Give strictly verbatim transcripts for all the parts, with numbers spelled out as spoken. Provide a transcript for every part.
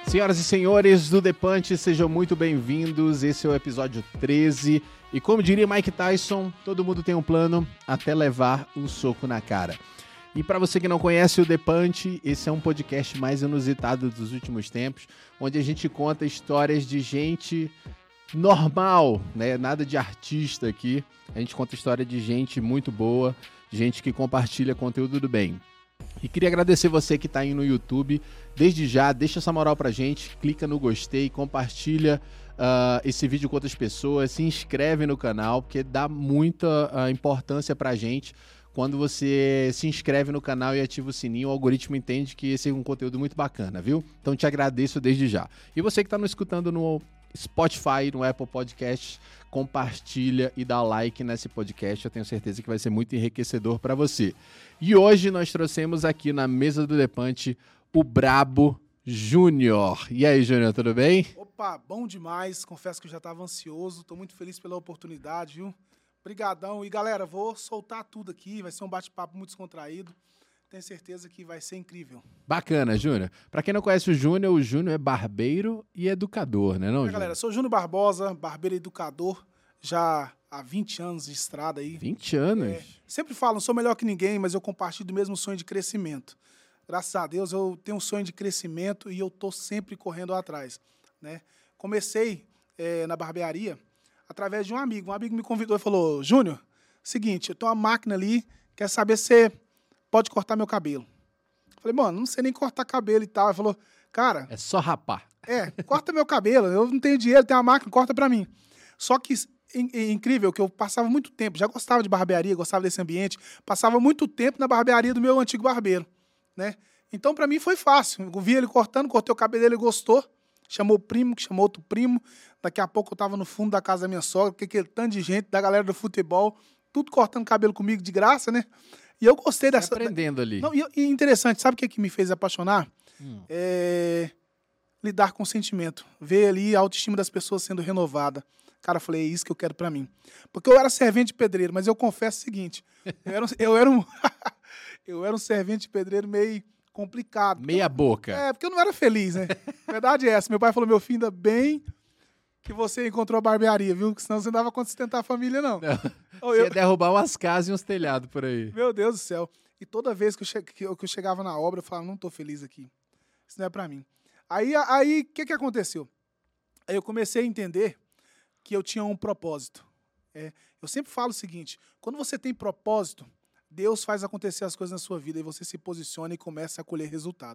Senhoras e senhores do Depante, sejam muito bem-vindos. Esse é o episódio treze. E como diria Mike Tyson, todo mundo tem um plano até levar um soco na cara. E para você que não conhece o Depante, esse é um podcast mais inusitado dos últimos tempos, onde a gente conta histórias de gente normal, né? Nada de artista aqui. A gente conta história de gente muito boa, gente que compartilha conteúdo do bem. E queria agradecer você que está aí no YouTube. Desde já, deixa essa moral pra gente, clica no gostei, compartilha uh, esse vídeo com outras pessoas, se inscreve no canal, porque dá muita uh, importância pra gente. Quando você se inscreve no canal e ativa o sininho, o algoritmo entende que esse é um conteúdo muito bacana, viu? Então te agradeço desde já. E você que está nos escutando no Spotify, no Apple Podcasts, compartilha e dá like nesse podcast. Eu tenho certeza que vai ser muito enriquecedor para você. E hoje nós trouxemos aqui na mesa do Depante o Brabo Júnior. E aí, Júnior, tudo bem? Opa, bom demais. Confesso que eu já estava ansioso. Estou muito feliz pela oportunidade, viu? Obrigadão. E, galera, vou soltar tudo aqui. Vai ser um bate-papo muito descontraído. Tenho certeza que vai ser incrível. Bacana, Júnior. Para quem não conhece o Júnior, o Júnior é barbeiro e educador, né, não, é, galera, sou Júnior Barbosa, barbeiro e educador, já há vinte anos de estrada aí. vinte anos? É, sempre falo, não sou melhor que ninguém, mas eu compartilho do mesmo sonho de crescimento. Graças a Deus, eu tenho um sonho de crescimento e eu tô sempre correndo atrás, né? Comecei é, na barbearia através de um amigo. Um amigo me convidou e falou, Júnior, seguinte, eu tenho uma máquina ali, quer saber se você pode cortar meu cabelo. Falei, mano, não sei nem cortar cabelo e tal. Ele falou, cara... É só rapar. É, corta meu cabelo. Eu não tenho dinheiro, tenho uma máquina, corta pra mim. Só que é incrível que eu passava muito tempo, já gostava de barbearia, gostava desse ambiente, passava muito tempo na barbearia do meu antigo barbeiro, né? Então, pra mim, foi fácil. Eu vi ele cortando, cortei o cabelo dele, ele gostou. Chamou o primo, que chamou outro primo. Daqui a pouco eu tava no fundo da casa da minha sogra, porque aquele tanto de gente, da galera do futebol, tudo cortando cabelo comigo de graça, né? E eu gostei dessa... aprendendo ali. Não, e, e interessante, sabe o que, que me fez apaixonar? Hum. É... lidar com o sentimento. Ver ali a autoestima das pessoas sendo renovada. Cara, eu falei, é isso que eu quero pra mim. Porque eu era servente de pedreiro, mas eu confesso o seguinte, eu era um, eu era um, eu era um servente de pedreiro meio complicado. Meia boca. É, porque eu não era feliz, né? A verdade é essa. Meu pai falou, meu filho, ainda bem que você encontrou a barbearia, viu? Porque senão você não dava conta de sustentar a família, não. Não. Ou Você eu... ia derrubar umas casas e uns telhados por aí. Meu Deus do céu. E toda vez que eu, che... que eu, que eu chegava na obra, eu falava, não tô feliz aqui. Isso não é pra mim. Aí, aí, o que que aconteceu? Aí eu comecei a entender que eu tinha um propósito. É, eu sempre falo o seguinte, quando você tem propósito, Deus faz acontecer as coisas na sua vida e você se posiciona e começa a colher resultado.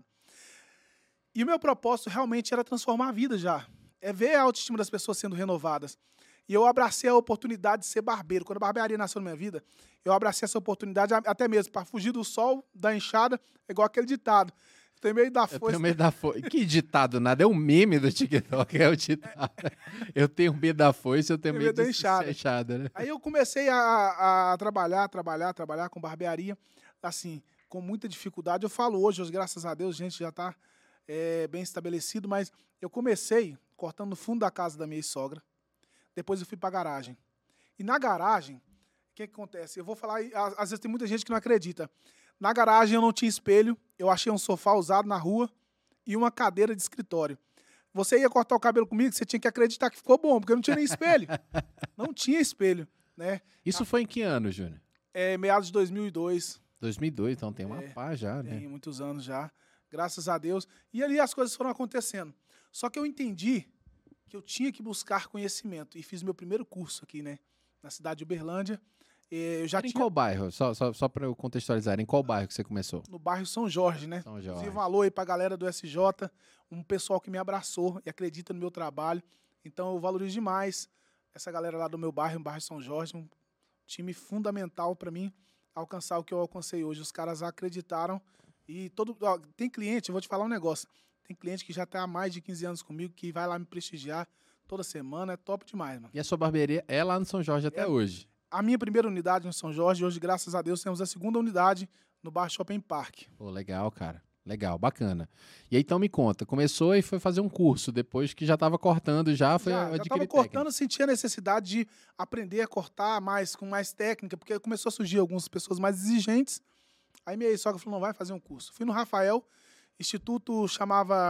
E o meu propósito realmente era transformar a vida já. É ver a autoestima das pessoas sendo renovadas. E eu abracei a oportunidade de ser barbeiro. Quando a barbearia nasceu na minha vida, eu abracei essa oportunidade até mesmo para fugir do sol, da enxada, igual aquele ditado. Eu tenho medo da foice. Eu tenho medo da foice. Que ditado nada, é um meme do TikTok, é o ditado. Eu tenho medo da foice, eu tenho, tenho medo, medo da enxada. enxada né? Aí eu comecei a, a trabalhar, trabalhar, trabalhar com barbearia, assim, com muita dificuldade. Eu falo hoje, hoje graças a Deus, a gente já está é, bem estabelecido, mas eu comecei cortando no fundo da casa da minha sogra. Depois eu fui para a garagem. E na garagem, o que, que acontece? Eu vou falar, às vezes tem muita gente que não acredita. Na garagem eu não tinha espelho, eu achei um sofá usado na rua e uma cadeira de escritório. Você ia cortar o cabelo comigo, você tinha que acreditar que ficou bom, porque eu não tinha nem espelho. Não tinha espelho, né? Isso foi em que ano, Júnior? É, meados de dois mil e dois. dois mil e dois, então tem uma é, pá já, né? Tem muitos anos já, graças a Deus. E ali as coisas foram acontecendo. Só que eu entendi que eu tinha que buscar conhecimento. E fiz meu primeiro curso aqui, né? Na cidade de Uberlândia. Eu já Era em tinha... qual bairro? Só, só, só para eu contextualizar, em qual bairro que você começou? No bairro São Jorge, né? São Jorge. Inclusive, um alô aí pra galera do S J, um pessoal que me abraçou e acredita no meu trabalho. Então, eu valorizo demais essa galera lá do meu bairro, o bairro São Jorge, um time fundamental para mim alcançar o que eu alcancei hoje. Os caras acreditaram e todo... Ó, tem cliente, eu vou te falar um negócio, tem cliente que já tá há mais de quinze anos comigo, que vai lá me prestigiar toda semana, é top demais, mano. E a sua barbearia é lá no São Jorge até é... hoje? A minha primeira unidade no São Jorge, hoje, graças a Deus, temos a segunda unidade no Bar Shopping Park. Pô, legal, cara. Legal, bacana. E aí, então, me conta, começou e foi fazer um curso, depois que já estava cortando, já foi já, adquirir já estava cortando, senti a necessidade de aprender a cortar mais, com mais técnica, porque começou a surgir algumas pessoas mais exigentes. Aí minha sogra falou, não, vai fazer um curso. Fui no Rafael, instituto chamava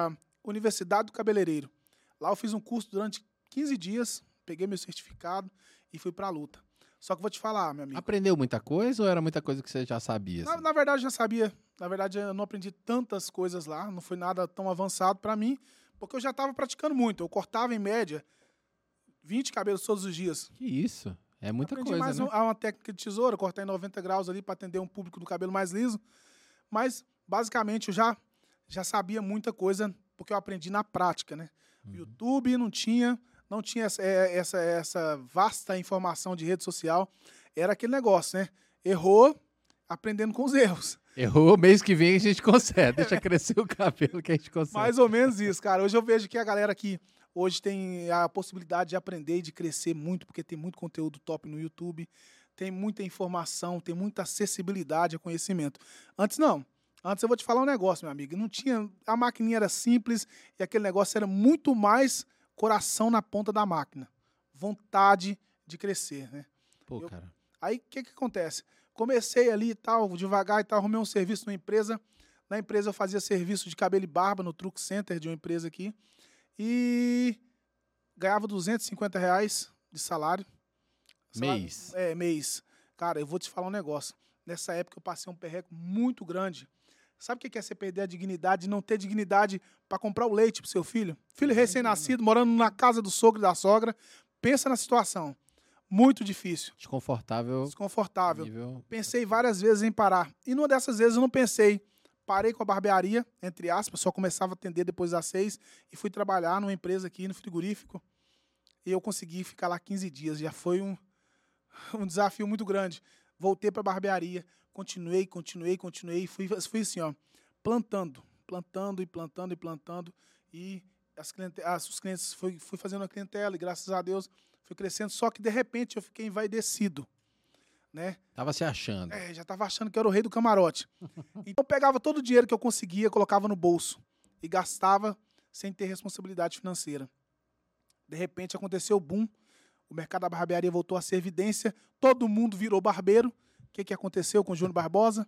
Universidade do Cabeleireiro. Lá eu fiz um curso durante quinze dias, peguei meu certificado e fui pra luta. Só que eu vou te falar, meu amigo. Aprendeu muita coisa ou era muita coisa que você já sabia? Na, Assim? na verdade, eu já sabia. Na verdade, eu não aprendi tantas coisas lá. Não foi nada tão avançado pra mim, porque eu já estava praticando muito. Eu cortava, em média, vinte cabelos todos os dias. Que isso? É muita Aprendi coisa, mais né? um, uma técnica de tesoura, cortar em noventa graus ali para atender um público do cabelo mais liso. Mas, basicamente, eu já, já sabia muita coisa, porque eu aprendi na prática, né? Uhum. YouTube não tinha, não tinha essa, essa, essa vasta informação de rede social. Era aquele negócio, né? Errou, aprendendo com os erros. Errou, mês que vem a gente consegue. Deixa crescer o cabelo que a gente consegue. Mais ou menos isso, cara. Hoje eu vejo que a galera aqui hoje tem a possibilidade de aprender e de crescer muito, porque tem muito conteúdo top no YouTube, tem muita informação, tem muita acessibilidade a conhecimento. Antes não. Antes eu vou te falar um negócio, meu amigo. Não tinha, a maquininha era simples e aquele negócio era muito mais coração na ponta da máquina. Vontade de crescer, né? Pô, eu, cara. Aí o que que acontece? Comecei ali e tal, devagar e tal, arrumei um serviço numa empresa. Na empresa eu fazia serviço de cabelo e barba no Truck Center de uma empresa aqui. E ganhava duzentos e cinquenta reais de salário. salário. Mês. É, mês. Cara, eu vou te falar um negócio. Nessa época eu passei um perreco muito grande. Sabe o que é você perder a dignidade e não ter dignidade para comprar o leite pro seu filho? Filho recém-nascido, morando na casa do sogro e da sogra. Pensa na situação. Muito difícil. Desconfortável. Desconfortável. Nível... Pensei várias vezes em parar. E numa dessas vezes eu não pensei. Parei com a barbearia, entre aspas, só começava a atender depois das seis e fui trabalhar numa empresa aqui no frigorífico. E eu consegui ficar lá quinze dias. Já foi um, um desafio muito grande. Voltei para a barbearia, continuei, continuei, continuei. Fui, fui assim, ó, plantando, plantando e plantando e plantando. E as cliente, as, os clientes, fui, fui fazendo a clientela e graças a Deus fui crescendo. Só que de repente eu fiquei envaidecido. Né? Tava se achando. É, já tava achando que eu era o rei do camarote. Então eu pegava todo o dinheiro que eu conseguia, colocava no bolso e gastava sem ter responsabilidade financeira. De repente aconteceu o boom, o mercado da barbearia voltou a ser evidência, todo mundo virou barbeiro. O que, que aconteceu com o Júnior Barbosa?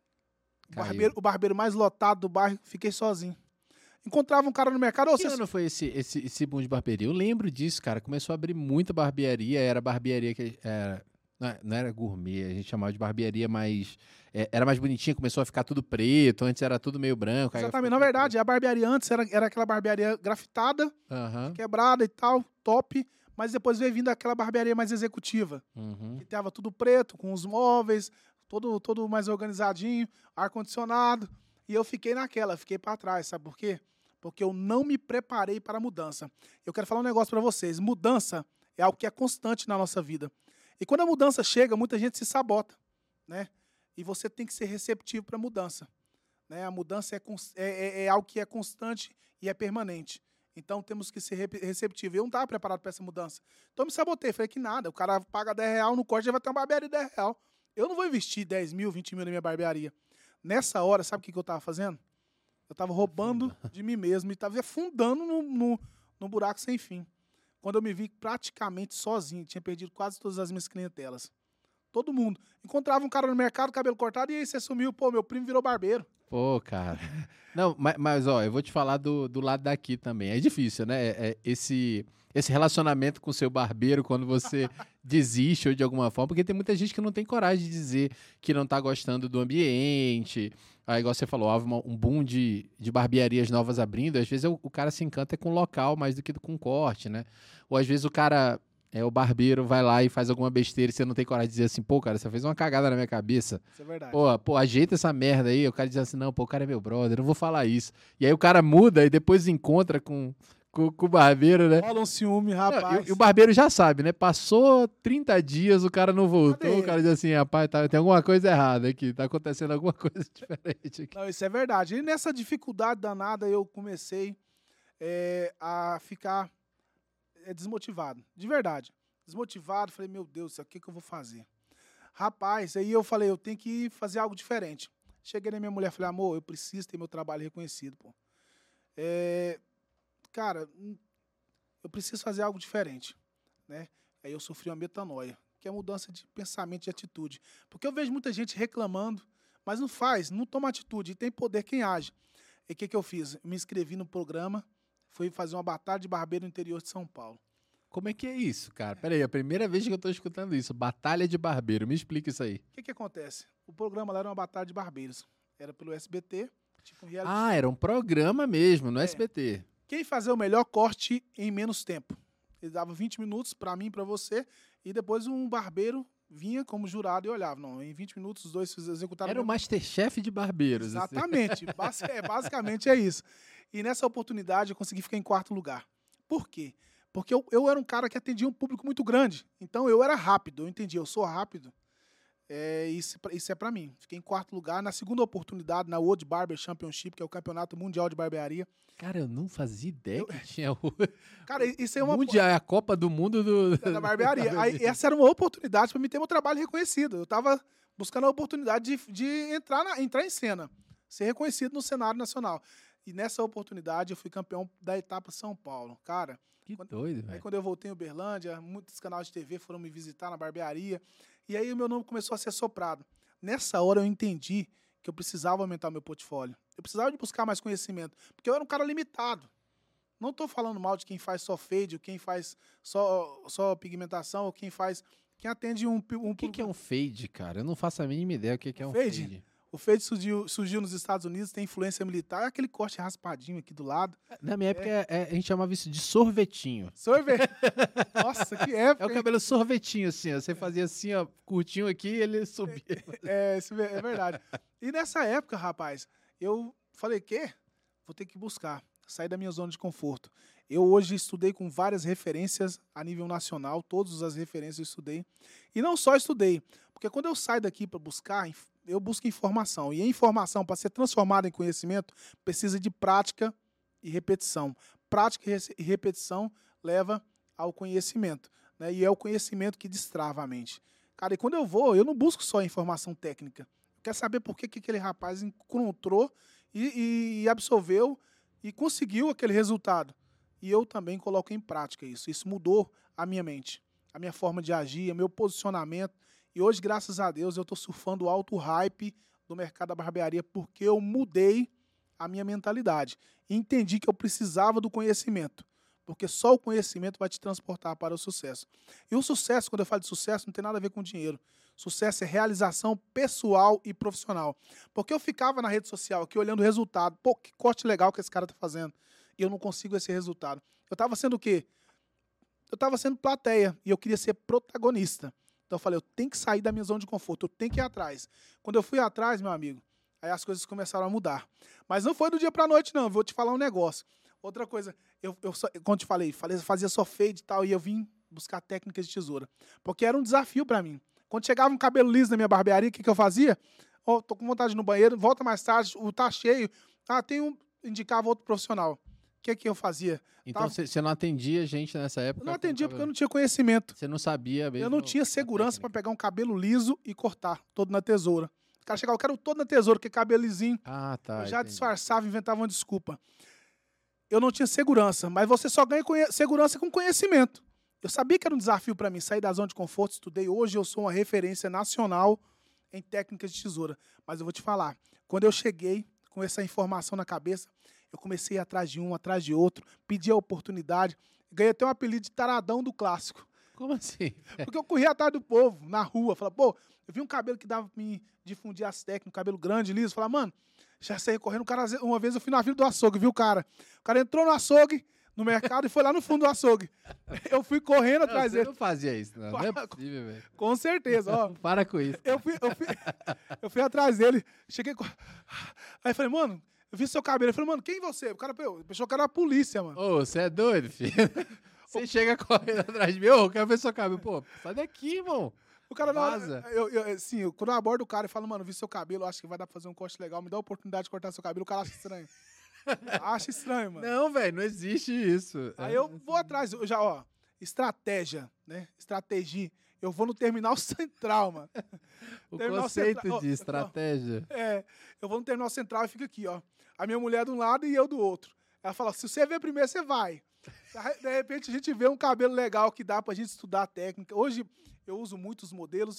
O barbeiro, o barbeiro mais lotado do bairro, fiquei sozinho. Encontrava um cara no mercado... Que ano foi esse, esse, esse boom de barbearia? Eu lembro disso, cara. Começou a abrir muita barbearia, era barbearia que... Era... Não era gourmet, a gente chamava de barbearia, mas é, era mais bonitinha, começou a ficar tudo preto, antes era tudo meio branco. Exatamente, na verdade, a barbearia antes era, era aquela barbearia grafitada, uhum. quebrada e tal, top, mas depois veio vindo aquela barbearia mais executiva, uhum. que tava tudo preto, com os móveis, todo, todo mais organizadinho, ar-condicionado, e eu fiquei naquela, fiquei para trás, sabe por quê? Porque eu não me preparei para a mudança. Eu quero falar um negócio para vocês, mudança é algo que é constante na nossa vida. E quando a mudança chega, muita gente se sabota, né? E você tem que ser receptivo para a mudança. Né? A mudança é, é, é algo que é constante e é permanente. Então, temos que ser receptivos. Eu não estava preparado para essa mudança. Então, eu me sabotei. Falei que nada. O cara paga dez reais no corte, já vai ter uma barbearia de dez reais. Eu não vou investir dez mil, vinte mil na minha barbearia. Nessa hora, sabe o que eu estava fazendo? Eu estava roubando de mim mesmo e estava afundando no, no, no buraco sem fim. Quando eu me vi praticamente sozinho, tinha perdido quase todas as minhas clientelas. Todo mundo. Encontrava um cara no mercado, cabelo cortado, e aí você sumiu. Pô, meu primo virou barbeiro. Pô, cara. Não, mas, mas ó, eu vou te falar do, do lado daqui também. É difícil, né? É, é esse, esse relacionamento com o seu barbeiro, quando você desiste ou de alguma forma, porque tem muita gente que não tem coragem de dizer que não tá gostando do ambiente. Aí, igual você falou, houve um boom de, de barbearias novas abrindo. Às vezes o, o cara se encanta com o local mais do que com o corte, né? Ou às vezes o cara, é o barbeiro, vai lá e faz alguma besteira e você não tem coragem de dizer assim, pô, cara, você fez uma cagada na minha cabeça. Isso é verdade. Pô, pô, ajeita essa merda aí. O cara diz assim, não, pô, o cara é meu brother, não vou falar isso. E aí o cara muda e depois encontra com... Com, com o barbeiro, né? Rola um ciúme, rapaz. Não, e, e o barbeiro já sabe, né? Passou trinta dias, o cara não voltou. Cadê? O cara diz assim, rapaz, tá, tem alguma coisa errada aqui. Tá acontecendo alguma coisa diferente aqui. Não, isso é verdade. E nessa dificuldade danada, eu comecei é, a ficar é, desmotivado. De verdade. Desmotivado. Falei, meu Deus, o que, que eu vou fazer? Rapaz, aí eu falei, eu tenho que fazer algo diferente. Cheguei na minha mulher e falei, amor, eu preciso ter meu trabalho reconhecido, pô. É... Cara, eu preciso fazer algo diferente, né? Aí eu sofri uma metanoia, que é a mudança de pensamento e atitude. Porque eu vejo muita gente reclamando, mas não faz, não toma atitude, e tem poder quem age. E o que, que eu fiz? Eu me inscrevi no programa, fui fazer uma batalha de barbeiro no interior de São Paulo. Como é que é isso, cara? Peraí, é a primeira vez que eu tô escutando isso. Batalha de barbeiro. Me explica isso aí. O que, que acontece? O programa lá era uma batalha de barbeiros. Era pelo S B T, tipo um reality. Ah, era um programa mesmo, no É. S B T. Quem fazia o melhor corte em menos tempo. Ele dava vinte minutos pra mim e pra você, e depois um barbeiro vinha como jurado e olhava. Não, em vinte minutos os dois executaram... Era o Masterchef de barbeiros. assim. Exatamente. Basi- é, basicamente é isso. E nessa oportunidade eu consegui ficar em quarto lugar. Por quê? Porque eu, eu era um cara que atendia um público muito grande. Então eu era rápido, eu entendi, eu sou rápido. É, isso, isso é pra mim. Fiquei em quarto lugar. Na segunda oportunidade, na World Barber Championship, que é o campeonato mundial de barbearia. Cara, eu não fazia ideia Eu- que tinha o Cara, isso é uma... Mundial, é a Copa do Mundo do... da barbearia. Aí, essa era uma oportunidade para mim ter meu trabalho reconhecido. Eu estava buscando a oportunidade de, de entrar, na, entrar em cena, ser reconhecido no cenário nacional. E nessa oportunidade eu fui campeão da etapa São Paulo. Cara, Que quando- doido, aí velho. quando eu voltei em Uberlândia, muitos canais de T V foram me visitar na barbearia. E aí o meu nome começou a ser soprado. Nessa hora eu entendi que eu precisava aumentar meu portfólio. Eu precisava de buscar mais conhecimento, porque eu era um cara limitado. Não estou falando mal de quem faz só fade, ou quem faz só, só pigmentação, ou quem faz... Quem atende um... um O que, que é um fade, cara? Eu não faço a mínima ideia o que, que é um Fade? fade. O fade surgiu, surgiu nos Estados Unidos, tem influência militar, é aquele corte raspadinho aqui do lado. Na minha época, é- é- a gente chamava isso de sorvetinho. Sorvete. Nossa, que época. É o hein? cabelo sorvetinho, assim, ó. Você fazia assim, ó, curtinho aqui e ele subia. É, isso é verdade. E nessa época, rapaz, eu falei, quê? Vou ter que buscar, sair da minha zona de conforto. Eu hoje estudei com várias referências a nível nacional, todas as referências eu estudei. E não só estudei, porque quando eu saio daqui para buscar, inf- eu busco informação. E a informação, para ser transformada em conhecimento, precisa de prática e repetição. Prática e rece- e repetição leva ao conhecimento, né? E é o conhecimento que destrava a mente. Cara, e quando eu vou, eu não busco só informação técnica. Eu quero saber por que, que aquele rapaz encontrou e, e- e absorveu e conseguiu aquele resultado. E eu também coloco em prática isso. Isso mudou a minha mente, a minha forma de agir, o meu posicionamento. E hoje, graças a Deus, eu estou surfando o alto hype do mercado da barbearia porque eu mudei a minha mentalidade. E entendi que eu precisava do conhecimento. Porque só o conhecimento vai te transportar para o sucesso. E o sucesso, quando eu falo de sucesso, não tem nada a ver com dinheiro. Sucesso é realização pessoal e profissional. Porque eu ficava na rede social aqui olhando o resultado. Pô, que corte legal que esse cara tá fazendo. E eu não consigo esse resultado. Eu estava sendo o quê? Eu estava sendo plateia e eu queria ser protagonista. Então eu falei, eu tenho que sair da minha zona de conforto, eu tenho que ir atrás. Quando eu fui atrás, meu amigo, aí as coisas começaram a mudar. Mas não foi do dia para a noite, não. Vou te falar um negócio. Outra coisa, eu, eu só, como te falei, falei, fazia só fade e tal, e eu vim buscar técnicas de tesoura. Porque era um desafio para mim. Quando chegava um cabelo liso na minha barbearia, o que, que eu fazia? Ó, oh, tô com vontade de ir no banheiro, volta mais tarde, o tá cheio. Ah, tem um... Indicava outro profissional. O que, que eu fazia? Então Tava- você não atendia gente nessa época? Eu não com atendia cabelo- porque eu não tinha conhecimento. Você não sabia mesmo. Eu não tinha a segurança para técnica. pegar um cabelo liso e cortar todo na tesoura. O cara chegava, eu quero todo na tesoura, porque cabelo lisinho. Ah, tá. eu já entendi. disfarçava, inventava uma desculpa. Eu não tinha segurança, mas você só ganha conhe- segurança com conhecimento. Eu sabia que era um desafio para mim sair da zona de conforto, estudei. Hoje eu sou uma referência nacional em técnicas de tesoura. Mas eu vou te falar, quando eu cheguei com essa informação na cabeça, eu comecei atrás de um, atrás de outro, pedi a oportunidade, ganhei até um apelido de taradão do clássico. Como assim? Porque eu corria atrás do povo, na rua. Falava, pô, eu vi um cabelo que dava pra me difundir as técnicas, um cabelo grande, liso. Falava, mano, já saí correndo. O cara, uma vez eu fui na fila do açougue, viu, cara? O cara entrou no açougue, no mercado, e foi lá no fundo do açougue. Eu fui correndo Não, atrás você dele. não fazia isso, não. Não é possível, velho. Com certeza, ó. Para com isso. Eu fui, eu, fui, eu fui atrás dele, cheguei. com- Aí eu falei, mano, eu vi seu cabelo. Eu falei, mano, quem é você? O cara pô, pensou que era a polícia, mano. Ô, você é doido, filho? Você chega correndo atrás de mim, ô, eu quero ver seu cabelo. Pô, sai daqui, irmão. O cara, na hora, Vaza. eu, eu, assim, eu- quando eu abordo o cara e falo, mano, vi seu cabelo, acho que vai dar pra fazer um corte legal, me dá a oportunidade de cortar seu cabelo, o cara acha estranho. Acha estranho, mano. Não, velho, não existe isso. Aí eu vou atrás, eu já, ó, estratégia, né? Estratégia. Eu vou no terminal central, mano. O terminal conceito central- de ó, ó. estratégia. É, eu vou no terminal central e fico aqui, ó. A minha mulher de um lado e eu do outro. Ela fala, se você ver primeiro, você vai. De repente a gente vê um cabelo legal que dá pra gente estudar a técnica. Hoje eu uso muitos modelos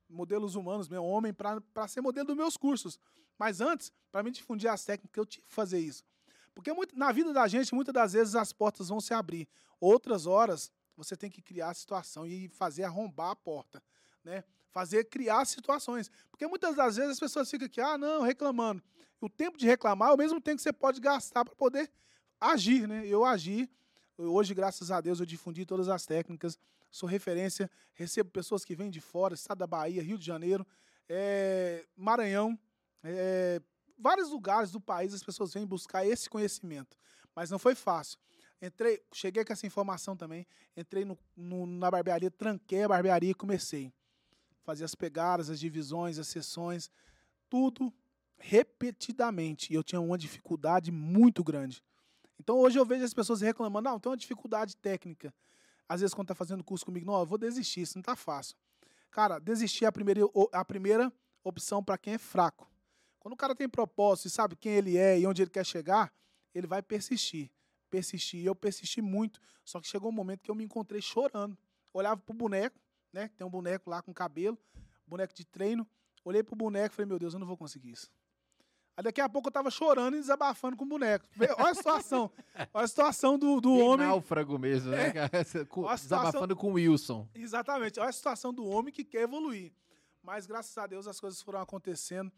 modelos humanos, meu homem, para ser modelo dos meus cursos. Mas antes, para mim difundir as técnicas, eu tive que fazer isso. Porque muito, na vida da gente, muitas das vezes as portas vão se abrir. Outras horas, você tem que criar a situação e fazer arrombar a porta, né? Fazer, criar situações. Porque muitas das vezes as pessoas ficam aqui, ah, não, reclamando. O tempo de reclamar é o mesmo tempo que você pode gastar para poder agir, né? Eu agi. Hoje, graças a Deus, eu difundi todas as técnicas. Sou referência. Recebo pessoas que vêm de fora, estado da Bahia, Rio de Janeiro, é, Maranhão, é, vários lugares do país as pessoas vêm buscar esse conhecimento. Mas não foi fácil. Entrei, cheguei com essa informação também. Entrei no, no, na barbearia, tranquei a barbearia e comecei. Fazia as pegadas, as divisões, as sessões, tudo repetidamente. E eu tinha uma dificuldade muito grande. Então hoje eu vejo as pessoas reclamando, não, tem uma dificuldade técnica. Às vezes quando está fazendo curso comigo, não, eu vou desistir, isso não está fácil. Cara, desistir é a primeira, a primeira opção para quem é fraco. Quando o cara tem propósito e sabe quem ele é e onde ele quer chegar, ele vai persistir. Persistir. E eu persisti muito, só que chegou um momento que eu me encontrei chorando. Olhava pro boneco, né? Tem um boneco lá com cabelo, boneco de treino. Olhei pro boneco e falei, meu Deus, eu não vou conseguir isso. Aí daqui a pouco eu tava chorando e desabafando com o boneco. Olha a situação. Olha a situação do, do homem. Náufrago mesmo, né, cara? É. Situação... Desabafando com o Wilson. Exatamente. Olha a situação do homem que quer evoluir. Mas graças a Deus as coisas foram acontecendo.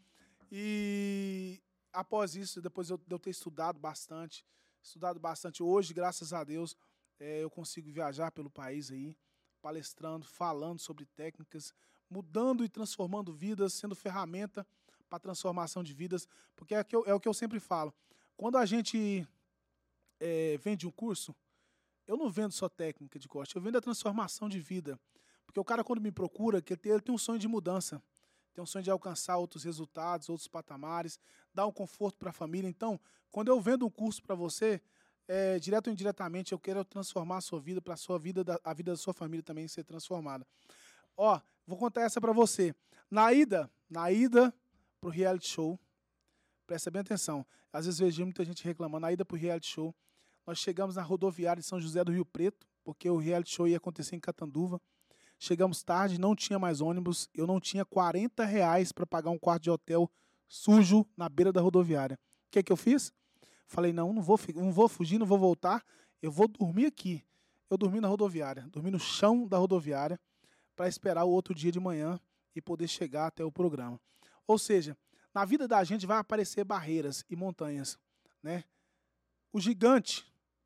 E após isso, depois de eu ter estudado bastante, estudado bastante, hoje, graças a Deus, é, eu consigo viajar pelo país aí, palestrando, falando sobre técnicas, mudando e transformando vidas, sendo ferramenta para transformação de vidas, porque é, que eu, é o que eu sempre falo. Quando a gente é, vende um curso, eu não vendo só técnica de corte, eu vendo a transformação de vida. Porque o cara, quando me procura, que ele tem, ele tem um sonho de mudança, tem um sonho de alcançar outros resultados, outros patamares, dar um conforto para a família. Então, quando eu vendo um curso para você, é, direto ou indiretamente, eu quero transformar a sua vida, para a sua vida, a vida da sua família também ser transformada. Ó, vou contar essa para você. Na ida, na ida pro reality show, presta bem atenção, às vezes vejo muita gente reclamando, na ida pro reality show, nós chegamos na rodoviária de São José do Rio Preto, porque o reality show ia acontecer em Catanduva. Chegamos tarde, não tinha mais ônibus, eu não tinha quarenta reais para pagar um quarto de hotel sujo na beira da rodoviária. O que que eu fiz? Falei, não, não vou, não vou fugir, não vou voltar, eu vou dormir aqui. Eu dormi na rodoviária, dormi no chão da rodoviária para esperar o outro dia de manhã e poder chegar até o programa. Ou seja, na vida da gente vai aparecer barreiras e montanhas, né? O gigante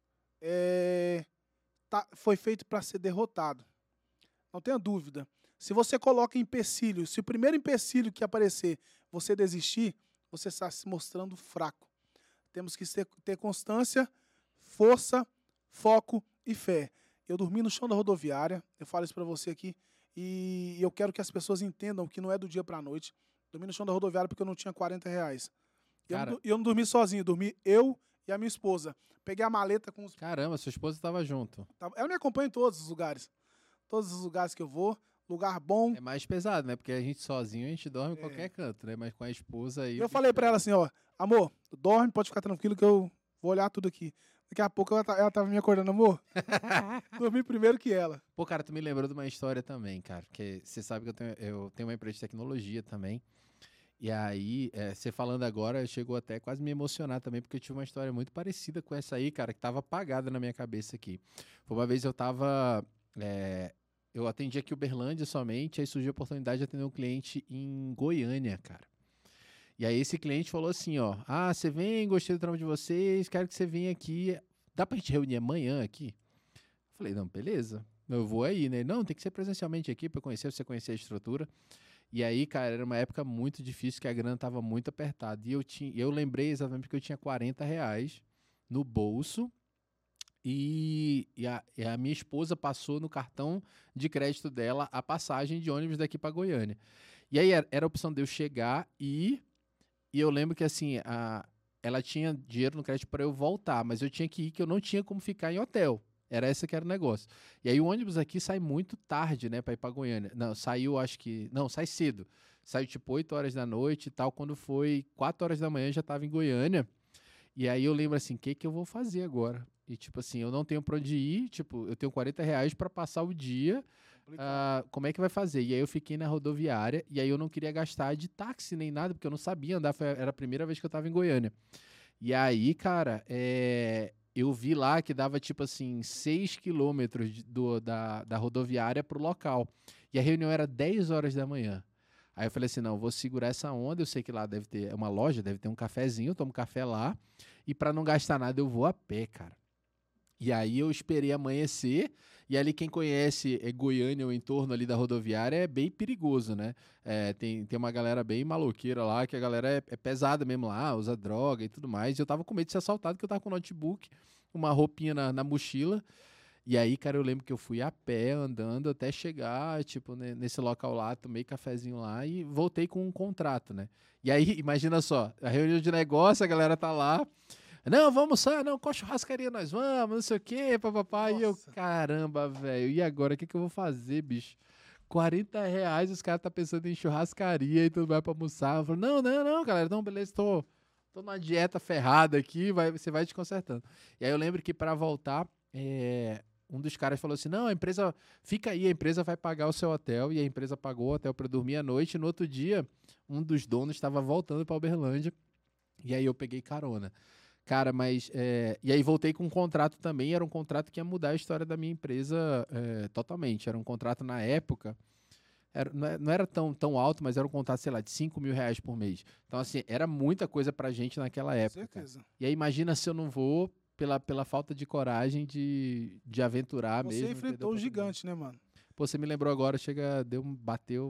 é, tá, foi feito para ser derrotado. Não tenha dúvida. Se você coloca empecilho, se o primeiro empecilho que aparecer você desistir, você está se mostrando fraco. Temos que ter, ter constância, força, foco e fé. Eu dormi no chão da rodoviária, eu falo isso para você aqui, e eu quero que as pessoas entendam que não é do dia para a noite. Dormi no chão da rodoviária porque eu não tinha quarenta reais. E eu, não, eu não dormi sozinho, dormi eu e a minha esposa. Peguei a maleta com os... Caramba, sua esposa estava junto. Ela me acompanha em todos os lugares. Todos os lugares que eu vou, lugar bom. É mais pesado, né? Porque a gente sozinho, a gente dorme em é. qualquer canto, né? Mas com a esposa aí... E eu falei pra ela assim, ó, amor, dorme, pode ficar tranquilo que eu vou olhar tudo aqui. Daqui a pouco ela, ela tava me acordando, amor. Dormi primeiro que ela. Pô, cara, tu me lembrou de uma história também, cara. Porque você sabe que eu tenho, eu tenho uma empresa de tecnologia também. E aí, é, você falando agora, chegou até quase me emocionar também, porque eu tive uma história muito parecida com essa aí, cara, que tava apagada na minha cabeça aqui. Foi uma vez eu tava... É, eu atendi aqui Uberlândia somente, aí surgiu a oportunidade de atender um cliente em Goiânia, cara. E aí esse cliente falou assim, ó, ah, você vem, gostei do trampo de vocês, quero que você venha aqui, dá pra gente reunir amanhã aqui? Eu falei, não, beleza, eu vou aí, né? Não, tem que ser presencialmente aqui pra eu conhecer, pra você conhecer a estrutura. E aí, cara, era uma época muito difícil, que a grana tava muito apertada. E eu, tinha, eu lembrei exatamente porque eu tinha quarenta reais no bolso, E, e, a, e a minha esposa passou no cartão de crédito dela a passagem de ônibus daqui para Goiânia. E aí era, era a opção de eu chegar e... E eu lembro que assim, a, ela tinha dinheiro no crédito para eu voltar, mas eu tinha que ir, que eu não tinha como ficar em hotel. Era esse que era o negócio. E aí o ônibus aqui sai muito tarde, né, para ir para Goiânia. Não, saiu acho que... Não, sai cedo. Saiu tipo oito horas da noite e tal. Quando foi quatro horas da manhã, já estava em Goiânia. E aí eu lembro assim, o que que eu vou fazer agora? E tipo assim, eu não tenho pra onde ir, tipo, eu tenho quarenta reais pra passar o dia ah, como é que vai fazer? E aí eu fiquei na rodoviária, e aí eu não queria gastar de táxi nem nada, porque eu não sabia andar, foi, era a primeira vez que eu tava em Goiânia. E aí, cara, é, eu vi lá que dava, tipo assim, seis quilômetros de- do, da, da rodoviária pro local. E a reunião era dez horas da manhã. Aí eu falei assim, não, eu vou segurar essa onda, eu sei que lá deve ter uma loja, deve ter um cafezinho, eu tomo café lá, e pra não gastar nada eu vou a pé, cara. E aí eu esperei amanhecer, e ali quem conhece é Goiânia, o entorno ali da rodoviária, é bem perigoso, né? É, tem, tem uma galera bem maloqueira lá, que a galera é, é pesada mesmo lá, usa droga e tudo mais. E eu tava com medo de ser assaltado, porque eu tava com um notebook, uma roupinha na, na mochila. E aí, cara, eu lembro que eu fui a pé, andando, até chegar, tipo, ne- nesse local lá, tomei cafezinho lá e voltei com um contrato, né? E aí, imagina só, a reunião de negócio, a galera tá lá, não, vamos almoçar, não, qual churrascaria nós vamos, não sei o quê, papapá. E eu, Nossa. caramba, velho, e agora, o que que eu vou fazer, bicho? Quarenta reais, os caras tá pensando em churrascaria e tudo vai pra almoçar. Eu falo, não, não, não, galera, não, beleza, tô, tô numa dieta ferrada aqui, vai, você vai te consertando. E aí eu lembro que pra voltar, é, um dos caras falou assim, não, a empresa, fica aí, a empresa vai pagar o seu hotel, e a empresa pagou o hotel pra eu dormir à noite, e no outro dia, um dos donos estava voltando pra Uberlândia, e aí eu peguei carona. Cara, mas. É, e aí voltei com um contrato também. Era um contrato que ia mudar a história da minha empresa é, totalmente. Era um contrato na época. Era, não é- não era tão, tão alto, mas era um contrato, sei lá, de cinco mil reais por mês. Então, assim, era muita coisa pra gente naquela Com época, cara. certeza. E aí imagina se eu não vou pela, pela falta de coragem de, de aventurar Você mesmo e perder a enfrentou o oportunidade. gigante, né, mano? Pô, você me lembrou agora, chega, deu, um- bateu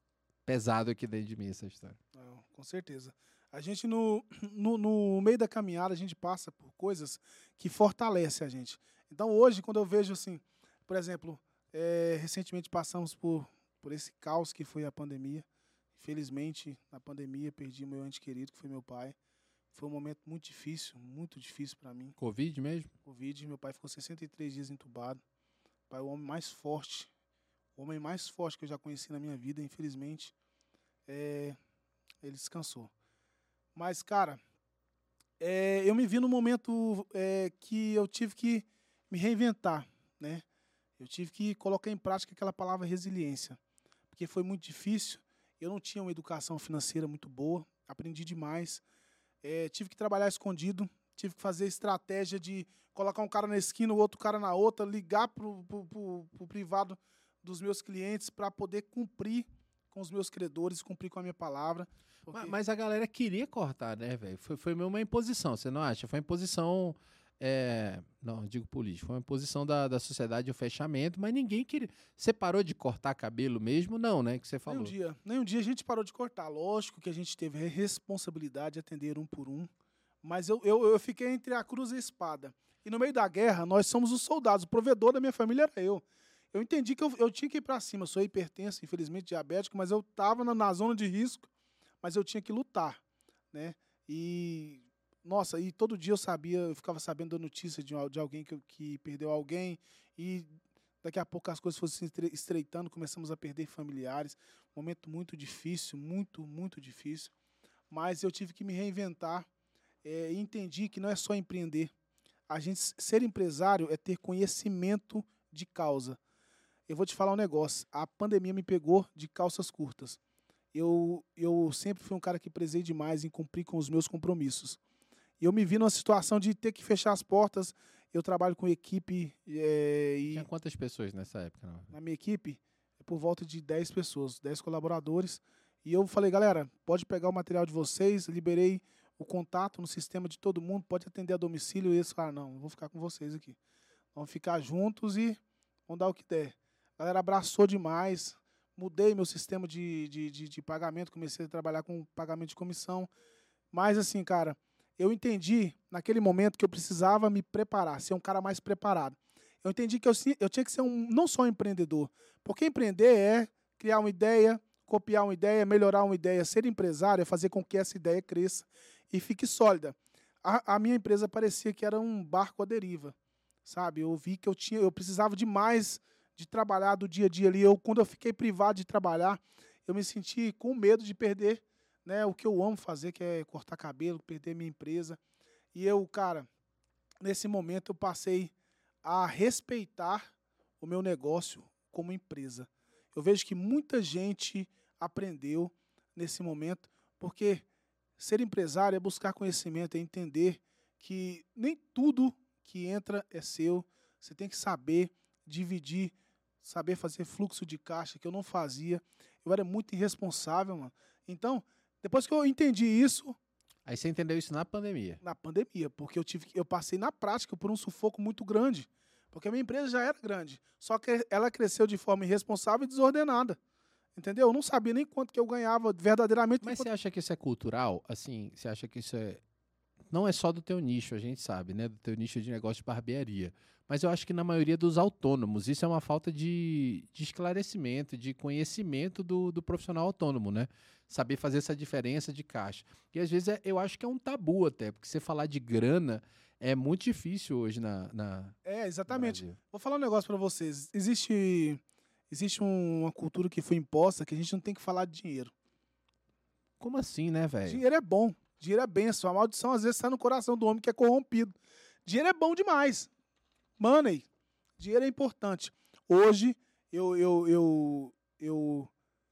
pesado aqui dentro de mim essa história. Não, com certeza. A gente, no, no, no meio da caminhada, a gente passa por coisas que fortalecem a gente. Então, hoje, quando eu vejo assim, por exemplo, eh, recentemente passamos por, por esse caos que foi a pandemia. Infelizmente, na pandemia, perdi meu ente querido, que foi meu pai. Foi um momento muito difícil, muito difícil para mim. Covid mesmo? Covid, meu pai ficou sessenta e três dias entubado. Pai, o homem mais forte, o homem mais forte que eu já conheci na minha vida, infelizmente, é, ele descansou. Mas, cara, é, eu me vi num momento é, que eu tive que me reinventar, né? Eu tive que colocar em prática aquela palavra resiliência, porque foi muito difícil. Eu não tinha uma educação financeira muito boa, aprendi demais. É, tive que trabalhar escondido, tive que fazer estratégia de colocar um cara na esquina, o outro cara na outra, ligar pro, pro, pro, pro privado dos meus clientes para poder cumprir com os meus credores, cumprir com a minha palavra. Ma- Porque Mas a galera queria cortar, né, velho? Foi, foi meio uma imposição, você não acha? Foi uma imposição. É, não, digo política. Foi uma imposição da, da sociedade o fechamento, mas ninguém queria. Você parou de cortar cabelo mesmo? Não, né? Que você nem um falou. dia, nem um dia a gente parou de cortar. Lógico que a gente teve a responsabilidade de atender um por um, mas eu, eu, eu fiquei entre a cruz e a espada. E no meio da guerra, nós somos os soldados. O provedor da minha família era eu. Eu entendi que eu, eu tinha que ir para cima. Eu sou hipertenso, infelizmente diabético, mas eu estava na, na zona de risco, mas eu tinha que lutar, né? E nossa, e todo dia eu sabia, eu ficava sabendo da notícia de, al- de alguém que, que perdeu alguém e daqui a pouco as coisas foram se estre- estreitando, começamos a perder familiares. Momento muito difícil, muito, muito difícil. Mas eu tive que me reinventar eh, e entendi que não é só empreender. A gente s- ser empresário é ter conhecimento de causa. Eu vou te falar um negócio. A pandemia me pegou de calças curtas. Eu, eu sempre fui um cara que prezei demais em cumprir com os meus compromissos. E eu me vi numa situação de ter que fechar as portas. Eu trabalho com equipe eh, Tinha e quantas pessoas nessa época? Não? na minha equipe é por volta de dez pessoas, dez colaboradores. E eu falei, galera, pode pegar o material de vocês, liberei o contato no sistema de todo mundo, pode atender a domicílio. E eles falaram, não, eu vou ficar com vocês aqui. Vamos ficar juntos e vamos dar o que der. A galera abraçou demais, mudei meu sistema de, de, de, de pagamento, comecei a trabalhar com pagamento de comissão. Mas assim, cara, eu entendi naquele momento que eu precisava me preparar, ser um cara mais preparado. Eu entendi que eu, si- eu tinha que ser um, não só um empreendedor, porque empreender é criar uma ideia, copiar uma ideia, melhorar uma ideia. Ser empresário é fazer com que essa ideia cresça e fique sólida. A, a minha empresa parecia que era um barco à deriva, sabe? Eu vi que eu tinha, eu precisava demais de trabalhar do dia a dia ali. Eu, quando eu fiquei privado de trabalhar, eu me senti com medo de perder, né, o que eu amo fazer, que é cortar cabelo, perder minha empresa. E eu, cara, nesse momento eu passei a respeitar o meu negócio, como empresa. Eu vejo que muita gente aprendeu nesse momento, porque ser empresário é buscar conhecimento, é entender que nem tudo que entra é seu. Você tem que saber dividir, saber fazer fluxo de caixa, que eu não fazia. Eu era muito irresponsável, mano. Então, depois que eu entendi isso... Aí você entendeu isso na pandemia? Na pandemia, porque eu, tive, eu passei na prática por um sufoco muito grande. Porque a minha empresa já era grande, só que ela cresceu de forma irresponsável e desordenada. Entendeu? Eu não sabia nem quanto que eu ganhava verdadeiramente. Mas quanto... você acha que isso é cultural? Assim, você acha que isso é... Não é só do teu nicho, a gente sabe, né? Do teu nicho de negócio de barbearia. Mas eu acho que na maioria dos autônomos, isso é uma falta de, de esclarecimento, de conhecimento do, do profissional autônomo, né? Saber fazer essa diferença de caixa. E às vezes é, eu acho que é um tabu até, porque você falar de grana é muito difícil hoje na... na é, exatamente. no Brasil. Vou falar um negócio pra vocês. Existe, existe um, uma cultura que foi imposta que a gente não tem que falar de dinheiro. Como assim, né, velho? Dinheiro é bom. Dinheiro é bênção. A maldição às vezes está no coração do homem que é corrompido. Dinheiro é bom demais. Money. Dinheiro é importante. Hoje, eu, eu, eu, eu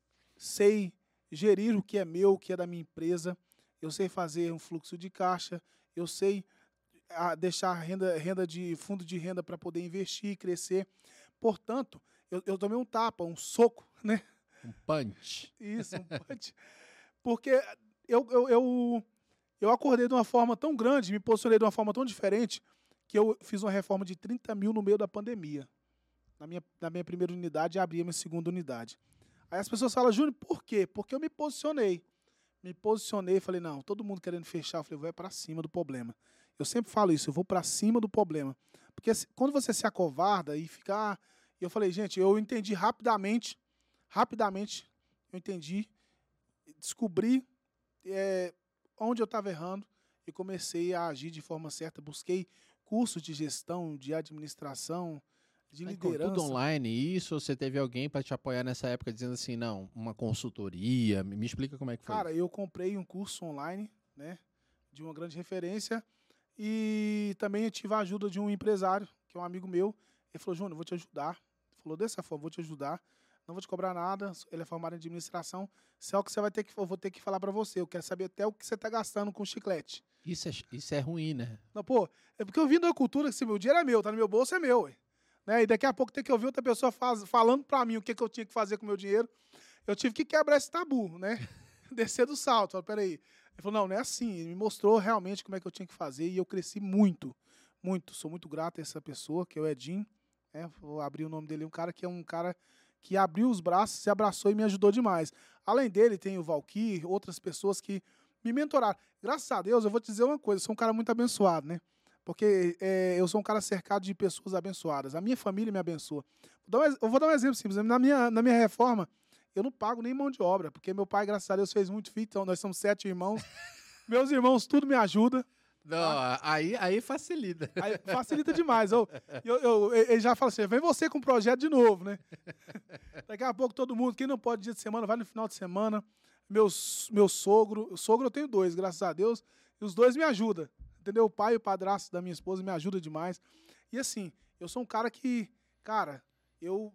sei gerir o que é meu, o que é da minha empresa. Eu sei fazer um fluxo de caixa. Eu sei a, deixar renda, renda de fundo de renda para poder investir e crescer. Portanto, eu, eu tomei um tapa, um soco, né? Um punch. Isso, um punch. Porque eu... eu, eu Eu acordei de uma forma tão grande, me posicionei de uma forma tão diferente, que eu fiz uma reforma de trinta mil no meio da pandemia. Na minha, na minha primeira unidade e abri a minha segunda unidade. Aí as pessoas falam, Júnior, por quê? Porque eu me posicionei. Me posicionei e falei, não, todo mundo querendo fechar, eu falei, vou é para cima do problema. Eu sempre falo isso, eu vou para cima do problema. Porque se, quando você se acovarda e ficar... Eu falei, gente, eu entendi rapidamente, rapidamente, eu entendi, descobri... É, onde eu estava errando e comecei a agir de forma certa. Busquei cursos de gestão, de administração, de Mas, liderança. Tudo online, isso? Ou você teve alguém para te apoiar nessa época dizendo assim, não, uma consultoria? Me explica como é que foi. Cara, isso. eu comprei um curso online, né, de uma grande referência e também eu tive a ajuda de um empresário, que é um amigo meu. Ele falou, Júnior, vou te ajudar. Ele falou, dessa forma, vou te ajudar. Não vou te cobrar nada, ele é formado em administração. Isso é o que você vai ter que, eu vou ter que falar para você. Eu quero saber até o que você está gastando com chiclete. Isso é, isso é ruim, né? Não, pô, é porque eu vim de uma cultura que se meu dinheiro é meu, tá no meu bolso, é meu. Ué. Né? E daqui a pouco tem que ouvir outra pessoa faz, falando para mim o que, que eu tinha que fazer com o meu dinheiro. Eu tive que quebrar esse tabu, né? Descer do salto. Falei, peraí. Ele falou, não, não é assim. Ele me mostrou realmente como é que eu tinha que fazer e eu cresci muito, muito. Sou muito grato a essa pessoa, que é o Edinho. Né? Vou abrir o nome dele, um cara que é um cara... que abriu os braços, se abraçou e me ajudou demais. Além dele, tem o Valkyr, outras pessoas que me mentoraram. Graças a Deus, eu vou te dizer uma coisa, eu sou um cara muito abençoado, né? Porque é, eu sou um cara cercado de pessoas abençoadas. A minha família me abençoa. Vou dar um, eu vou dar um exemplo simples. Na minha, na minha reforma, eu não pago nem mão de obra, porque meu pai, graças a Deus, fez muito filho, então nós somos sete irmãos. Meus irmãos, tudo me ajuda. Não, aí, aí facilita. Aí facilita demais. Eu, eu, eu, ele já fala assim, vem você com o projeto de novo, né? Daqui a pouco todo mundo, quem não pode dia de semana, vai no final de semana. Meus, meu sogro, sogro eu tenho dois, graças a Deus, e os dois me ajudam. Entendeu? O pai e o padrasto da minha esposa me ajudam demais. E assim, eu sou um cara que, cara, eu,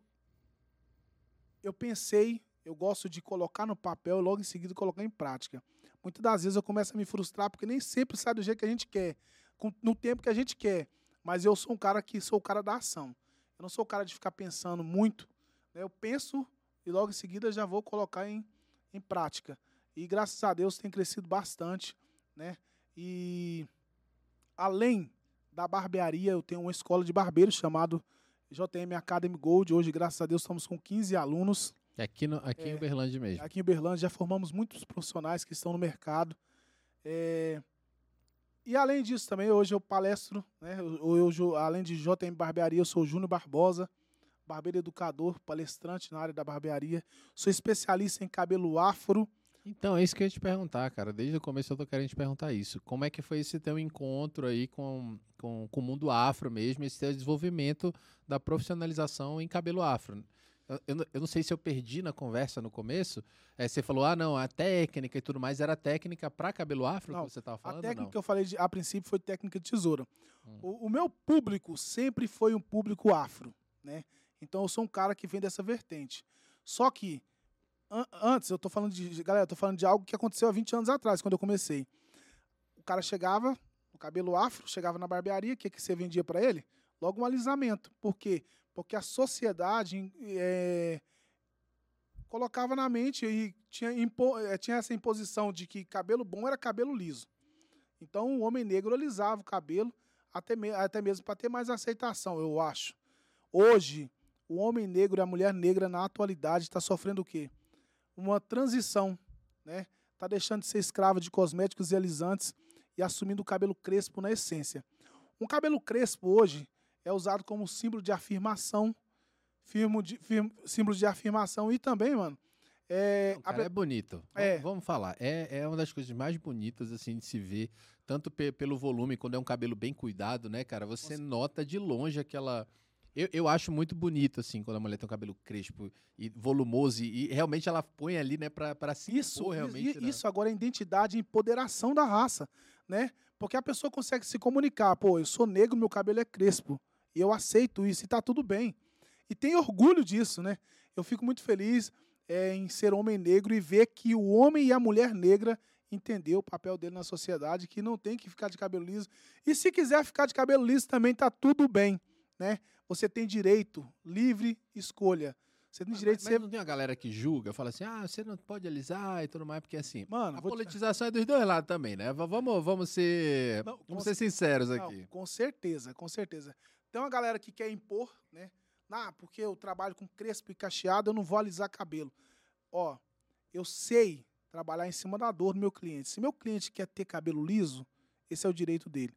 eu pensei, eu gosto de colocar no papel e logo em seguida colocar em prática. Muitas das vezes eu começo a me frustrar porque nem sempre sai do jeito que a gente quer, no tempo que a gente quer. Mas eu sou um cara que sou o cara da ação. Eu não sou o cara de ficar pensando muito. Né? Eu penso e logo em seguida já vou colocar em, em prática. E graças a Deus tem crescido bastante. Né? E além da barbearia, eu tenho uma escola de barbeiros chamado J M Academy Gold. Hoje, graças a Deus, estamos com quinze alunos. Aqui, no, aqui é, em Uberlândia mesmo. Aqui em Uberlândia já formamos muitos profissionais que estão no mercado. É, e além disso também, hoje eu palestro, né? Eu, eu, além de J M Barbearia, eu sou Júnior Barbosa, barbeiro educador, palestrante na área da barbearia. Sou especialista em cabelo afro. Então, é isso que eu ia te perguntar, cara. Desde o começo eu tô querendo te perguntar isso. Como é que foi esse teu encontro aí com, com, com o mundo afro mesmo, esse teu desenvolvimento da profissionalização em cabelo afro? Eu, eu, eu não sei se eu perdi na conversa no começo. É, você falou, ah, não, a técnica e tudo mais era técnica para cabelo afro não, que você estava falando? A técnica não? que eu falei de, a princípio foi técnica de tesoura. Hum. O, o meu público sempre foi um público afro, né? Então eu sou um cara que vem dessa vertente. Só que, an antes, eu tô falando de. Galera, eu tô falando de algo que aconteceu há vinte anos atrás, quando eu comecei. O cara chegava, o cabelo afro, chegava na barbearia, o que, que você vendia para ele? Logo um alisamento. Por quê? Porque a sociedade é, colocava na mente e tinha, impo, tinha essa imposição de que cabelo bom era cabelo liso. Então o homem negro alisava o cabelo, até, me, até mesmo para ter mais aceitação, eu acho. Hoje, o homem negro e a mulher negra, na atualidade, está sofrendo o quê? Uma transição, né? Está deixando de ser escrava de cosméticos e alisantes e assumindo o cabelo crespo na essência. Um cabelo crespo hoje é usado como símbolo de afirmação, firmo de, firmo, símbolo de afirmação e também, mano, é, Não, cara, a... é bonito. É. Vamos, vamos falar. É, é uma das coisas mais bonitas, assim, de se ver, tanto pe pelo volume, quando é um cabelo bem cuidado, né, cara? Você Nossa. nota de longe aquela... Eu, eu acho muito bonito, assim, quando a mulher tem um cabelo crespo e volumoso e, e realmente ela põe ali, né, pra, pra se isso, impor, realmente. Isso, isso agora é identidade e empoderação da raça, né? Porque a pessoa consegue se comunicar. Pô, eu sou negro, meu cabelo é crespo. E eu aceito isso e tá tudo bem. E tem orgulho disso, né? Eu fico muito feliz é, em ser homem negro e ver que o homem e a mulher negra entendeu o papel dele na sociedade, que não tem que ficar de cabelo liso. E se quiser ficar de cabelo liso também tá tudo bem, né? Você tem direito, livre escolha. Você tem mas, direito mas, de ser... mas não tem a galera que julga, fala assim, ah, você não pode alisar e tudo mais, porque assim, Mano, a vou politização te... é dos dois lados também, né? Vamos, vamos ser, não, vamos ser sinceros não, aqui. Com certeza, com certeza. Tem uma galera que quer impor, né? Ah, porque eu trabalho com crespo e cacheado, eu não vou alisar cabelo. Ó, eu sei trabalhar em cima da dor do meu cliente. Se meu cliente quer ter cabelo liso, esse é o direito dele,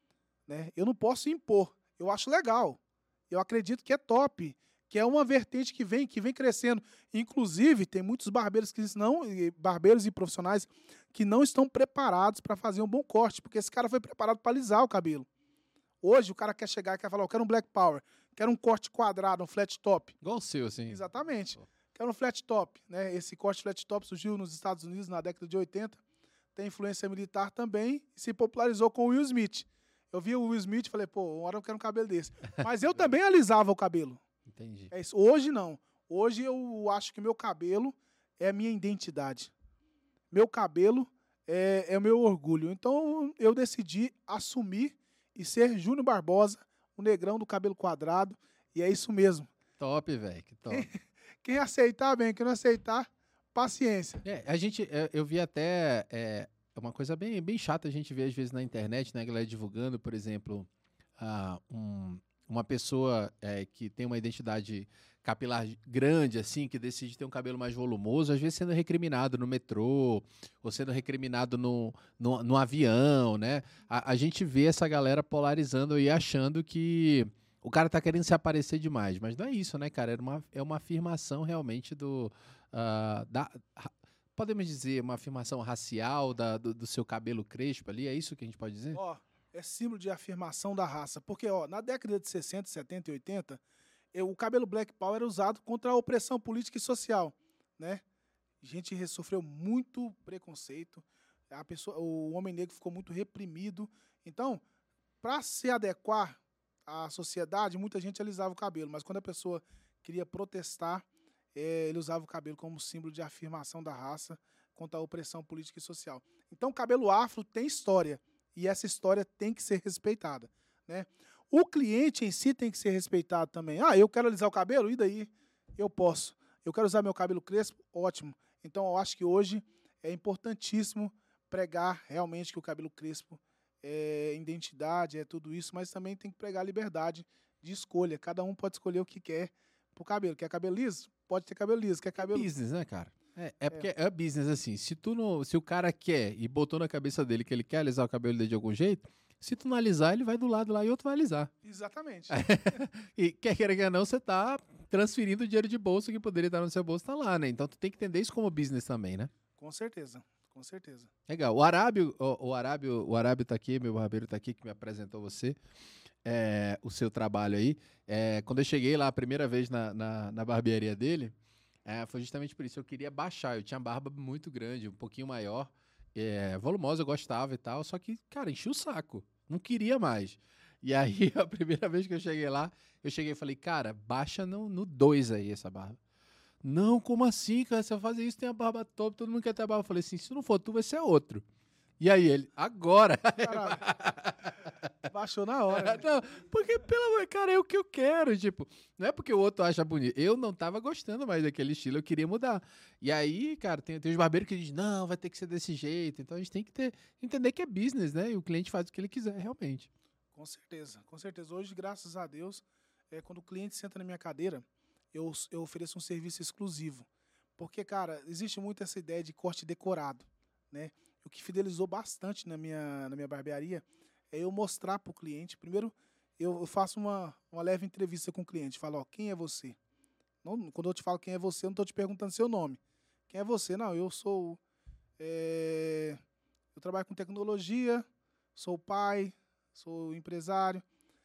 né? Eu não posso impor. Eu acho legal. Eu acredito que é top, que é uma vertente que vem, que vem crescendo. Inclusive, tem muitos barbeiros que não, barbeiros e profissionais que não estão preparados para fazer um bom corte, porque esse cara foi preparado para alisar o cabelo. Hoje o cara quer chegar e quer falar, eu quero um black power, quero um corte quadrado, um flat top. Igual o seu, assim. Exatamente. Quero um flat top, né? Esse corte flat top surgiu nos Estados Unidos na década de oitenta, tem influência militar também e se popularizou com o Will Smith. Eu vi o Will Smith e falei, pô, uma hora eu quero um cabelo desse. Mas eu também alisava o cabelo. Entendi. É isso. Hoje não. Hoje eu acho que meu cabelo é a minha identidade. Meu cabelo é, é o meu orgulho. Então eu decidi assumir e ser Júnior Barbosa, o negrão do cabelo quadrado. E é isso mesmo. Top, velho. Que top. Quem, quem aceitar, bem. Quem não aceitar, paciência. É, a gente, eu vi até... É... É uma coisa bem, bem chata a gente ver, às vezes, na internet, né? A galera divulgando, por exemplo, uh, um, uma pessoa é, que tem uma identidade capilar grande, assim, que decide ter um cabelo mais volumoso, às vezes sendo recriminado no metrô, ou sendo recriminado no, no, no avião, né? A, a gente vê essa galera polarizando e achando que o cara tá querendo se aparecer demais. Mas não é isso, né, cara? É uma, é uma afirmação, realmente, do... Uh, da, podemos dizer uma afirmação racial da, do, do seu cabelo crespo ali? É isso que a gente pode dizer? Ó, é símbolo de afirmação da raça. Porque, ó, na década de sessenta, setenta e oitenta, eu, o cabelo black power era usado contra a opressão política e social, né? A gente sofreu muito preconceito. A pessoa, o homem negro ficou muito reprimido. Então, para se adequar à sociedade, muita gente alisava o cabelo. Mas quando a pessoa queria protestar, É, ele usava o cabelo como símbolo de afirmação da raça contra a opressão política e social. Então, o cabelo afro tem história, e essa história tem que ser respeitada, né? O cliente em si tem que ser respeitado também. Ah, eu quero alisar o cabelo? E daí? Eu posso. Eu quero usar meu cabelo crespo? Ótimo. Então, eu acho que hoje é importantíssimo pregar realmente que o cabelo crespo é identidade, é tudo isso, mas também tem que pregar a liberdade de escolha. Cada um pode escolher o que quer pro cabelo. Quer cabelo liso? Pode ter cabelo liso, quer cabelo... É business, né, cara? É, é porque é. é business, assim. Se, tu não, se o cara quer e botou na cabeça dele que ele quer alisar o cabelo dele de algum jeito, se tu não alisar, ele vai do lado lá e outro vai alisar. Exatamente. E quer queira, quer não, você tá transferindo o dinheiro de bolso que poderia estar no seu bolso, tá lá, né? Então tu tem que entender isso como business também, né? Com certeza, com certeza. Legal. O Arábio, o, o Arábio, o Arábio tá aqui, meu barbeiro tá aqui, que me apresentou você. É, o seu trabalho aí. É, quando eu cheguei lá a primeira vez na, na, na barbearia dele, é, foi justamente por isso. Eu queria baixar. Eu tinha barba muito grande, um pouquinho maior, é, volumosa, eu gostava e tal. Só que, cara, enchi o saco. Não queria mais. E aí, a primeira vez que eu cheguei lá, eu cheguei e falei, cara, baixa no dois aí essa barba. Não, como assim, cara? Você vai fazer isso, tem a barba top, todo mundo quer ter a barba. Eu falei assim, se não for tu, vai ser outro. E aí ele, agora. Caralho. Baixou na hora. Não, porque, pelo amor, cara, é o que eu quero. Tipo, não é porque o outro acha bonito. Eu não tava gostando mais daquele estilo, eu queria mudar. E aí, cara, tem, tem os barbeiros que dizem, não, vai ter que ser desse jeito. Então a gente tem que ter, entender que é business, né? E o cliente faz o que ele quiser, realmente. Com certeza, com certeza. Hoje, graças a Deus, é, quando o cliente senta na minha cadeira, eu, eu ofereço um serviço exclusivo. Porque, cara, existe muito essa ideia de corte decorado, né? O que fidelizou bastante na minha, na minha barbearia é eu mostrar para o cliente. Primeiro, eu faço uma, uma leve entrevista com o cliente. Falo, ó, quem é você? Não, quando eu te falo quem é você, eu não estou te perguntando seu nome. Quem é você? Não, eu sou... É, eu trabalho com tecnologia, sou pai, sou empresário.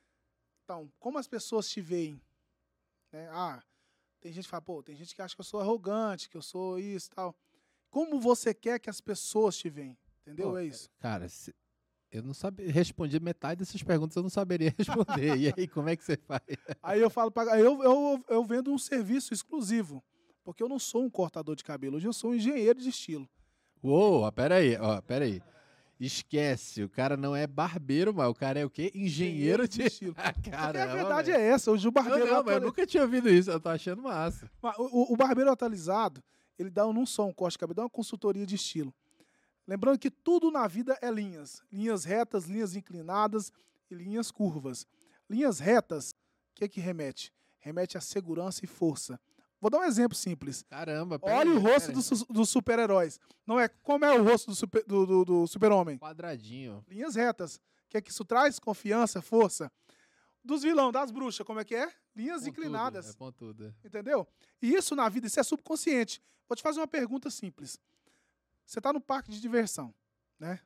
Então, como as pessoas te veem? Né? Ah, tem gente que fala, pô, tem gente que acha que eu sou arrogante, que eu sou isso e tal. Como você quer que as pessoas te veem? Entendeu? Pô, é isso. Cara, se, eu não sabia, respondi metade dessas perguntas, eu não saberia responder. E aí, como é que você faz? Aí eu falo, pra, eu, eu, eu vendo um serviço exclusivo, porque eu não sou um cortador de cabelo, hoje eu sou um engenheiro de estilo. Uou, peraí, ó, peraí. Esquece, o cara não é barbeiro, mas o cara é o quê? Engenheiro, Engenheiro de... de estilo. Ah, caramba, porque a verdade véio. é essa, hoje o barbeiro... Não, não, mas eu nunca tinha ouvido isso, eu tô achando massa. O, o barbeiro atualizado, ele dá não só um corte de cabelo, dá uma consultoria de estilo. Lembrando que tudo na vida é linhas. Linhas retas, linhas inclinadas e linhas curvas. Linhas retas, o que é que remete? Remete a segurança e força. Vou dar um exemplo simples. Caramba, pera Olha aí, o rosto dos do super-heróis. Não é? Como é o rosto do, super, do, do, do super-homem? Quadradinho. Linhas retas. O que é que isso traz? Confiança, força. Dos vilão, das bruxas, como é que é? Linhas pontudo, inclinadas. É pontuda. Entendeu? E isso na vida, isso é subconsciente. Vou te fazer uma pergunta simples. Você está no parque de diversão, né?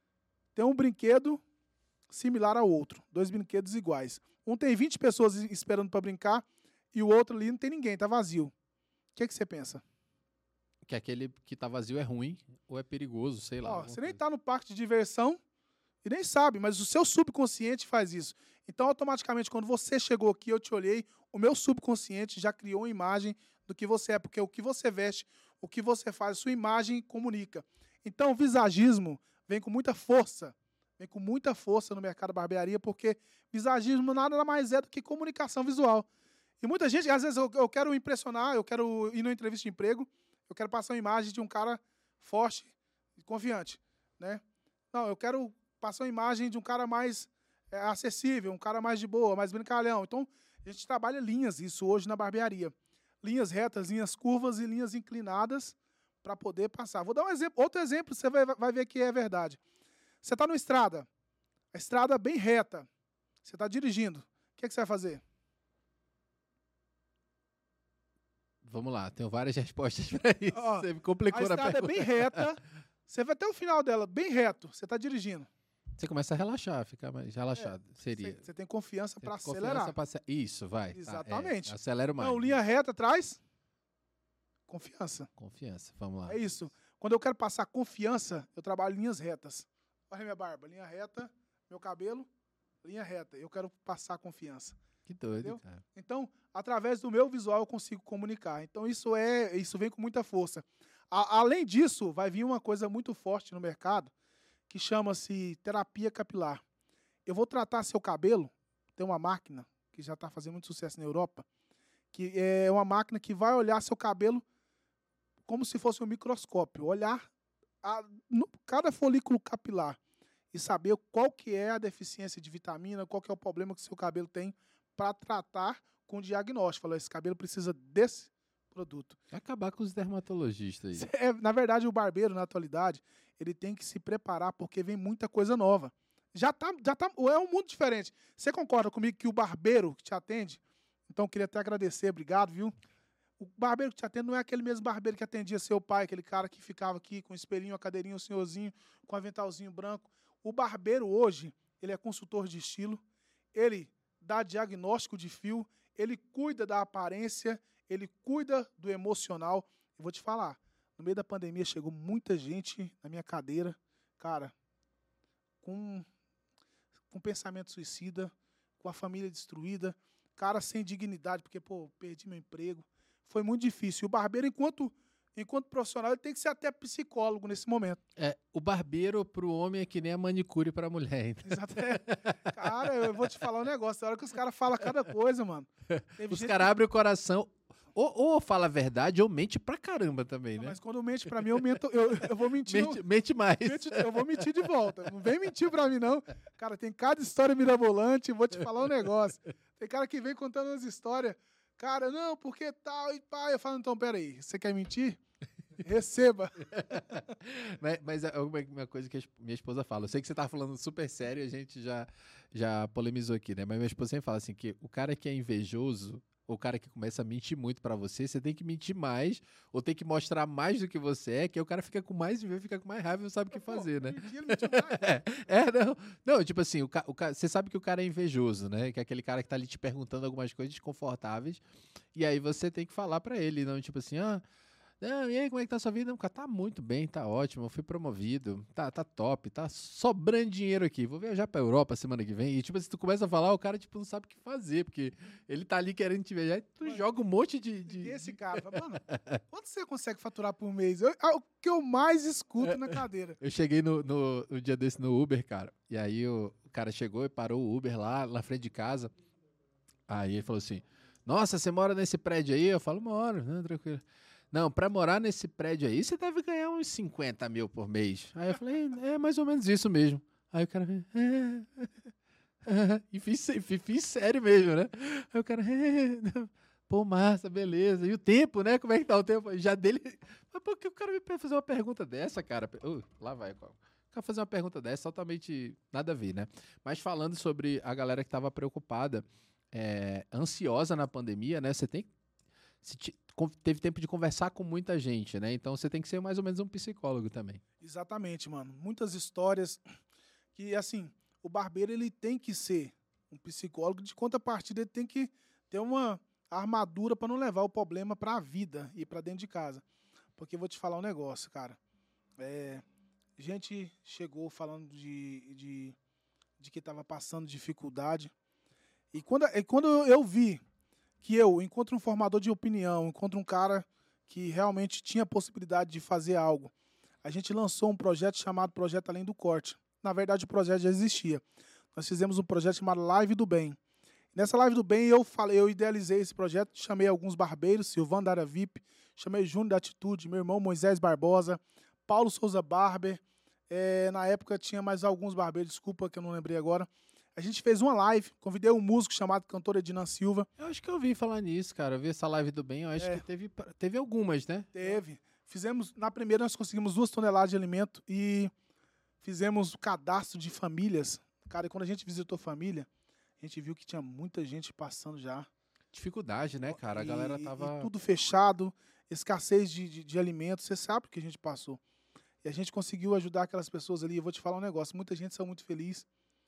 Tem um brinquedo similar ao outro. Dois brinquedos iguais. Um tem vinte pessoas esperando para brincar e o outro ali não tem ninguém, tá vazio. O que, é que você pensa? Que aquele que tá vazio é ruim ou é perigoso, sei lá. Ó, você nem tá no parque de diversão e nem sabe, mas o seu subconsciente faz isso. Então, automaticamente, quando você chegou aqui, eu te olhei, o meu subconsciente já criou uma imagem do que você é, porque o que você veste, o que você faz, sua imagem comunica. Então, o visagismo vem com muita força, vem com muita força no mercado da barbearia, porque visagismo nada mais é do que comunicação visual. E muita gente, às vezes, eu, eu quero impressionar, eu quero ir numa entrevista de emprego, eu quero passar uma imagem de um cara forte e confiante, né? Não, eu quero passar uma imagem de um cara mais é, acessível, um cara mais de boa, mais brincalhão. Então, a gente trabalha linhas, isso hoje na barbearia. Linhas retas, linhas curvas e linhas inclinadas para poder passar. Vou dar um exemplo, outro exemplo, você vai, vai ver que é verdade. Você está numa estrada, a estrada bem reta, você está dirigindo. O que, é que você vai fazer? Vamos lá, tenho várias respostas para isso. Ó, você me complicou na pergunta. A estrada é bem reta, você vai até o final dela, bem reto, você está dirigindo. Você começa a relaxar, ficar mais relaxado. É, seria. Você tem confiança para acelerar. Pra... Isso, vai. Exatamente. Ah, é. Acelera mais. Então, linha reta traz confiança. Confiança, vamos lá. É isso. Quando eu quero passar confiança, eu trabalho linhas retas. Olha minha barba, linha reta, meu cabelo, linha reta. Eu quero passar confiança. Que doido, entendeu? Cara. Então, através do meu visual, eu consigo comunicar. Então, isso é, isso vem com muita força. A, além disso, vai vir uma coisa muito forte no mercado, que chama-se terapia capilar. Eu vou tratar seu cabelo, tem uma máquina que já está fazendo muito sucesso na Europa, que é uma máquina que vai olhar seu cabelo como se fosse um microscópio, olhar a, no, cada folículo capilar e saber qual que é a deficiência de vitamina, qual que é o problema que seu cabelo tem, para tratar com diagnóstico. Falar, esse cabelo precisa desse produto. Acabar com os dermatologistas aí. É, na verdade, o barbeiro, na atualidade, ele tem que se preparar porque vem muita coisa nova. Já tá, já tá, é um mundo diferente. Você concorda comigo que o barbeiro que te atende, então eu queria até agradecer, obrigado, viu? O barbeiro que te atende não é aquele mesmo barbeiro que atendia seu pai, aquele cara que ficava aqui com o espelhinho, a cadeirinha, o senhorzinho, com o aventalzinho branco. O barbeiro hoje, ele é consultor de estilo, ele dá diagnóstico de fio, ele cuida da aparência, ele cuida do emocional. Eu vou te falar, no meio da pandemia chegou muita gente na minha cadeira, cara, com, com pensamento suicida, com a família destruída, cara sem dignidade, porque, pô, perdi meu emprego. Foi muito difícil. E o barbeiro, enquanto, enquanto profissional, ele tem que ser até psicólogo nesse momento. É, o barbeiro pro homem é que nem a manicure pra mulher. Então. Exato. É. Cara, eu vou te falar um negócio. Na hora que os caras falam cada coisa, mano. Os caras abrem o coração. Ou, ou fala a verdade ou mente pra caramba também, Não, né? mas quando mente pra mim, eu, mento, eu, eu vou mentir. Mente, mente mais. Mente, eu vou mentir de volta. Não vem mentir pra mim, não. Cara, tem cada história mirabolante. Vou te falar um negócio. Tem cara que vem contando umas histórias. Cara, não, porque tal e pá. Eu falo, então, peraí. Você quer mentir? Receba. mas, mas é uma, uma coisa que a minha esposa fala. Eu sei que você tá falando super sério, a gente já, já polemizou aqui, né? Mas minha esposa sempre fala assim, que o cara que é invejoso, o cara que começa a mentir muito pra você, você tem que mentir mais, ou tem que mostrar mais do que você é, que aí o cara fica com mais inveja, fica com mais raiva e não sabe o que fazer, né? Mentira, mentiu mais. É, é, não. Não, tipo assim, o, ca, o ca, você sabe que o cara é invejoso, né? Que é aquele cara que tá ali te perguntando algumas coisas desconfortáveis, e aí você tem que falar pra ele, não tipo assim, ah, não, e aí, como é que tá a sua vida? Não, cara, tá muito bem, tá ótimo, eu fui promovido, tá, tá top, tá sobrando dinheiro aqui, vou viajar pra Europa semana que vem. E tipo, se tu começa a falar, o cara tipo, não sabe o que fazer, porque ele tá ali querendo te viajar e tu mano, joga um monte de... de... E esse cara, mano, quanto você consegue faturar por mês? Eu, é o que eu mais escuto na cadeira. Eu cheguei no, no, no dia desse no Uber, cara, e aí o, o cara chegou e parou o Uber lá, na frente de casa. Aí ele falou assim, nossa, você mora nesse prédio aí? Eu falo, moro, né, tranquilo. Não, pra morar nesse prédio aí, você deve ganhar uns cinquenta mil por mês. Aí eu falei, é mais ou menos isso mesmo. Aí o cara, é, é, e fiz, fiz, fiz sério mesmo, né? Aí o cara, é, pô, massa, beleza. E o tempo, né? Como é que tá o tempo? Já dele, mas por que o cara me fazer uma pergunta dessa, cara? Uh, lá vai, qual? O cara fazer uma pergunta dessa, totalmente nada a ver, né? Mas falando sobre a galera que tava preocupada, é, ansiosa na pandemia, né? Você tem se te, teve tempo de conversar com muita gente, né? Então você tem que ser mais ou menos um psicólogo também. Exatamente, mano. Muitas histórias que, assim, o barbeiro ele tem que ser um psicólogo, de contrapartida ele tem que ter uma armadura para não levar o problema para a vida e para dentro de casa. Porque eu vou te falar um negócio, cara. É, gente chegou falando de, de, de que estava passando dificuldade. E quando, e quando eu vi que eu encontro um formador de opinião, encontro um cara que realmente tinha possibilidade de fazer algo. A gente lançou um projeto chamado Projeto Além do Corte. Na verdade, o projeto já existia. Nós fizemos um projeto chamado Live do Bem. Nessa Live do Bem, eu falei, eu idealizei esse projeto, chamei alguns barbeiros, Silvano da área V I P, chamei Júnior da Atitude, meu irmão Moisés Barbosa, Paulo Souza Barber. É, na época tinha mais alguns barbeiros, desculpa que eu não lembrei agora. A gente fez uma live, convidei um músico chamado cantor Edinan Silva. Eu acho que eu ouvi falar nisso, cara. Eu vi essa live do bem, eu acho é. que teve, teve algumas, né? Teve. Fizemos, na primeira nós conseguimos duas toneladas de alimento e fizemos o cadastro de famílias. Cara, e quando a gente visitou família, a gente viu que tinha muita gente passando já. Dificuldade, né, cara? A e, galera tava... E tudo fechado, escassez de, de, de alimentos, você sabe o que a gente passou. E a gente conseguiu ajudar aquelas pessoas ali. Eu vou te falar um negócio, muita gente saiu muito feliz.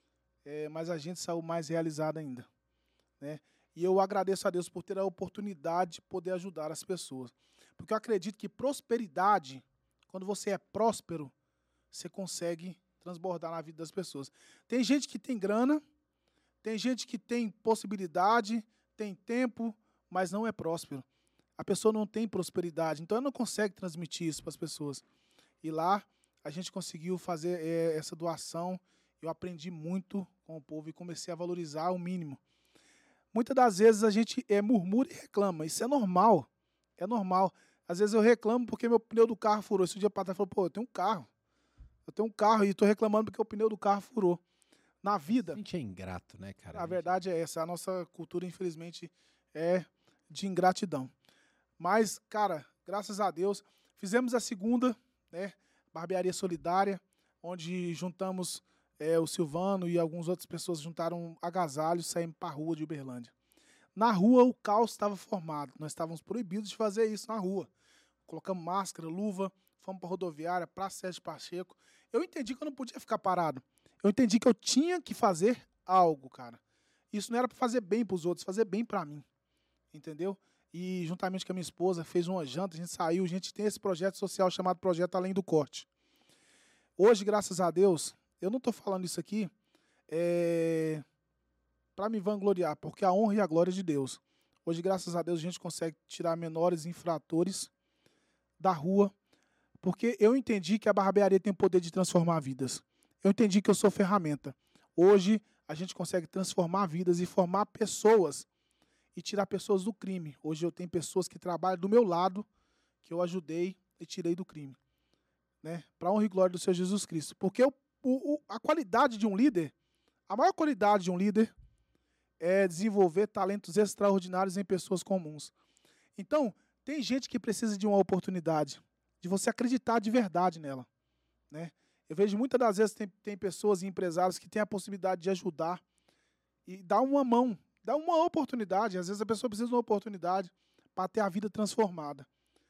É, mas a gente saiu mais realizado ainda, né? E eu agradeço a Deus por ter a oportunidade de poder ajudar as pessoas. Porque eu acredito que prosperidade, quando você é próspero, você consegue transbordar na vida das pessoas. Tem gente que tem grana, tem gente que tem possibilidade, tem tempo, mas não é próspero. A pessoa não tem prosperidade, então ela não consegue transmitir isso para as pessoas. E lá a gente conseguiu fazer é, essa doação. Eu aprendi muito com o povo e comecei a valorizar o mínimo. Muitas das vezes a gente é, murmura e reclama. Isso é normal. É normal. Às vezes eu reclamo porque meu pneu do carro furou. Esse dia para trás falou, pô, eu tenho um carro. Eu tenho um carro e estou reclamando porque o pneu do carro furou. Na vida... A gente é ingrato, né, cara? A verdade é essa. A nossa cultura, infelizmente, é de ingratidão. Mas, cara, graças a Deus, fizemos a segunda, né, Barbearia Solidária, onde juntamos... É, o Silvano e algumas outras pessoas juntaram agasalhos e saímos para a rua de Uberlândia. Na rua, o caos estava formado. Nós estávamos proibidos de fazer isso na rua. Colocamos máscara, luva, fomos para a rodoviária, Praça Sérgio Pacheco. Eu entendi que eu não podia ficar parado. Eu entendi que eu tinha que fazer algo, cara. Isso não era para fazer bem para os outros, fazer bem para mim. Entendeu? E juntamente com a minha esposa, fez uma janta, a gente saiu, a gente tem esse projeto social chamado Projeto Além do Corte. Hoje, graças a Deus... Eu não estou falando isso aqui é, para me vangloriar, porque a honra e a glória é de Deus. Hoje, graças a Deus, a gente consegue tirar menores infratores da rua, porque eu entendi que a barbearia tem o poder de transformar vidas. Eu entendi que eu sou ferramenta. Hoje, a gente consegue transformar vidas e formar pessoas e tirar pessoas do crime. Hoje eu tenho pessoas que trabalham do meu lado, que eu ajudei e tirei do crime. Né? Para a honra e glória do Senhor Jesus Cristo. Porque o, o, a qualidade de um líder, a maior qualidade de um líder é desenvolver talentos extraordinários em pessoas comuns. Então, tem gente que precisa de uma oportunidade, de você acreditar de verdade nela. Né? Eu vejo muitas das vezes tem, tem pessoas e empresários que têm a possibilidade de ajudar e dar uma mão, dar uma oportunidade. Às vezes a pessoa precisa de uma oportunidade para ter a vida transformada.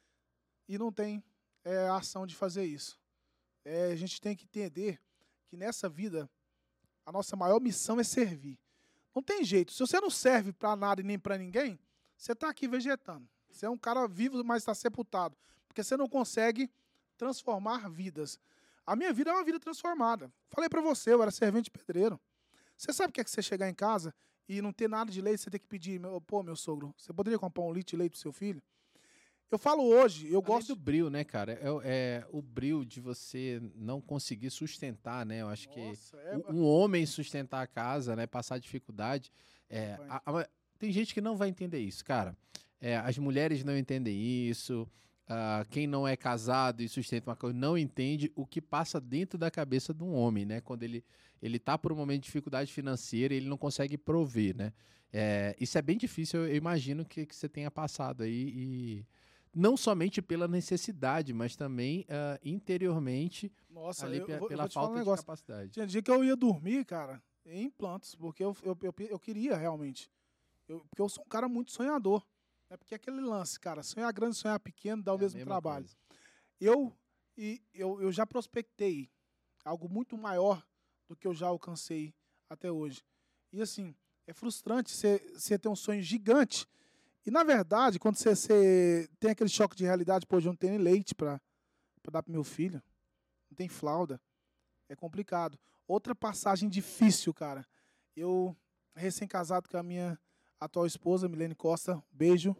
E não tem é, a ação de fazer isso. É, a gente tem que entender que nessa vida a nossa maior missão é servir. Não tem jeito. Se você não serve para nada e nem para ninguém, você está aqui vegetando. Você é um cara vivo, mas está sepultado. Porque você não consegue transformar vidas. A minha vida é uma vida transformada. Falei para você, eu era servente pedreiro. Você sabe o que é que você chegar em casa e não ter nada de leite, você ter que pedir, pô, meu sogro, você poderia comprar um litro de leite pro seu filho? Eu falo hoje, eu Além gosto... do bril, né, cara? É, é o bril de você não conseguir sustentar, né? Eu acho Nossa, que é... um um homem sustentar a casa, né? Passar dificuldade. É, a- a- tem gente que não vai entender isso, cara. É, as mulheres não entendem isso. Ah, quem não é casado e sustenta uma coisa não entende o que passa dentro da cabeça de um homem, né? Quando ele, ele tá por um momento de dificuldade financeira e ele não consegue prover, né? É, isso é bem difícil, eu, eu imagino que, que você tenha passado aí e... Não somente pela necessidade, mas também ah, interiormente Nossa, ali eu, pe- eu vou, eu pela vou te falar um falta de negócio. capacidade. Tinha dia que eu ia dormir, cara, em plantos, porque eu, eu, eu, eu queria realmente. Eu, porque eu sou um cara muito sonhador. É porque aquele lance, cara, sonhar grande, sonhar pequeno, dá o É a mesmo mesma trabalho. coisa. Eu, e, eu, eu já prospectei algo muito maior do que eu já alcancei até hoje. E assim, é frustrante você ter um sonho gigante. E na verdade, quando você, você tem aquele choque de realidade, pô, eu não tenho nem leite para dar pro meu filho, não tem fralda, é complicado. Outra passagem difícil, cara. Eu, recém-casado com a minha atual esposa, Milene Costa, beijo.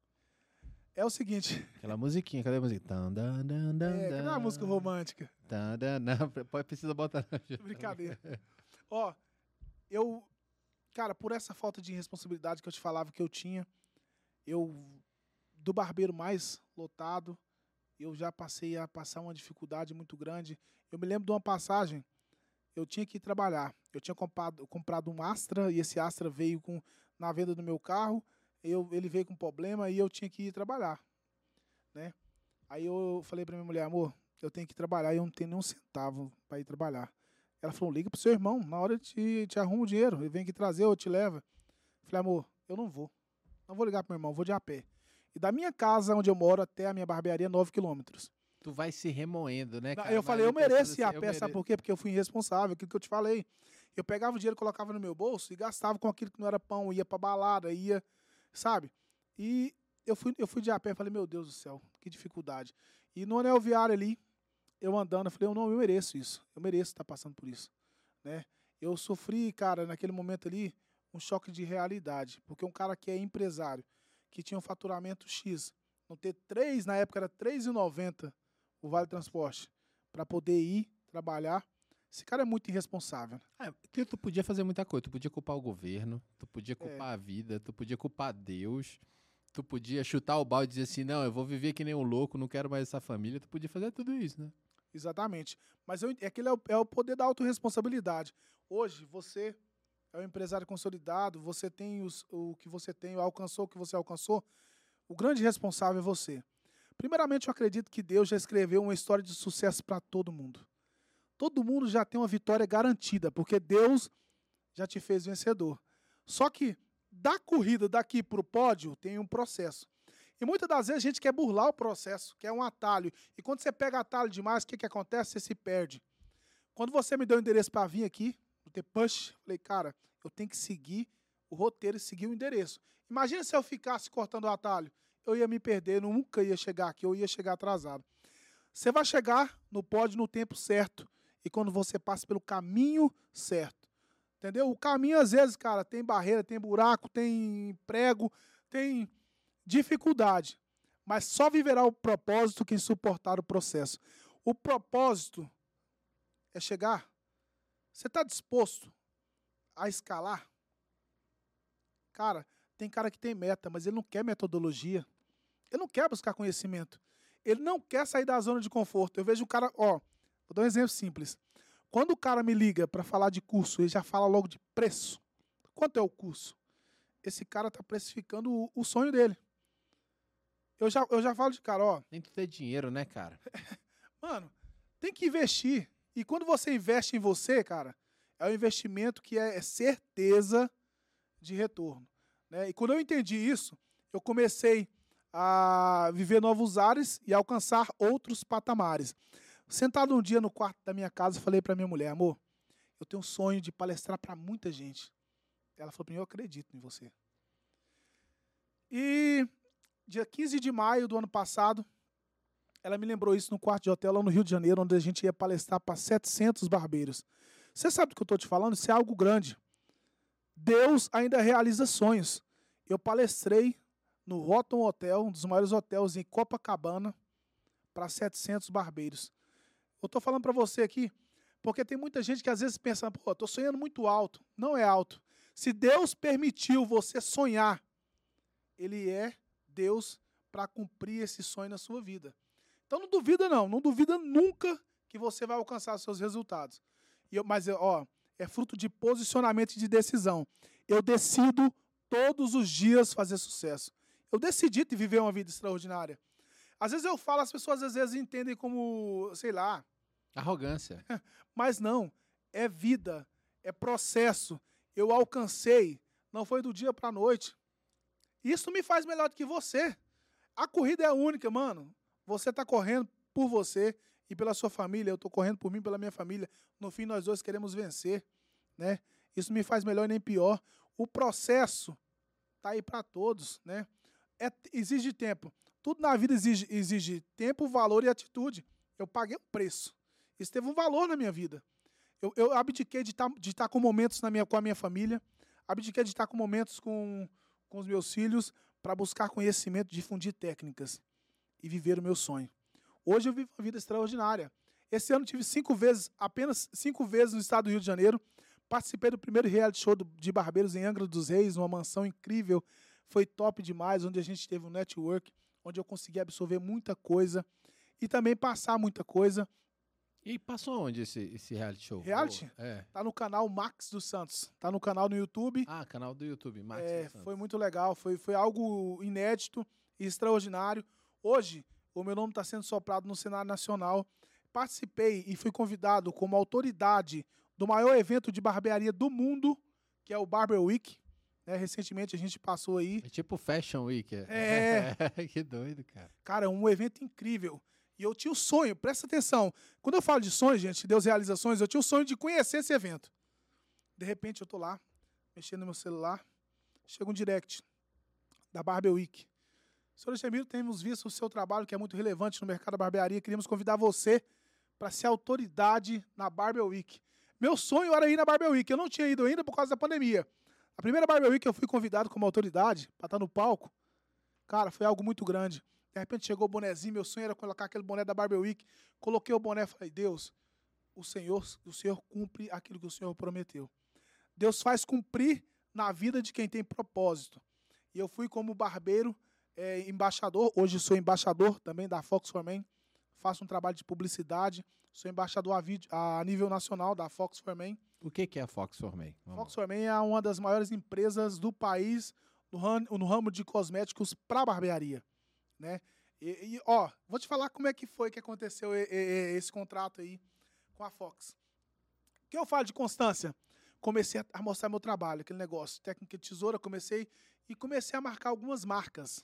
É o seguinte, Aquela musiquinha, cadê a musiquinha? Tan, dan, dan, dan, é, cadê uma música dan. romântica? Tan, dan, não, pode, precisa botar. Brincadeira. Ó, eu, cara, por essa falta de responsabilidade que eu te falava que eu tinha, eu, do barbeiro mais lotado, eu já passei a passar uma dificuldade muito grande. Eu me lembro de uma passagem, eu tinha que ir trabalhar. Eu tinha comprado, comprado um Astra, e esse Astra veio com, na venda do meu carro, eu, ele veio com problema e eu tinha que ir trabalhar. Né? Aí eu falei pra minha mulher, amor, eu tenho que ir trabalhar e eu não tenho nem um centavo para ir trabalhar. Ela falou, liga pro seu irmão, na hora eu te, te arrumo o dinheiro, ele vem aqui trazer ou te leva. Eu falei, amor, eu não vou. Não vou ligar pro meu irmão, vou de a pé. E da minha casa, onde eu moro, até a minha barbearia, nove quilômetros. Tu vai se remoendo, né, cara? Eu Vai falei, eu ali pensando mereço ir assim, a eu pé, sabe mere- por quê? Porque eu fui irresponsável, aquilo que eu te falei. Eu pegava o dinheiro, colocava no meu bolso e gastava com aquilo que não era pão, ia pra balada, ia, sabe? E eu fui, eu fui de a pé, falei, meu Deus do céu, que dificuldade. E no anel viário ali, eu andando, eu falei, eu não, eu mereço isso, eu mereço estar passando por isso, né? Eu sofri, cara, naquele momento ali, um choque de realidade, porque um cara que é empresário, que tinha um faturamento X, não ter três, na época era três reais e noventa centavos o Vale Transporte, para poder ir trabalhar, esse cara é muito irresponsável. Ah, que tu podia fazer muita coisa. Tu podia culpar o governo, tu podia culpar É. a vida, tu podia culpar Deus, tu podia chutar o balde e dizer assim, não, eu vou viver que nem um louco, não quero mais essa família. Tu podia fazer tudo isso, né? Exatamente. Mas eu, aquele é o, é o poder da autorresponsabilidade. Hoje, você é um empresário consolidado, você tem os, o que você tem, alcançou o que você alcançou, o grande responsável é você. Primeiramente, eu acredito que Deus já escreveu uma história de sucesso para todo mundo. Todo mundo já tem uma vitória garantida, porque Deus já te fez vencedor. Só que da corrida daqui para o pódio tem um processo. E muitas das vezes a gente quer burlar o processo, quer um atalho. E quando você pega atalho demais, o que, que acontece? Você se perde. Quando você me deu o endereço para vir aqui, no T-Push, falei, cara, eu tenho que seguir o roteiro e seguir o endereço. Imagina se eu ficasse cortando o atalho. Eu ia me perder, nunca ia chegar aqui, eu ia chegar atrasado. Você vai chegar no pódio no tempo certo e quando você passa pelo caminho certo. Entendeu? O caminho, às vezes, cara, tem barreira, tem buraco, tem prego, tem dificuldade. Mas só viverá o propósito quem suportar o processo. O propósito é chegar. Você está disposto a escalar? Cara, tem cara que tem meta, mas ele não quer metodologia. Ele não quer buscar conhecimento. Ele não quer sair da zona de conforto. Eu vejo um cara, ó, vou dar um exemplo simples. Quando o cara me liga para falar de curso, ele já fala logo de preço. Quanto é o curso? Esse cara está precificando o, o sonho dele. Eu já, eu já falo de cara, ó. Nem tu ter dinheiro, né, cara? Mano, tem que investir. E quando você investe em você, cara, é um investimento que é, é certeza de retorno. Né? E quando eu entendi isso, eu comecei a viver novos ares e alcançar outros patamares. Sentado um dia no quarto da minha casa, falei para minha mulher, amor, eu tenho um sonho de palestrar para muita gente. Ela falou para mim, eu acredito em você. E dia quinze de maio do ano passado, ela me lembrou isso no quarto de hotel lá no Rio de Janeiro, onde a gente ia palestrar para setecentos barbeiros. Você sabe do que eu estou te falando? Isso é algo grande. Deus ainda realiza sonhos. Eu palestrei no Roton Hotel, um dos maiores hotéis em Copacabana, para setecentos barbeiros. Eu estou falando para você aqui, porque tem muita gente que às vezes pensa, pô, estou sonhando muito alto. Não é alto. Se Deus permitiu você sonhar, Ele é Deus para cumprir esse sonho na sua vida. Então não duvida não, não duvida nunca que você vai alcançar seus resultados. E eu, mas, ó, é fruto de posicionamento e de decisão. Eu decido todos os dias fazer sucesso. Eu decidi viver uma vida extraordinária. Às vezes eu falo, as pessoas às vezes entendem como, sei lá... Arrogância. Mas não, é vida, é processo. Eu alcancei, não foi do dia para a noite. Isso me faz melhor do que você. A corrida é única, mano. Você está correndo por você e pela sua família. Eu estou correndo por mim e pela minha família. No fim, nós dois queremos vencer. Né? Isso me faz melhor e nem pior. O processo está aí para todos. Né? É, exige tempo. Tudo na vida exige, exige tempo, valor e atitude. Eu paguei um preço. Isso teve um valor na minha vida. Eu, eu abdiquei de estar de estar com momentos na minha, com a minha família. Abdiquei de estar com momentos com, com os meus filhos para buscar conhecimento, difundir técnicas e viver o meu sonho. Hoje eu vivo uma vida extraordinária. Esse ano tive cinco vezes, apenas cinco vezes no estado do Rio de Janeiro. Participei do primeiro reality show de barbeiros em Angra dos Reis, numa mansão incrível. Foi top demais, onde a gente teve um network, onde eu consegui absorver muita coisa e também passar muita coisa. E passou onde esse, esse reality show? Reality? Oh, é. Tá no canal Max dos Santos. Tá no canal no YouTube. Ah, canal do YouTube, Max é, dos Santos. Foi muito legal, foi, foi algo inédito e extraordinário. Hoje, o meu nome está sendo soprado no cenário nacional. Participei e fui convidado como autoridade do maior evento de barbearia do mundo, que é o Barber Week. É, recentemente a gente passou aí. É tipo Fashion Week. É. é. Que doido, cara. Cara, um evento incrível. E eu tinha o sonho, presta atenção. Quando eu falo de sonho, gente, Deus realizações, eu tinha o sonho de conhecer esse evento. De repente eu tô lá, mexendo no meu celular, chega um direct da Barber Week. Senhor Gemiro, temos visto o seu trabalho, que é muito relevante no mercado da barbearia. Queríamos convidar você para ser autoridade na Barber Week. Meu sonho era ir na Barber Week. Eu não tinha ido ainda por causa da pandemia. A primeira Barber Week eu fui convidado como autoridade para estar no palco. Cara, foi algo muito grande. De repente chegou o bonezinho, meu sonho era colocar aquele boné da Barber Week. Coloquei o boné e falei, Deus, o Senhor, o Senhor cumpre aquilo que o Senhor prometeu. Deus faz cumprir na vida de quem tem propósito. E eu fui como barbeiro, é, embaixador, hoje sou embaixador também da Fox for Men, faço um trabalho de publicidade, sou embaixador a, vídeo, a nível nacional da Fox for Men. O que, que é a Fox for Men? Vamos. Fox for Men é uma das maiores empresas do país no ramo, no ramo de cosméticos para barbearia. Né? E, e, ó, vou te falar como é que foi que aconteceu e, e, esse contrato aí com a Fox. O que eu falo de constância? Comecei a mostrar meu trabalho, aquele negócio, técnica de tesoura, comecei e comecei a marcar algumas marcas,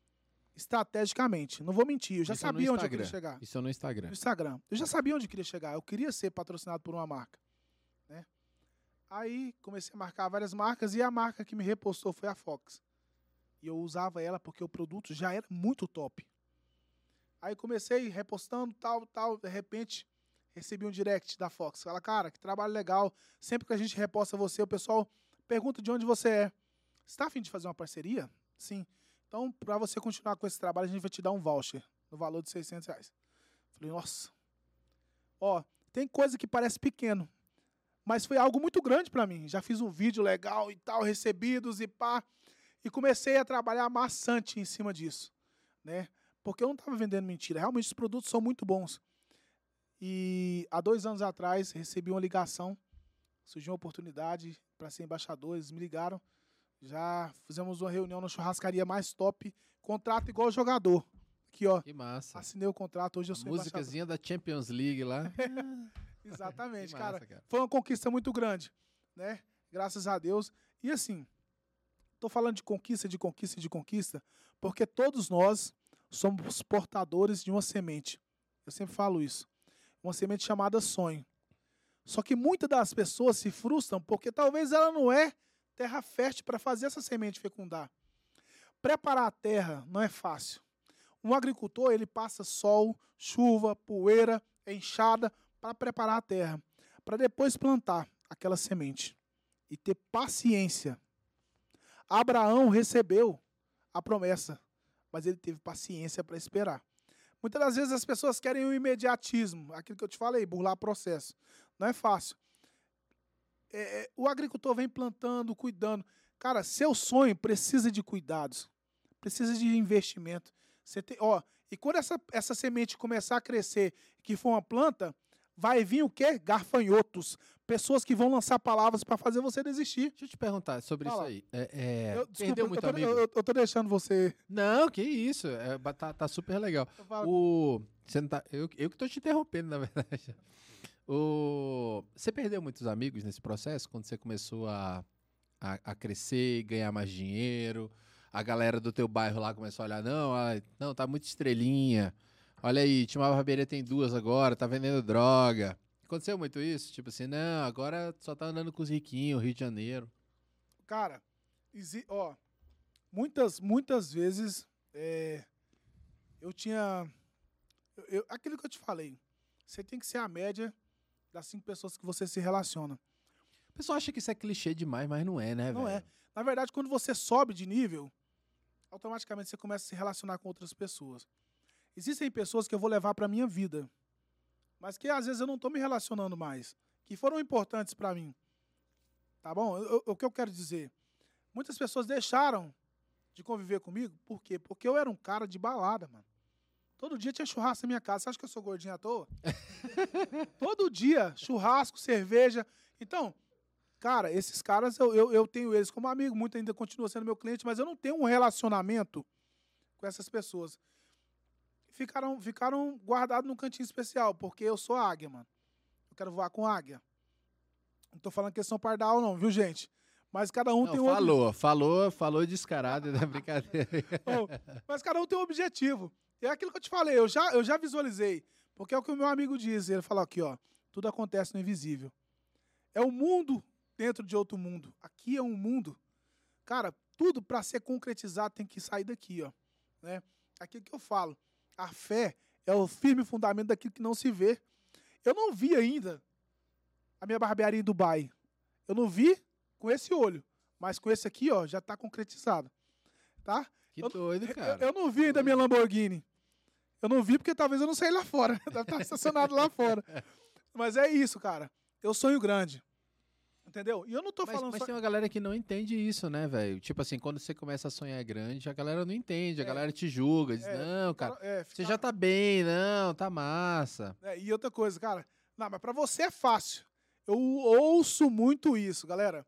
estrategicamente. Não vou mentir, eu já Isso sabia no onde eu queria Instagram. chegar. Isso é no Instagram. No Instagram. Eu já sabia onde eu queria chegar, eu queria ser patrocinado por uma marca. Né? Aí comecei a marcar várias marcas e a marca que me repostou foi a Fox. E eu usava ela porque o produto já era muito top. Aí comecei repostando, tal, tal. De repente, recebi um direct da Fox. Fala, cara, que trabalho legal. Sempre que a gente reposta você, o pessoal pergunta de onde você é. Você tá a fim de fazer uma parceria? Sim. Então, para você continuar com esse trabalho, a gente vai te dar um voucher no valor de seiscentos reais. Falei, nossa. Ó, tem coisa que parece pequeno, mas foi algo muito grande para mim. Já fiz um vídeo legal e tal, recebidos e pá. E comecei a trabalhar maçante em cima disso, né? Porque eu não estava vendendo mentira. Realmente, os produtos são muito bons. E há dois anos atrás, recebi uma ligação. Surgiu uma oportunidade para ser embaixador. Eles me ligaram. Já fizemos uma reunião na churrascaria mais top. Contrato igual jogador. Aqui, ó. Que massa. Assinei o contrato. Hoje eu sou embaixador. Musicazinha da Champions League lá. Exatamente, massa, cara. cara. Foi uma conquista muito grande, né? Graças a Deus. E assim, tô falando de conquista, de conquista, de conquista, porque todos nós somos portadores de uma semente. Eu sempre falo isso. Uma semente chamada sonho. Só que muitas das pessoas se frustram porque talvez ela não é terra fértil para fazer essa semente fecundar. Preparar a terra não é fácil. Um agricultor, ele passa sol, chuva, poeira, enxada para preparar a terra, para depois plantar aquela semente e ter paciência. Abraão recebeu a promessa, mas ele teve paciência para esperar. Muitas das vezes as pessoas querem o imediatismo, aquilo que eu te falei, burlar o processo. Não é fácil. É, é, o agricultor vem plantando, cuidando. Cara, seu sonho precisa de cuidados, precisa de investimento. Você tem, ó, e quando essa, essa semente começar a crescer, que for uma planta, vai vir o quê? Garfanhotos. Pessoas que vão lançar palavras para fazer você desistir. Deixa eu te perguntar sobre Fala. isso aí. É, é, Eu, desculpa, perdeu muito eu tô, amigo? Eu, eu tô deixando você... Não, que isso. É, tá, tá super legal. Eu falo- O, você não tá, eu, eu que tô te interrompendo, na verdade. O, você perdeu muitos amigos nesse processo? Quando você começou a, a, a crescer, ganhar mais dinheiro? A galera do teu bairro lá começou a olhar, não, ah, não, tá muito estrelinha. Olha aí, Timar Barbearia tem duas agora, tá vendendo droga. Aconteceu muito isso? Tipo assim, não, agora só tá andando com os riquinhos, Rio de Janeiro. Cara, exi- ó, muitas, muitas vezes é, eu tinha... eu- eu- aquilo que eu te falei, você tem que ser a média das cinco pessoas que você se relaciona. O pessoal acha que isso é clichê demais, mas não é, né, velho? Não é. Na verdade, quando você sobe de nível, automaticamente você começa a se relacionar com outras pessoas. Existem pessoas que eu vou levar para minha vida, mas que às vezes eu não estou me relacionando mais, que foram importantes para mim. Tá bom? Eu- eu- o que eu quero dizer? Muitas pessoas deixaram de conviver comigo, por quê? Porque eu era um cara de balada, mano. Todo dia tinha churrasco na minha casa. Você acha que eu sou gordinho à toa? Todo dia, churrasco, cerveja. Então, cara, esses caras, eu, eu, eu tenho eles como amigo, muito ainda continua sendo meu cliente, mas eu não tenho um relacionamento com essas pessoas. Ficaram, ficaram guardados num cantinho especial, porque eu sou águia, mano. Eu quero voar com águia. Não tô falando que eles são pardal, não, viu, gente? Mas cada um Não, tem um falou, falou, falou descarado da brincadeira. Oh, mas cada um tem um objetivo. É aquilo que eu te falei, eu já, eu já visualizei. Porque é o que o meu amigo diz. Ele fala aqui, ó. Tudo acontece no invisível. É um mundo dentro de outro mundo. Aqui é um mundo. Cara, tudo para ser concretizado tem que sair daqui, ó. Né? Aquilo que eu falo. A fé é o firme fundamento daquilo que não se vê. Eu não vi ainda a minha barbearia em Dubai. Eu não vi com esse olho. Mas com esse aqui, ó, já está concretizado. Tá? Que Eu- doido, cara. Eu, eu não vi ainda a minha Lamborghini. Eu não vi porque talvez eu não saí lá fora. Deve estar estacionado lá fora. Mas é isso, cara. Eu sonho grande. Entendeu? E eu não tô Mas, falando mas só... tem uma galera que não entende isso, né, velho? Tipo assim, quando você começa a sonhar grande, a galera não entende, a É. galera te julga, diz, É, não, cara, é, você ficar- já tá bem, não, tá massa. É, e outra coisa, cara. Não, mas pra você é fácil. Eu ouço muito isso, galera.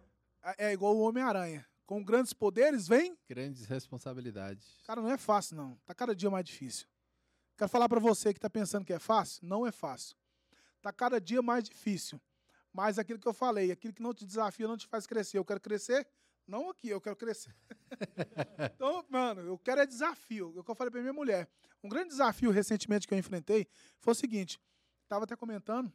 É é igual o Homem-Aranha. Com grandes poderes vem... Grandes responsabilidades. Cara, não é fácil, não. Tá cada dia mais difícil. Quero falar pra você que tá pensando que é fácil. Não é fácil. Tá cada dia mais difícil. Mas aquilo que eu falei, aquilo que não te desafia, não te faz crescer. Eu quero crescer, não aqui, eu quero crescer. Então, mano, eu quero é desafio. É o que eu falei pra minha mulher. Um grande desafio recentemente que eu enfrentei foi o seguinte. Tava até comentando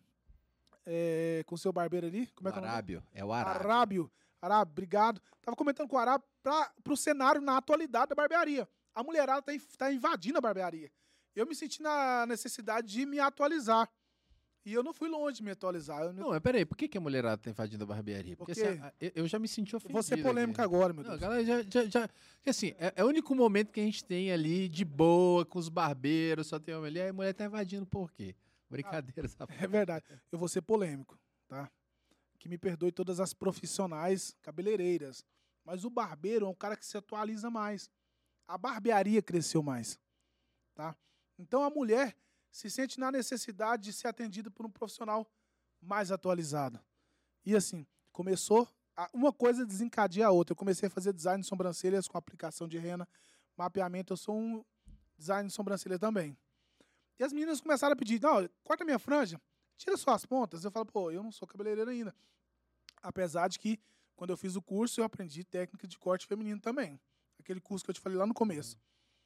é, com o seu barbeiro ali. Como é que é o nome? Arábio, é o Arábio. Arábio. Arábio, obrigado. Tava comentando com o Arábio para o cenário na atualidade da barbearia. A mulherada tá, in- tá invadindo a barbearia. Eu me senti na necessidade de me atualizar. E eu não fui longe de me atualizar. Eu me... Não, mas peraí, por que, que a mulherada tá invadindo a barbearia? Porque, Porque assim, eu, eu já me senti ofendido. Vou ser polêmica aqui. agora, meu Não, Deus. a galera já, já, já... Porque, assim, é, é o único momento que a gente tem ali de boa, com os barbeiros, só tem uma mulher, e a mulher tá invadindo por quê? Brincadeira, ah, É verdade. Eu vou ser polêmico, tá? Que me perdoe todas as profissionais cabeleireiras. Mas o barbeiro é um cara que se atualiza mais. A barbearia cresceu mais, tá? Então a mulher se sente na necessidade de ser atendida por um profissional mais atualizado. E assim, começou... A, uma coisa desencadeia a outra. Eu comecei a fazer design de sobrancelhas com aplicação de rena, mapeamento. Eu sou um design de sobrancelha também. E as meninas começaram a pedir, não, corta minha franja, tira só as pontas. Eu falo, pô, eu não sou cabeleireiro ainda. Apesar de que, quando eu fiz o curso, eu aprendi técnica de corte feminino também. Aquele curso que eu te falei lá no começo.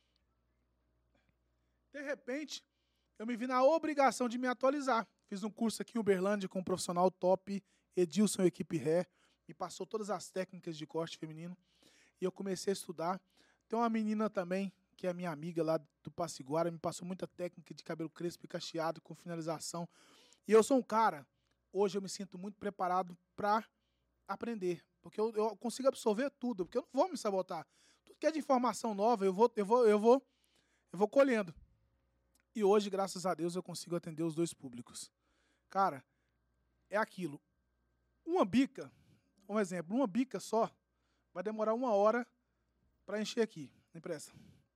De repente, eu me vi na obrigação de me atualizar. Fiz um curso aqui em Uberlândia com um profissional top, Edilson Equipe Hair, me passou todas as técnicas de corte feminino. E eu comecei a estudar. Tem uma menina também, que é minha amiga lá do Passiguara, me passou muita técnica de cabelo crespo e cacheado com finalização. E eu sou um cara, hoje eu me sinto muito preparado para aprender, porque eu, eu consigo absorver tudo, porque eu não vou me sabotar. Tudo que é de informação nova, eu vou, eu vou, eu vou, eu vou colhendo. E hoje, graças a Deus, eu consigo atender os dois públicos. Cara, é aquilo. Uma bica, um exemplo, uma bica só vai demorar uma hora para encher aqui. Impressa.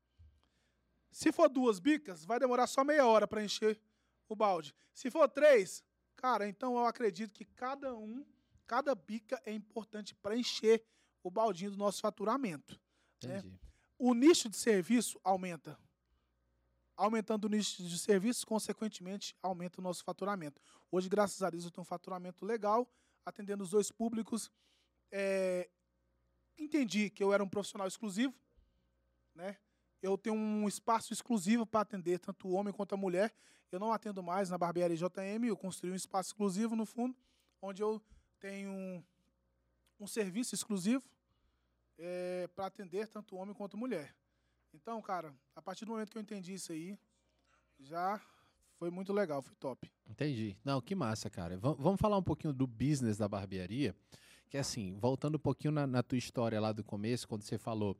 Se for duas bicas, vai demorar só meia hora para encher o balde. Se for três, cara, então eu acredito que cada um, cada bica é importante para encher o baldinho do nosso faturamento. Entendi. Né? O nicho de serviço aumenta. Aumentando o nicho de serviço, consequentemente, aumenta o nosso faturamento. Hoje, graças a Deus, eu tenho um faturamento legal, atendendo os dois públicos. É... Entendi que eu era um profissional exclusivo, né? Eu tenho um espaço exclusivo para atender tanto o homem quanto a mulher. Eu não atendo mais na barbearia J M, eu construí um espaço exclusivo no fundo, onde eu tenho um, um serviço exclusivo é, para atender tanto o homem quanto a mulher. Então, cara, a partir do momento que eu entendi isso aí, já foi muito legal, foi top. Entendi. Não, que massa, cara. V vamos falar um pouquinho do business da barbearia, que assim, voltando um pouquinho na, na tua história lá do começo, quando você falou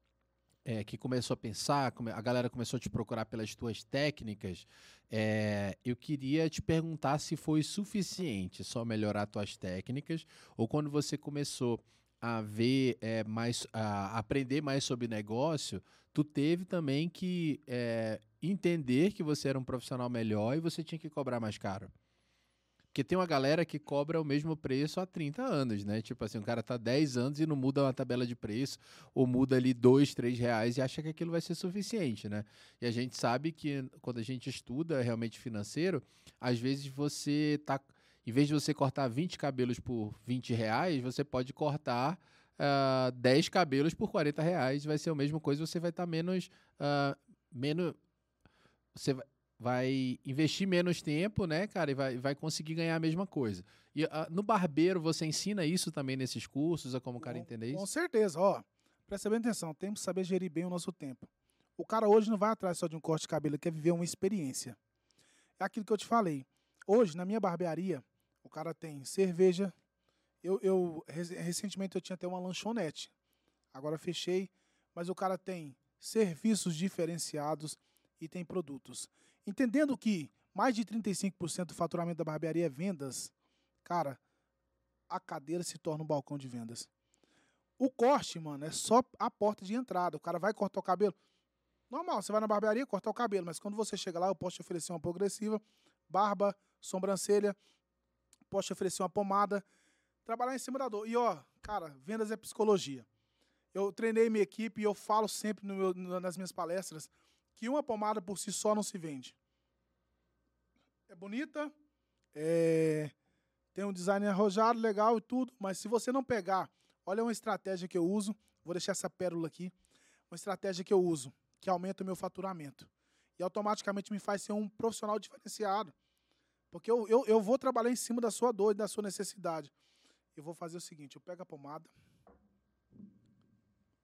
é, que começou a pensar, a galera começou a te procurar pelas tuas técnicas, é, eu queria te perguntar se foi suficiente só melhorar tuas técnicas, ou quando você começou a ver é, mais, a aprender mais sobre negócio, tu teve também que é, entender que você era um profissional melhor e você tinha que cobrar mais caro. Porque tem uma galera que cobra o mesmo preço há trinta anos, né? Tipo assim, o cara tá dez anos e não muda uma tabela de preço, ou muda ali dois, três reais e acha que aquilo vai ser suficiente, né? E a gente sabe que quando a gente estuda realmente financeiro, às vezes você tá... Em vez de você cortar vinte cabelos por vinte reais, você pode cortar uh, dez cabelos por quarenta reais. Vai ser a mesma coisa, você vai estar tá menos... Uh, menos você vai, vai investir menos tempo, né, cara? E vai, vai conseguir ganhar a mesma coisa. E uh, no barbeiro, você ensina isso também nesses cursos, a como o cara entender isso? Com certeza, ó. Presta bem atenção, temos que saber gerir bem o nosso tempo. O cara hoje não vai atrás só de um corte de cabelo, ele quer viver uma experiência. É aquilo que eu te falei. Hoje, na minha barbearia, o cara tem cerveja. Eu, eu recentemente eu tinha até uma lanchonete. Agora fechei. Mas o cara tem serviços diferenciados e tem produtos. Entendendo que mais de trinta e cinco por cento do faturamento da barbearia é vendas, cara, a cadeira se torna um balcão de vendas. O corte, mano, é só a porta de entrada. O cara vai cortar o cabelo. Normal, você vai na barbearia cortar o cabelo, mas quando você chega lá, eu posso te oferecer uma progressiva, barba, sobrancelha, posso te oferecer uma pomada, trabalhar em cima da dor. E, ó, cara, vendas é psicologia. Eu treinei minha equipe e eu falo sempre no meu, nas minhas palestras que uma pomada por si só não se vende. É bonita, é, tem um design arrojado, legal e tudo, mas se você não pegar, olha uma estratégia que eu uso, vou deixar essa pérola aqui, uma estratégia que eu uso, que aumenta o meu faturamento. E automaticamente me faz ser um profissional diferenciado. Porque eu, eu, eu vou trabalhar em cima da sua dor e da sua necessidade. Eu vou fazer o seguinte, eu pego a pomada,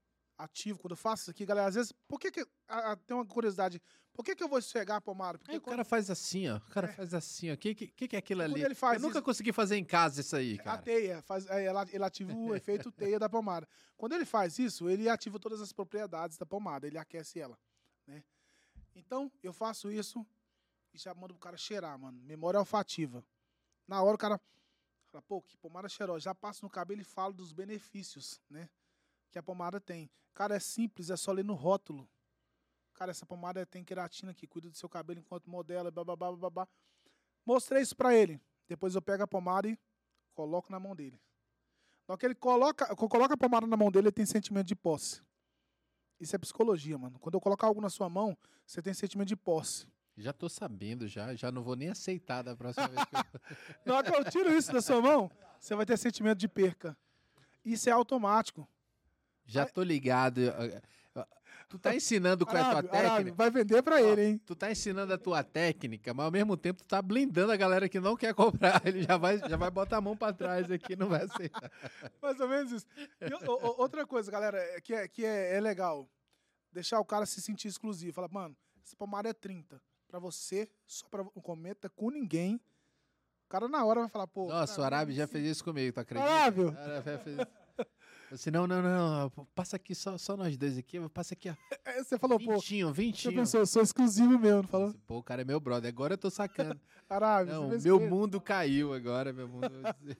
ativo, quando eu faço isso aqui, galera, às vezes, por que que, a, a, tem uma curiosidade, por que que eu vou esfregar a pomada? Porque Aí o quando, cara faz assim, ó. O cara É. faz assim, ó. O que, que, que é aquilo quando ali? ele faz Eu nunca isso, consegui fazer em casa isso aí, a cara. teia, faz, é, ela, ele ativa o efeito teia da pomada. Quando ele faz isso, ele ativa todas as propriedades da pomada, ele aquece ela, né? Então, eu faço isso e já mando pro cara cheirar, mano. Memória olfativa. Na hora o cara fala, pô, que pomada cheirosa. Já passo no cabelo e falo dos benefícios, né? Que a pomada tem. Cara, é simples, é só ler no rótulo. Cara, essa pomada tem queratina que cuida do seu cabelo enquanto modela, bababá, babá. Mostrei isso pra ele. Depois eu pego a pomada e coloco na mão dele. Na hora que ele coloca, coloca a pomada na mão dele, ele tem sentimento de posse. Isso é psicologia, mano. Quando eu colocar algo na sua mão, você tem sentimento de posse. Já tô sabendo, já. Já não vou nem aceitar da próxima vez que eu... Na hora que eu tiro isso da sua mão, você vai ter sentimento de perca. Isso é automático. Já tô ligado. Tu tá ensinando qual é a tua Arábio, Arábio, técnica? vai vender pra ele, hein? Tu tá ensinando a tua técnica, mas ao mesmo tempo tu tá blindando a galera que não quer comprar. Ele já vai, já vai botar a mão pra trás aqui, não vai aceitar. Mais ou menos isso. E, o- o- outra coisa, galera, é que, é, que é, é legal. Deixar o cara se sentir exclusivo. Fala, mano, essa pomada é trinta. Pra você, só pra não cometa com ninguém. O cara na hora vai falar, pô... Nossa, o Arábio já fez isso comigo, tu acredita? Arábio! O Arábio já fez isso. Eu disse, não, não, não, passa aqui, só, só nós dois aqui, passa aqui, ó. É, você falou, pô... Vintinho, Você vintinho. pensou, eu sou exclusivo mesmo, não falou? Pô, o cara é meu brother, agora eu tô sacando. Arábio, Não, você fez meu com ele. mundo caiu agora, meu mundo...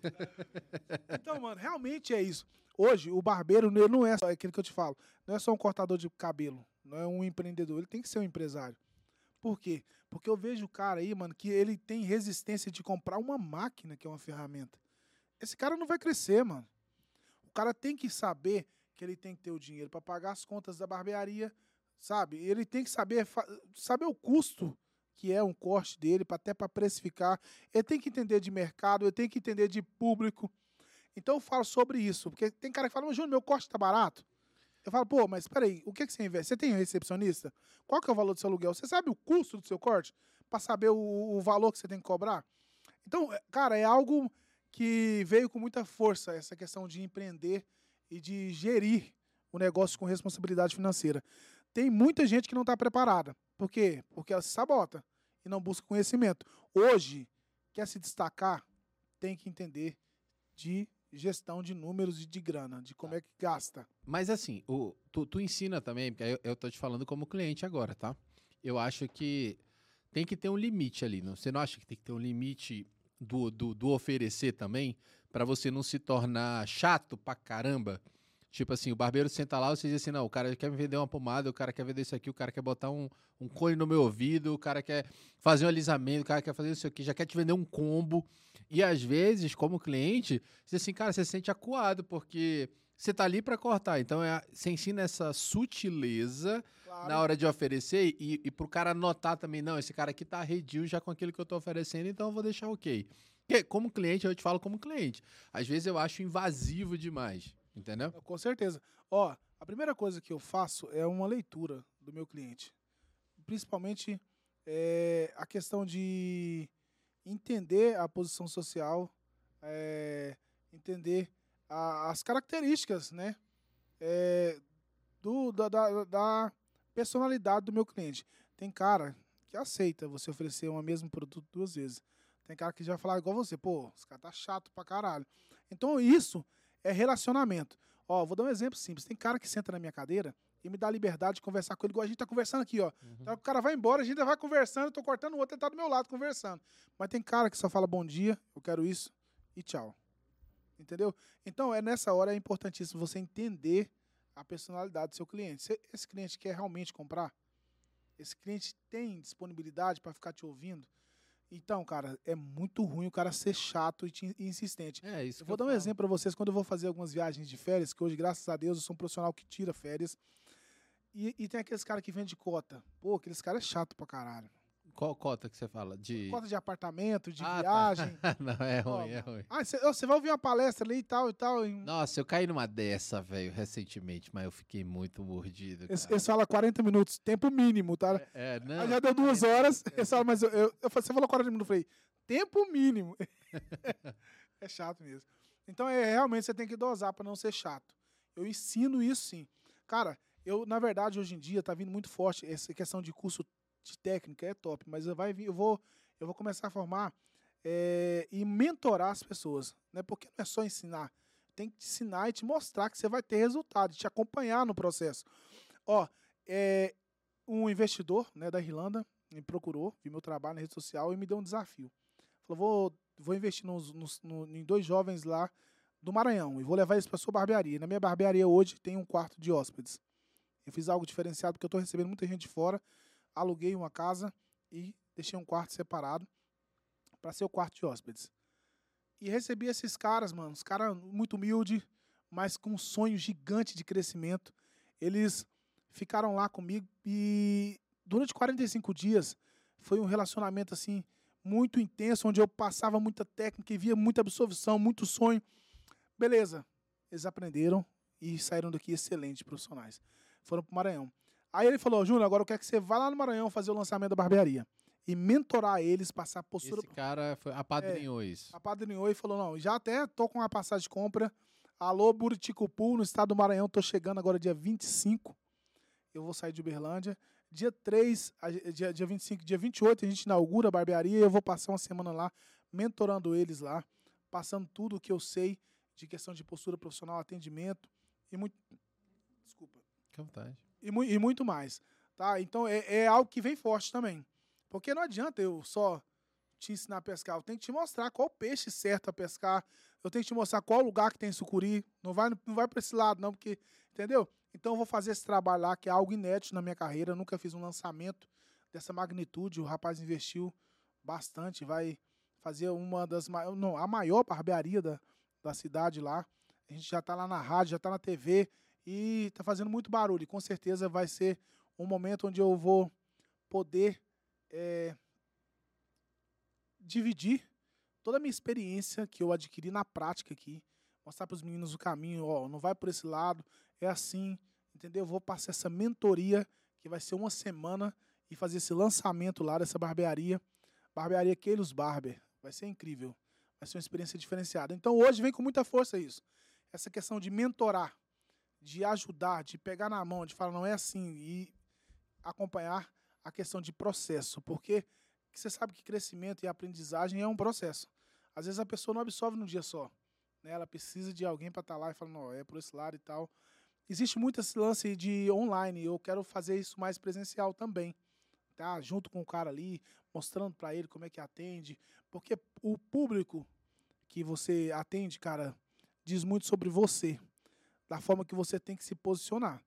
Então, mano, realmente é isso. Hoje, o barbeiro ele não é só é aquilo que eu te falo. Não é só um cortador de cabelo. Não é um empreendedor. Ele tem que ser um empresário. Por quê? Porque eu vejo o cara aí, mano, que ele tem resistência de comprar uma máquina, que é uma ferramenta. Esse cara não vai crescer, mano. O cara tem que saber que ele tem que ter o dinheiro para pagar as contas da barbearia, sabe? Ele tem que saber, fa- saber o custo que é um corte dele, pra- até para precificar. Ele tem que entender de mercado, ele tem que entender de público. Então eu falo sobre isso, porque tem cara que fala, mas Júnior, meu corte tá barato. Eu falo, pô, mas peraí, o que, que você investe? Você tem um recepcionista? Qual que é o valor do seu aluguel? Você sabe o custo do seu corte? Para saber o, o valor que você tem que cobrar? Então, é, cara, é algo que veio com muita força, essa questão de empreender e de gerir o negócio com responsabilidade financeira. Tem muita gente que não está preparada. Por quê? Porque ela se sabota e não busca conhecimento. Hoje, quer se destacar, tem que entender de gestão de números e de grana, de como é que gasta. Mas assim, o, tu, tu ensina também, porque eu, eu tô te falando como cliente agora, tá? Eu acho que tem que ter um limite ali, não? Você não acha que tem que ter um limite do, do, do oferecer também, para você não se tornar chato pra caramba? Tipo assim, o barbeiro senta lá, você diz assim, não, o cara quer me vender uma pomada, o cara quer vender isso aqui, o cara quer botar um, um cone no meu ouvido, o cara quer fazer um alisamento, o cara quer fazer isso aqui, já quer te vender um combo. E às vezes, como cliente, você diz assim, cara, você se sente acuado, porque você tá ali para cortar. Então, é, você ensina essa sutileza Claro. na hora de oferecer e, e pro cara notar também, não, esse cara aqui tá arredio já com aquilo que eu tô oferecendo, então eu vou deixar ok. Porque, como cliente, eu te falo como cliente. Às vezes eu acho invasivo demais. Entendeu? Com certeza. Ó, a primeira coisa que eu faço é uma leitura do meu cliente. Principalmente é, a questão de entender a posição social, é, entender a- as características, né, é, do, da, da, da personalidade do meu cliente. Tem cara que aceita você oferecer o mesmo produto duas vezes. Tem cara que já vai falar igual você, pô, esse cara tá chato pra caralho. Então isso é relacionamento. Ó, vou dar um exemplo simples. Tem cara que senta na minha cadeira e me dá a liberdade de conversar com ele, igual a gente tá conversando aqui, ó. Então o cara vai embora, a gente vai conversando, eu tô cortando o outro, ele tá do meu lado conversando. Mas tem cara que só fala bom dia, eu quero isso e tchau. Entendeu? Então, é nessa hora é importantíssimo você entender a personalidade do seu cliente. Se esse cliente quer realmente comprar, esse cliente tem disponibilidade para ficar te ouvindo. Então, cara, é muito ruim o cara ser chato e, te- e insistente. É isso Eu que vou eu dar um falo. exemplo para vocês quando eu vou fazer algumas viagens de férias, que hoje, graças a Deus, eu sou um profissional que tira férias. E, e tem aqueles caras que vendem cota. Pô, aqueles caras é chato pra caralho. Qual cota que você fala? De... Cota de apartamento, de Ah, viagem. Tá. Não, é Ó, ruim, é ruim. Ah, você vai ouvir uma palestra ali e tal e tal. E... Nossa, eu caí numa dessa, velho, recentemente, mas eu fiquei muito mordido. Eles, Cara. eles falam quarenta minutos, tempo mínimo, tá? É, é, não. Aí já deu duas horas, eles falam, mas eu, eu, eu falei, você falou quarenta minutos, eu falei, tempo mínimo. É chato mesmo. Então, é, realmente, você tem que dosar para não ser chato. Eu ensino isso sim. Cara, eu, na verdade, hoje em dia, tá vindo muito forte essa questão de curso de técnica, é top, mas eu, vai vir, eu, vou, eu vou começar a formar é, e mentorar as pessoas, né? Porque não é só ensinar, tem que te ensinar e te mostrar que você vai ter resultado, te acompanhar no processo. Ó, é, um investidor, né, da Irlanda me procurou, viu meu trabalho na rede social e me deu um desafio. Falou, vou, vou investir nos, nos, no, em dois jovens lá do Maranhão e vou levar eles para sua barbearia. Na minha barbearia hoje tem um quarto de hóspedes. Eu fiz algo diferenciado porque eu estou recebendo muita gente de fora, aluguei uma casa e deixei um quarto separado para ser o quarto de hóspedes. E recebi esses caras, mano, os caras muito humildes, mas com um sonho gigante de crescimento. Eles ficaram lá comigo e durante quarenta e cinco dias foi um relacionamento assim muito intenso, onde eu passava muita técnica e via muita absorção, muito sonho. Beleza, eles aprenderam e saíram daqui excelentes profissionais. Foram para o Maranhão. Aí ele falou, Júnior, agora eu quero que você vá lá no Maranhão fazer o lançamento da barbearia e mentorar eles, passar a postura... Esse cara foi, apadrinhou é, isso. Apadrinhou e falou, não, já até tô com uma passagem de compra. Alô, Buriticupu, no estado do Maranhão, tô chegando agora dia vinte e cinco. Eu vou sair de Uberlândia. Dia três, dia, dia vinte e cinco, dia vinte e oito, a gente inaugura a barbearia e eu vou passar uma semana lá, mentorando eles lá, passando tudo o que eu sei de questão de postura profissional, atendimento e muito... Desculpa. Fique à vontade. E, mu e muito mais, tá? Então é, é algo que vem forte também. Porque não adianta eu só te ensinar a pescar, eu tenho que te mostrar qual peixe certo a pescar, eu tenho que te mostrar qual lugar que tem sucuri, não vai, não vai para esse lado não, porque, entendeu? Então eu vou fazer esse trabalho lá, que é algo inédito na minha carreira, eu nunca fiz um lançamento dessa magnitude, o rapaz investiu bastante, vai fazer uma das maiores, não, a maior barbearia da, da cidade lá, a gente já está lá na rádio, já está na T V, e está fazendo muito barulho. E com certeza vai ser um momento onde eu vou poder é, dividir toda a minha experiência que eu adquiri na prática aqui. Mostrar para os meninos o caminho. Ó, não vai por esse lado, é assim. Entendeu? Eu vou passar essa mentoria, que vai ser uma semana, e fazer esse lançamento lá dessa barbearia. Barbearia Keilos Barber. Vai ser incrível. Vai ser uma experiência diferenciada. Então hoje vem com muita força isso. Essa questão de mentorar, de ajudar, de pegar na mão, de falar, não é assim, e acompanhar a questão de processo, porque você sabe que crescimento e aprendizagem é um processo. Às vezes a pessoa não absorve num dia só, né? Ela precisa de alguém para estar lá e falar, não, é por esse lado e tal. Existe muito esse lance de online, eu quero fazer isso mais presencial também, tá? Junto com o cara ali, mostrando para ele como é que atende, porque o público que você atende, cara, diz muito sobre você, da forma que você tem que se posicionar.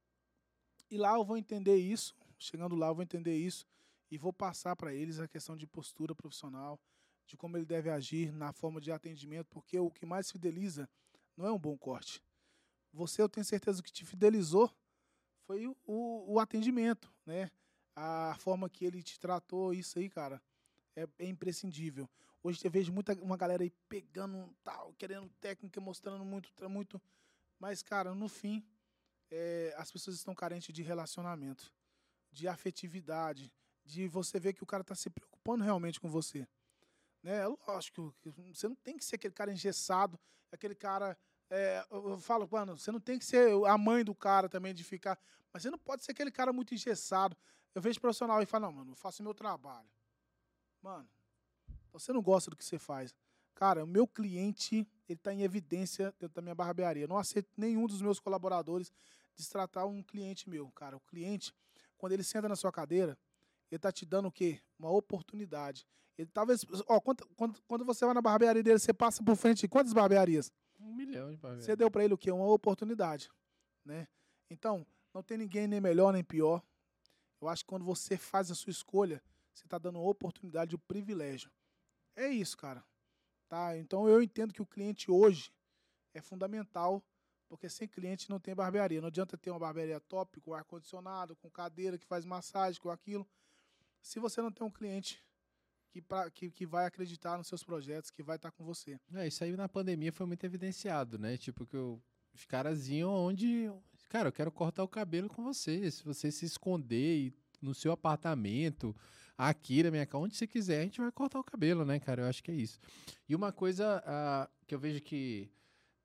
E lá eu vou entender isso, chegando lá eu vou entender isso e vou passar para eles a questão de postura profissional, de como ele deve agir na forma de atendimento, porque o que mais fideliza não é um bom corte. Você, eu tenho certeza que te fidelizou foi o, o, o atendimento, né? A forma que ele te tratou, isso aí, cara, é, é imprescindível. Hoje eu vejo muita, uma galera aí pegando tal, querendo técnica, mostrando muito, muito... Mas, cara, no fim, é, as pessoas estão carentes de relacionamento, de afetividade, de você ver que o cara está se preocupando realmente com você. Né? Lógico, você não tem que ser aquele cara engessado, aquele cara... É, eu falo, mano, você não tem que ser a mãe do cara também de ficar... Mas você não pode ser aquele cara muito engessado. Eu vejo profissional e falo, não, mano, eu faço o meu trabalho. Mano, você não gosta do que você faz. Cara, o meu cliente... ele está em evidência dentro da minha barbearia. Eu não aceito nenhum dos meus colaboradores destratar um cliente meu. Cara, o cliente, quando ele senta na sua cadeira, ele está te dando o quê? Uma oportunidade. Ele talvez... Ó, quando, quando, quando você vai na barbearia dele, você passa por frente de quantas barbearias? Um milhão de barbearias. Você deu para ele o quê? Uma oportunidade. Né? Então, não tem ninguém nem melhor nem pior. Eu acho que quando você faz a sua escolha, você está dando uma oportunidade, um privilégio. É isso, cara. Tá? Então eu entendo que o cliente hoje é fundamental, porque sem cliente não tem barbearia. Não adianta ter uma barbearia top, com ar-condicionado, com cadeira que faz massagem, com aquilo. Se você não tem um cliente que, pra, que, que vai acreditar nos seus projetos, que vai estar com você. É, isso aí na pandemia foi muito evidenciado, né? Tipo, que eu, os caras iam onde... Cara, eu quero cortar o cabelo com você. Se você se esconder e no seu apartamento, aqui na minha casa, onde você quiser, a gente vai cortar o cabelo, né, cara? Eu acho que é isso. E uma coisa uh, que eu vejo que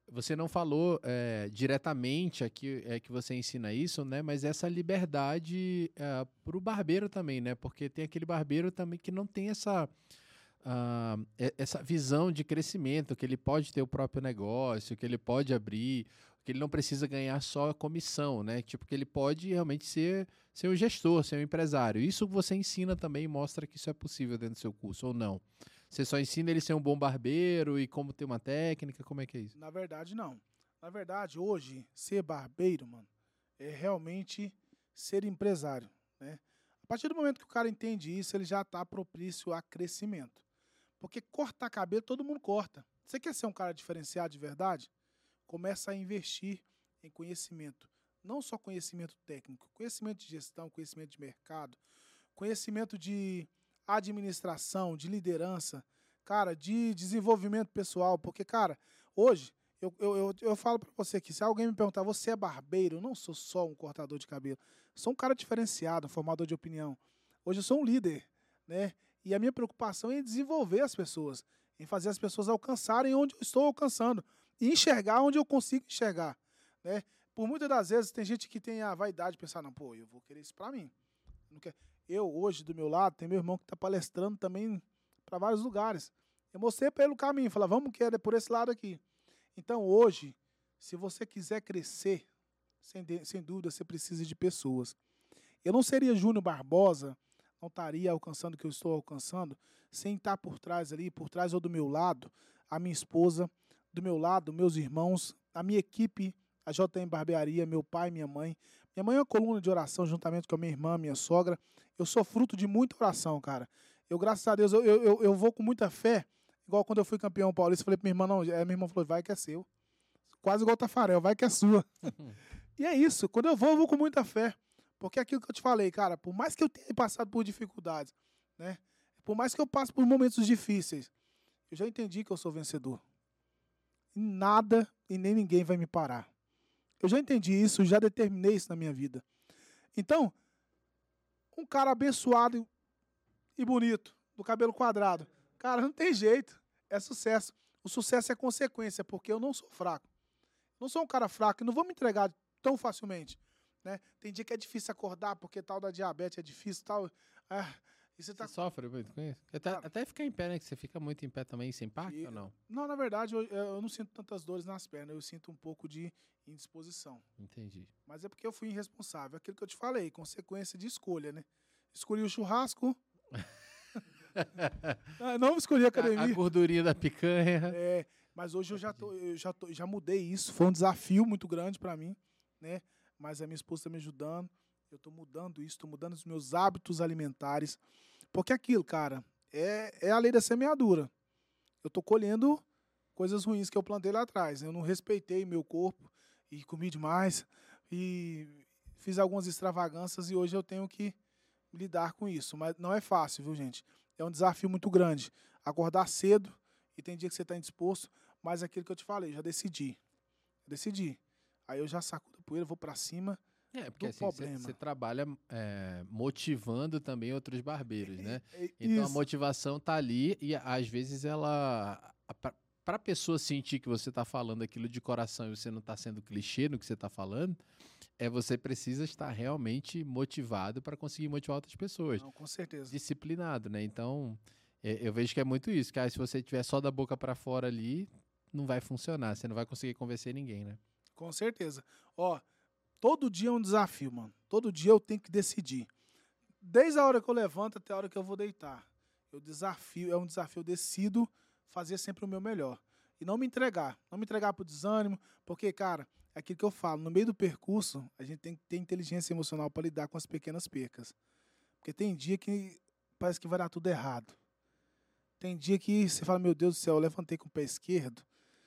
você não falou é, diretamente aqui é que você ensina isso, né? Mas essa liberdade é, para o barbeiro também, né? Porque tem aquele barbeiro também que não tem essa, ah, e- essa visão de crescimento, que ele pode ter o próprio negócio, que ele pode abrir, que ele não precisa ganhar só a comissão, né? Tipo, que ele pode realmente ser, ser um gestor, ser um empresário. Isso você ensina também e mostra que isso é possível dentro do seu curso, ou não? Você só ensina ele a ser um bom barbeiro e como ter uma técnica? Como é que é isso? Na verdade, não. Na verdade, hoje, ser barbeiro, mano, é realmente ser empresário, né? A partir do momento que o cara entende isso, ele já está propício a crescimento. Porque cortar cabelo, todo mundo corta. Você quer ser um cara diferenciado de verdade? Começa a investir em conhecimento. Não só conhecimento técnico, conhecimento de gestão, conhecimento de mercado, conhecimento de administração, de liderança, cara, de desenvolvimento pessoal. Porque, cara, hoje, eu, eu, eu, eu falo pra você aqui, se alguém me perguntar, você é barbeiro? Eu não sou só um cortador de cabelo. Sou um cara diferenciado, um formador de opinião. Hoje eu sou um líder, né? E a minha preocupação é em desenvolver as pessoas, em fazer as pessoas alcançarem onde eu estou alcançando e enxergar onde eu consigo enxergar, né? Por muitas das vezes tem gente que tem a vaidade de pensar, não, pô, eu vou querer isso pra mim. Não quer. Eu, hoje, do meu lado, tem meu irmão que está palestrando também para vários lugares. Eu mostrei para ele o caminho, falei, vamos que é por esse lado aqui. Então, hoje, se você quiser crescer, sem, de, sem dúvida, você precisa de pessoas. Eu não seria Júnior Barbosa, não estaria alcançando o que eu estou alcançando, sem estar por trás ali, por trás ou do meu lado, a minha esposa, do meu lado, meus irmãos, a minha equipe, a J M Barbearia, meu pai, minha mãe. Minha mãe é uma coluna de oração, juntamente com a minha irmã, minha sogra. Eu sou fruto de muita oração, cara. Eu, graças a Deus, eu, eu, eu vou com muita fé. Igual quando eu fui campeão paulista, eu falei pra minha irmã, não, a minha irmã falou, vai que é seu. Quase igual o Tafarel, vai que é sua. E é isso, quando eu vou, eu vou com muita fé. Porque é aquilo que eu te falei, cara, por mais que eu tenha passado por dificuldades, né? Por mais que eu passe por momentos difíceis, eu já entendi que eu sou vencedor. E nada e nem ninguém vai me parar. Eu já entendi isso, já determinei isso na minha vida. Então, um cara abençoado e bonito, do cabelo quadrado, cara, não tem jeito, é sucesso. O sucesso é consequência, porque eu não sou fraco. Não sou um cara fraco, não vou me entregar tão facilmente. Né? Tem dia que é difícil acordar, porque tal da diabetes é difícil, tal. Ah, e você tá... Você sofre muito com isso? Até, Cara, até ficar em pé, né? Que você fica muito em pé também, sem impacto e- ou não? Não, na verdade, eu, eu não sinto tantas dores nas pernas, eu sinto um pouco de indisposição. Entendi. Mas é porque eu fui irresponsável. Aquilo que eu te falei, consequência de escolha, né? Escolhi o churrasco. Ah, não escolhi a A, a academia. gordurinha da picanha. É, mas hoje eu já, tô, eu já, tô, já mudei isso. Foi um desafio muito grande para mim, né? Mas a minha esposa está me ajudando. Eu estou mudando isso, estou mudando os meus hábitos alimentares. Porque aquilo, cara, é, é a lei da semeadura. Eu estou colhendo coisas ruins que eu plantei lá atrás. Eu não respeitei meu corpo e comi demais e fiz algumas extravagâncias e hoje eu tenho que lidar com isso. Mas não é fácil, viu, gente? É um desafio muito grande. Acordar cedo e tem dia que você está indisposto, mas é aquilo que eu te falei, já decidi. Decidi. Aí eu já sacudo a poeira, vou para cima. É, porque do assim, problema. você trabalha é, motivando também outros barbeiros, né? É, é, Então a isso. motivação tá ali e às vezes ela... Para a pessoa sentir que você está falando aquilo de coração e você não está sendo clichê no que você está falando, é você precisa estar realmente motivado para conseguir motivar outras pessoas. Não, com certeza. Disciplinado, né? Então, é, eu vejo que é muito isso, que ah, se você tiver só da boca para fora ali, não vai funcionar, você não vai conseguir convencer ninguém, né? Com certeza. Ó, todo dia é um desafio, mano. Todo dia eu tenho que decidir. Desde a hora que eu levanto até a hora que eu vou deitar. Eu desafio, é um desafio, eu decido fazer sempre o meu melhor. E não me entregar. Não me entregar pro desânimo, porque, cara, é aquilo que eu falo, no meio do percurso, a gente tem que ter inteligência emocional para lidar com as pequenas percas. Porque tem dia que parece que vai dar tudo errado. Tem dia que você fala, meu Deus do céu, eu levantei com o pé esquerdo.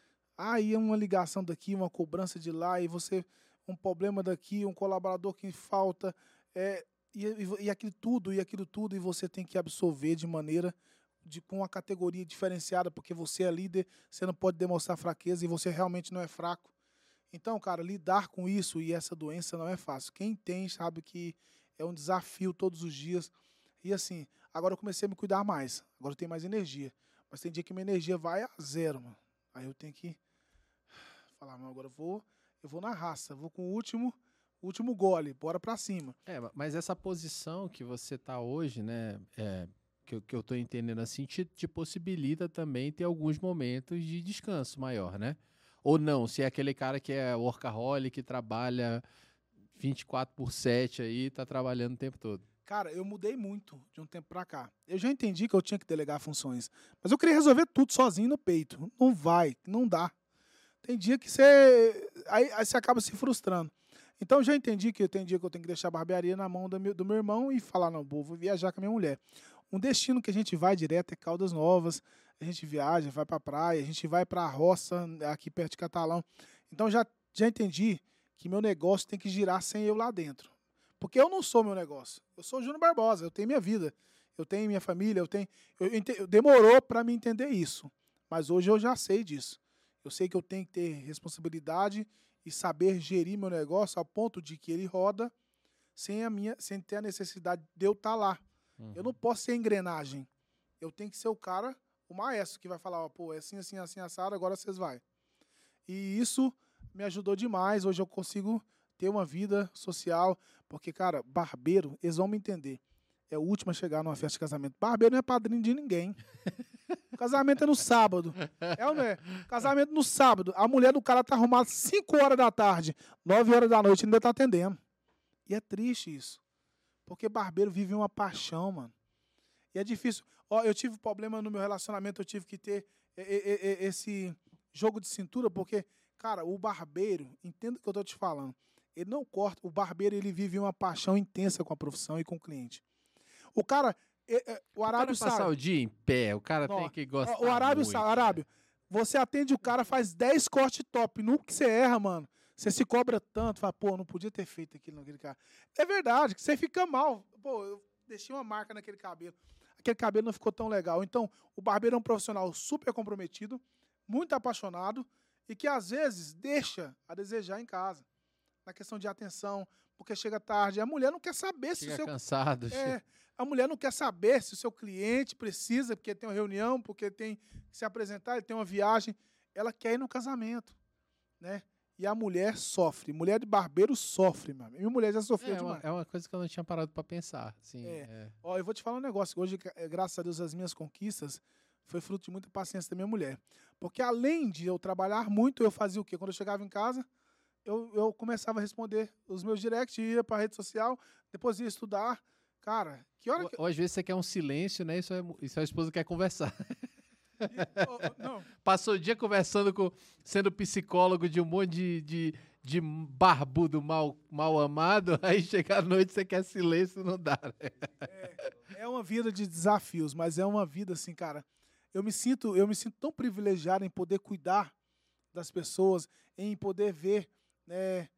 Aí é uma ligação daqui, uma cobrança de lá, e você, um problema daqui, um colaborador que falta, é, e, e, e aquilo tudo, e aquilo tudo, e você tem que absorver de maneira, de, com uma categoria diferenciada, porque você é líder, você não pode demonstrar fraqueza, e você realmente não é fraco. Então, cara, lidar com isso e essa doença não é fácil. Quem tem sabe que é um desafio todos os dias. E assim, agora eu comecei a me cuidar mais. Agora eu tenho mais energia. Mas tem dia que minha energia vai a zero, mano. Aí eu tenho que Falar, não, agora eu vou, eu vou na raça, vou com o último, último gole, bora pra cima. É, mas essa posição que você tá hoje, né, é, que, eu- que eu tô entendendo assim, te, te possibilita também ter alguns momentos de descanso maior, né? Ou não, se é aquele cara que é workaholic, que trabalha vinte e quatro por sete aí, tá trabalhando o tempo todo. Cara, eu mudei muito de um tempo pra cá. Eu já entendi que eu tinha que delegar funções, mas eu queria resolver tudo sozinho no peito. Não vai, não dá. Tem dia que você. Aí, aí você acaba se frustrando. Então eu já entendi que tem dia que eu tenho que deixar a barbearia na mão do meu, do meu irmão e falar, não, vou viajar com a minha mulher. Um destino que a gente vai direto é Caldas Novas. A gente viaja, vai pra praia, a gente vai pra roça, aqui perto de Catalão. Então já, já entendi que meu negócio tem que girar sem eu lá dentro. Porque eu não sou meu negócio. Eu sou o Júnior Barbosa, eu tenho minha vida. Eu tenho minha família, eu tenho. Eu, ente- eu- demorou para me entender isso. Mas hoje eu já sei disso. Eu sei que eu tenho que ter responsabilidade e saber gerir meu negócio ao ponto de que ele roda sem, a minha, sem ter a necessidade de eu estar lá. Eu não posso ser engrenagem. Eu tenho que ser o cara, o maestro, que vai falar, ó, pô, é assim, assim, assim, assado, agora vocês vai. E isso me ajudou demais. Hoje eu consigo ter uma vida social, porque, cara, barbeiro, eles vão me entender. É o último a chegar numa festa de casamento. Barbeiro não é padrinho de ninguém. O casamento é no sábado. É ou não é? Casamento no sábado. A mulher do cara tá arrumada cinco horas da tarde, nove horas da noite, ainda tá atendendo. E é triste isso. Porque barbeiro vive uma paixão, mano. E é difícil. Ó, eu tive problema no meu relacionamento, eu tive que ter e- e- e- esse jogo de cintura, porque, cara, o barbeiro, entenda o que eu tô te falando, ele não corta. O barbeiro, ele vive uma paixão intensa com a profissão e com o cliente. O cara, é- é, o O cara Arábio passar sabe. o dia em pé, o cara tem Ó, que gostar o Arábio muito, sabe, né? Arábio, você atende o cara, faz dez cortes top. Nunca que você erra, mano. Você se cobra tanto, fala, pô, não podia ter feito aquilo naquele cara. É verdade, que você fica mal. Pô, eu deixei uma marca naquele cabelo. Aquele cabelo não ficou tão legal. Então, o barbeiro é um profissional super comprometido, muito apaixonado e que às vezes deixa a desejar em casa. Na questão de atenção, porque chega tarde. A mulher não quer saber se o Chega seu cansado. é, a mulher não quer saber se o seu cliente precisa, porque tem uma reunião, porque tem que se apresentar, ele tem uma viagem. Ela quer ir no casamento, né? E a mulher sofre. Mulher de barbeiro sofre, mano. Minha mulher já sofreu É uma, demais. é uma coisa que eu não tinha parado pra pensar. Assim, É. é. Ó, eu vou te falar um negócio. Hoje, eh, graças a Deus, as minhas conquistas foi fruto de muita paciência da minha mulher. Porque além de eu trabalhar muito, eu fazia o quê? Quando eu chegava em casa, eu, eu começava a responder os meus directs, ia pra rede social, depois ia estudar. Cara, que hora Ou, que... ou às vezes você quer um silêncio, né? E sua, e sua esposa quer conversar. Ó, ó, não, Passou o dia conversando com. Sendo psicólogo de um monte de, de, de barbudo mal, mal amado, aí chega à noite você quer silêncio, não dá, né? é uma vida de desafios, mas é uma vida assim, cara. Eu me sinto, eu me sinto tão privilegiado em poder cuidar das pessoas, em poder ver, né?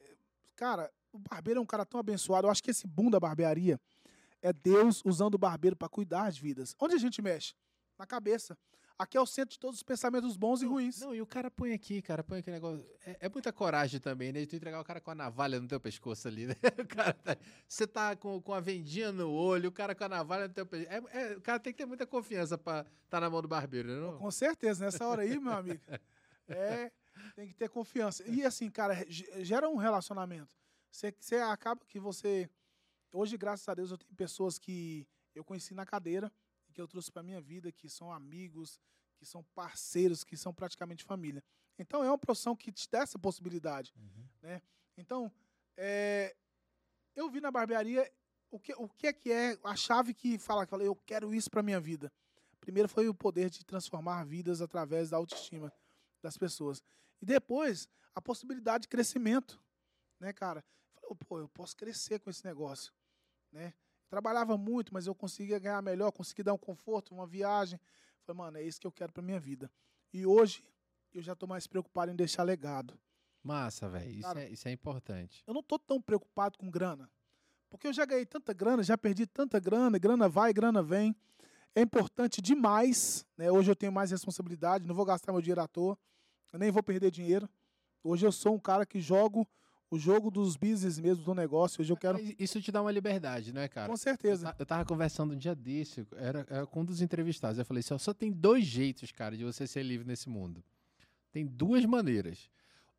Cara, o barbeiro é um cara tão abençoado. Eu acho que esse boom da barbearia é Deus usando o barbeiro para cuidar de vidas. Onde a gente mexe? Na cabeça. Aqui é o centro de todos os pensamentos bons e ruins. Não, e o cara põe aqui, cara, põe aquele negócio. É, é muita coragem também, né? De tu entregar o cara com a navalha no teu pescoço ali, né? O cara tá- você tá com, com a vendinha no olho, o cara com a navalha no teu pescoço. É, é, o cara tem que ter muita confiança pra tá na mão do barbeiro, né? Não? Com certeza, nessa hora aí, meu amigo, é, tem que ter confiança. E assim, cara, ge- gera um relacionamento. Você, você acaba que você... Hoje, graças a Deus, eu tenho pessoas que eu conheci na cadeira e que eu trouxe para minha vida, que são amigos, que são parceiros, que são praticamente família. Então, é uma profissão que te dá essa possibilidade, né? Então, é, eu vi na barbearia o que, o que é que é a chave que fala, que fala, eu quero isso para minha vida. Primeiro foi o poder de transformar vidas através da autoestima das pessoas. E depois, a possibilidade de crescimento, né, cara? Falei, pô, eu posso crescer com esse negócio, né? Trabalhava muito, mas eu conseguia ganhar melhor, conseguia dar um conforto, uma viagem. Falei, mano, é isso que eu quero pra minha vida. E hoje, eu já tô mais preocupado em deixar legado. Massa, velho. Isso Cara, é, isso é importante. Eu não tô tão preocupado com grana. Porque eu já ganhei tanta grana, já perdi tanta grana, grana vai, grana vem. É importante demais, né? Hoje eu tenho mais responsabilidade, não vou gastar meu dinheiro à toa, eu nem vou perder dinheiro. Hoje eu sou um cara que jogo o jogo dos business mesmo, do negócio. Hoje eu quero... Mas isso te dá uma liberdade, né, cara? Com certeza. Eu, ta- eu tava conversando um dia desse, era, era com um dos entrevistados. Eu falei assim: ó, só tem dois jeitos, cara, de você ser livre nesse mundo. Tem duas maneiras.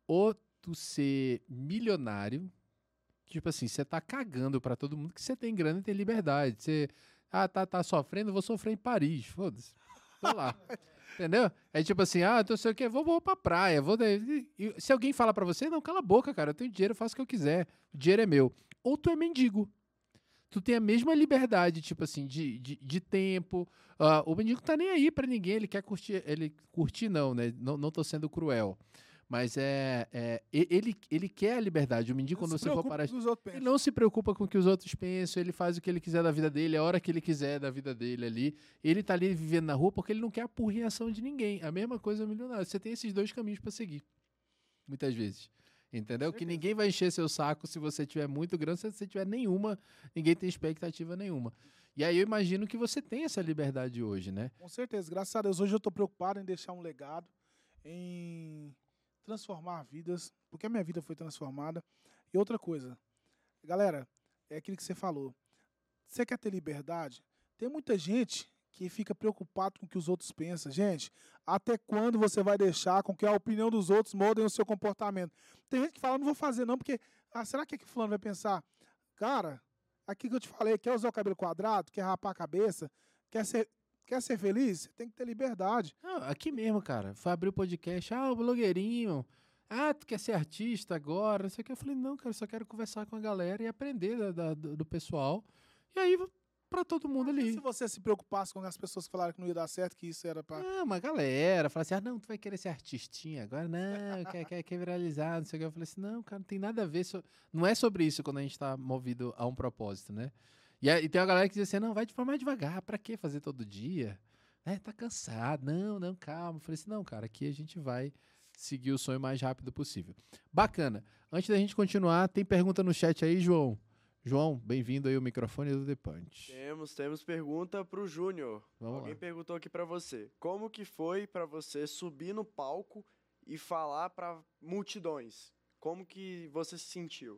ou tu ser milionário, tipo assim, você tá cagando pra todo mundo que você tem grana e tem liberdade. Você, ah, tá, tá sofrendo, vou sofrer em Paris, foda-se. Tô lá. Entendeu? É tipo assim, ah, não sei o que, vou, vou pra praia. Vou... E, e, se alguém fala pra você, não, cala a boca, cara, eu tenho dinheiro, eu faço o que eu quiser. O dinheiro é meu. Ou tu é mendigo. Tu tem a mesma liberdade, tipo assim, de, de, de tempo. Uh, o mendigo tá nem aí pra ninguém, ele quer curtir. Ele curtir, não, né? Não, não tô sendo cruel. Mas é, é. Ele, ele quer a liberdade. O mendigo, quando você for parar. Ele não se preocupa com o que os outros pensam, ele faz o que ele quiser da vida dele, a hora que ele quiser da vida dele ali. Ele tá ali vivendo na rua porque ele não quer a porriação de ninguém. A mesma coisa é o milionário. Você tem esses dois caminhos pra seguir. Muitas vezes. Entendeu? Que ninguém vai encher seu saco se você tiver muito grande, se você tiver nenhuma, ninguém tem expectativa nenhuma. E aí eu imagino que você tem essa liberdade hoje, né? Com certeza, graças a Deus. Hoje eu tô preocupado em deixar um legado, em transformar vidas, porque a minha vida foi transformada. E outra coisa, galera, é aquilo que você falou. Você quer ter liberdade? Tem muita gente que fica preocupado com o que os outros pensam. Gente, até quando você vai deixar com que a opinião dos outros moldem o seu comportamento? Tem gente que fala, não vou fazer não, porque, ah, será que é que fulano vai pensar? Cara, aqui que eu te falei, quer usar o cabelo quadrado, quer rapar a cabeça, quer ser, quer ser feliz? Você tem que ter liberdade. Não, aqui mesmo, cara, foi abrir o podcast, ah, o blogueirinho, ah, tu quer ser artista agora, não sei o que. Eu falei, não, cara, eu só quero conversar com a galera e aprender da, da, do, do pessoal. E aí... pra todo mundo ali. E se você se preocupasse com as pessoas que falaram que não ia dar certo, que isso era pra... Ah, uma galera fala assim, ah, não, tu vai querer ser artistinha agora? Não, quer, quer, quer viralizar, não sei o que. Eu falei assim, não, cara, não tem nada a ver, so... não é sobre isso quando a gente tá movido a um propósito, né? E, aí, e tem uma galera que diz assim, não, vai de forma devagar, pra que fazer todo dia? É, tá cansado, não, não, calma. Eu falei assim, não, cara, aqui a gente vai seguir o sonho o mais rápido possível. Bacana. Antes da gente continuar, tem pergunta no chat aí, João? João, bem-vindo aí ao microfone do The Punch. Temos, temos pergunta pro Júnior. Vamos Alguém lá. perguntou aqui pra você. Como que foi pra você subir no palco e falar pra multidões? Como que você se sentiu?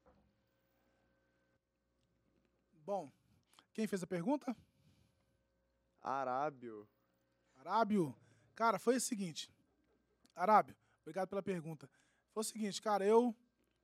Bom, quem fez a pergunta? Arábio. Arábio. Cara, foi o seguinte. Arábio, obrigado pela pergunta. Foi o seguinte, cara, eu...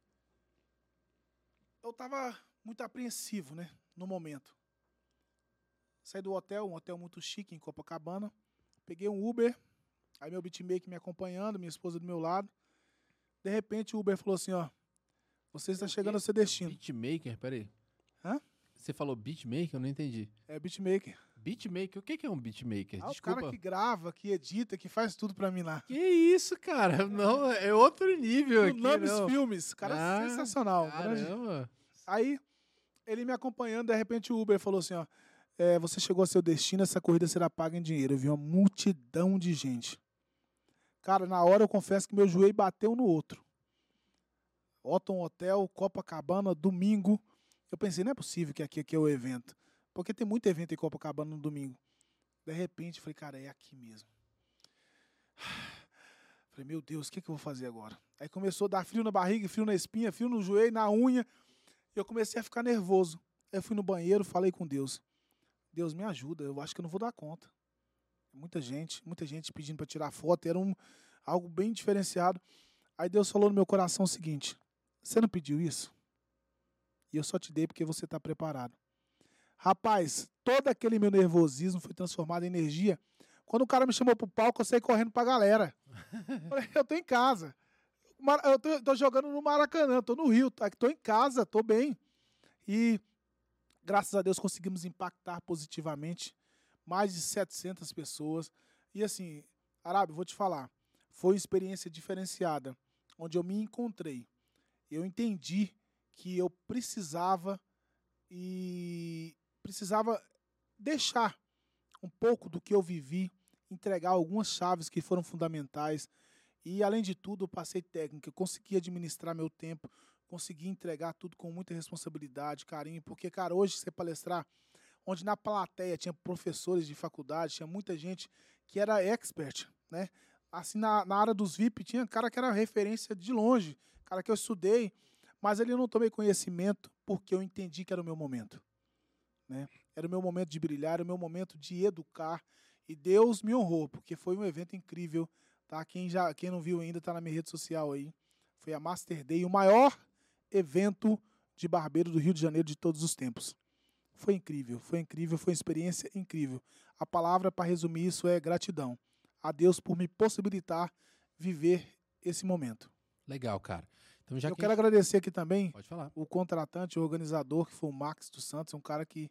Eu tava muito apreensivo, né, no momento. Saí do hotel, um hotel muito chique em Copacabana. Peguei um Uber, aí meu beatmaker me acompanhando, minha esposa do meu lado. De repente o Uber falou assim, ó, você está chegando ao seu destino. Beatmaker, peraí. Hã? Você falou beatmaker? Eu não entendi. É beatmaker. Beatmaker? O que que é um beatmaker? Ah, o Desculpa. cara que grava, que edita, que faz tudo pra mim lá. Que isso, cara? Não, é outro nível O aqui, Names não. Filmes, cara Ah, sensacional. Grande. Caramba. Aí, ele me acompanhando, de repente o Uber falou assim, ó, é, você chegou ao seu destino, essa corrida será paga em dinheiro. Eu vi uma multidão de gente. Cara, na hora eu confesso que meu joelho bateu no outro. Otton Hotel, Copacabana, domingo. Eu pensei, não é possível que aqui, aqui é o evento. Porque tem muito evento em Copacabana no domingo. De repente, eu falei, cara, é aqui mesmo. Falei, meu Deus, o que, que eu vou fazer agora? Aí começou a dar frio na barriga, frio na espinha, frio no joelho, na unha. Eu comecei a ficar nervoso. Eu fui no banheiro, falei com Deus. Deus, me ajuda, eu acho que eu não vou dar conta. Muita gente, muita gente pedindo para tirar foto, era um, algo bem diferenciado. Aí Deus falou no meu coração o seguinte, você não pediu isso? E eu só te dei porque você está preparado. Rapaz, todo aquele meu nervosismo foi transformado em energia. Quando o cara me chamou pro palco, eu saí correndo pra galera. Falei, eu tô em casa. Eu tô, tô jogando no Maracanã, tô no Rio, tô em casa, tô bem. E, graças a Deus, conseguimos impactar positivamente mais de setecentas pessoas. E assim, Arábio, vou te falar, foi uma experiência diferenciada, onde eu me encontrei. Eu entendi que eu precisava e precisava deixar um pouco do que eu vivi, entregar algumas chaves que foram fundamentais. E, além de tudo, eu passei técnica, eu consegui administrar meu tempo, consegui entregar tudo com muita responsabilidade, carinho, porque, cara, hoje você palestrar, onde na plateia tinha professores de faculdade, tinha muita gente que era expert, né? Assim, na, na área dos V I P, tinha cara que era referência de longe, cara que eu estudei, mas ali eu não tomei conhecimento porque eu entendi que era o meu momento, né? Era o meu momento de brilhar, era o meu momento de educar, e Deus me honrou, porque foi um evento incrível, tá? Quem, já, quem não viu ainda, tá na minha rede social aí. Foi a Master Day, o maior evento de barbeiro do Rio de Janeiro de todos os tempos. Foi incrível, foi incrível, foi uma experiência incrível. A palavra para resumir isso é gratidão a Deus por me possibilitar viver esse momento. Legal, cara. Então, já Eu que quero a gente... agradecer aqui também Pode falar. o contratante, o organizador, que foi o Max dos Santos, um cara que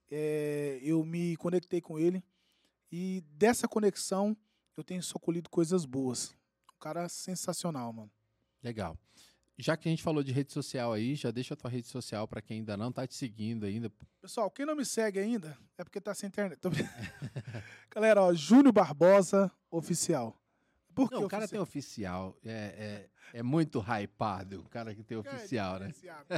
é, eu me conectei com ele e dessa conexão eu tenho socolhido coisas boas. Um cara sensacional, mano. Legal. Já que a gente falou de rede social aí, já deixa a tua rede social para quem ainda não tá te seguindo ainda. Pessoal, quem não me segue ainda é porque tá sem internet. Tô... Galera, ó, Júnior Barbosa Oficial. Por que Não, o cara oficial? tem oficial. É, é, é muito hypado o cara que tem oficial, é né?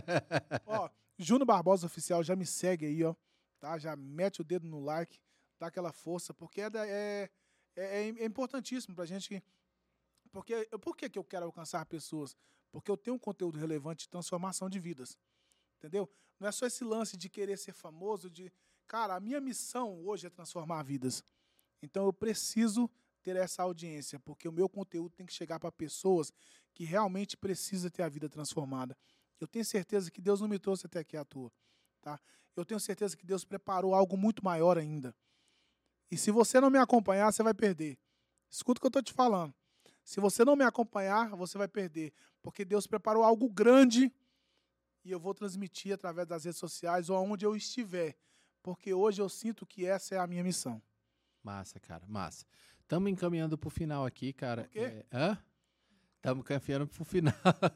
Ó, Júnior Barbosa Oficial, já me segue aí, ó. Tá? Já mete o dedo no like, dá aquela força, porque é, da- é, é, é importantíssimo pra gente. Porque, por que, que eu quero alcançar pessoas? Porque eu tenho um conteúdo relevante de transformação de vidas. Entendeu? Não é só esse lance de querer ser famoso, de. Cara, a minha missão hoje é transformar vidas. Então eu preciso ter essa audiência, porque o meu conteúdo tem que chegar para pessoas que realmente precisam ter a vida transformada. Eu tenho certeza que Deus não me trouxe até aqui à toa. Tá? Eu tenho certeza que Deus preparou algo muito maior ainda. E se você não me acompanhar, você vai perder. Escuta o que eu estou te falando. Se você não me acompanhar, você vai perder. Porque Deus preparou algo grande e eu vou transmitir através das redes sociais ou aonde eu estiver. Porque hoje eu sinto que essa é a minha missão. Massa, cara, massa. Estamos encaminhando pro final aqui, cara. Por quê? É... Hã? Estamos caminhando pro final.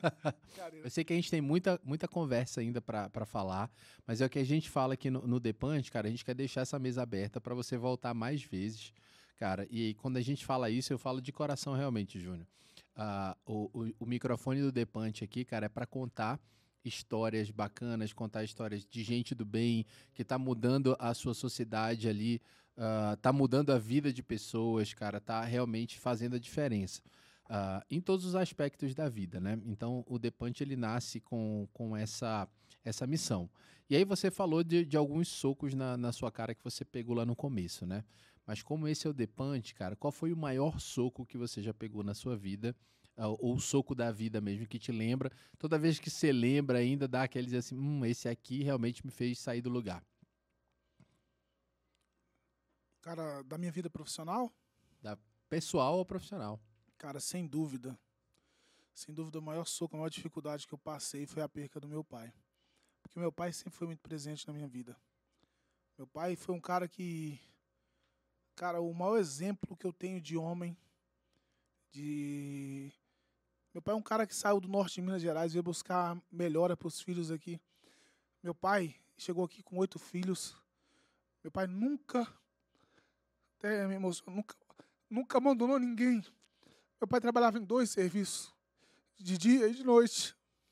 Eu sei que a gente tem muita, muita conversa ainda para falar, mas é o que a gente fala aqui no, no The Punch, cara, a gente quer deixar essa mesa aberta para você voltar mais vezes, cara. E quando a gente fala isso, eu falo de coração realmente, Júnior. Ah, o, o, o microfone do The Punch aqui, cara, é para contar histórias bacanas, contar histórias de gente do bem, que tá mudando a sua sociedade ali, uh, tá mudando a vida de pessoas, cara, tá realmente fazendo a diferença. Uh, em todos os aspectos da vida, né? Então, o The Punch, ele nasce com, com essa, essa missão. E aí você falou de, de alguns socos na, na sua cara que você pegou lá no começo, né? Mas como esse é o The Punch, cara, qual foi o maior soco que você já pegou na sua vida? Uh, ou o soco da vida mesmo, que te lembra? Toda vez que você lembra ainda, dá aquele dizer assim, hum, esse aqui realmente me fez sair do lugar. Cara, da minha vida profissional? Da pessoal ou profissional? Cara, sem dúvida. Sem dúvida, o maior soco, a maior dificuldade que eu passei foi a perca do meu pai. Porque meu pai sempre foi muito presente na minha vida. Meu pai foi um cara que... Cara, o maior exemplo que eu tenho de homem, de... Meu pai é um cara que saiu do norte de Minas Gerais, veio buscar melhora para os filhos aqui. Meu pai chegou aqui com oito filhos. Meu pai nunca... Até me emocionou, nunca, nunca abandonou ninguém. Meu pai trabalhava em dois serviços, de dia e de noite,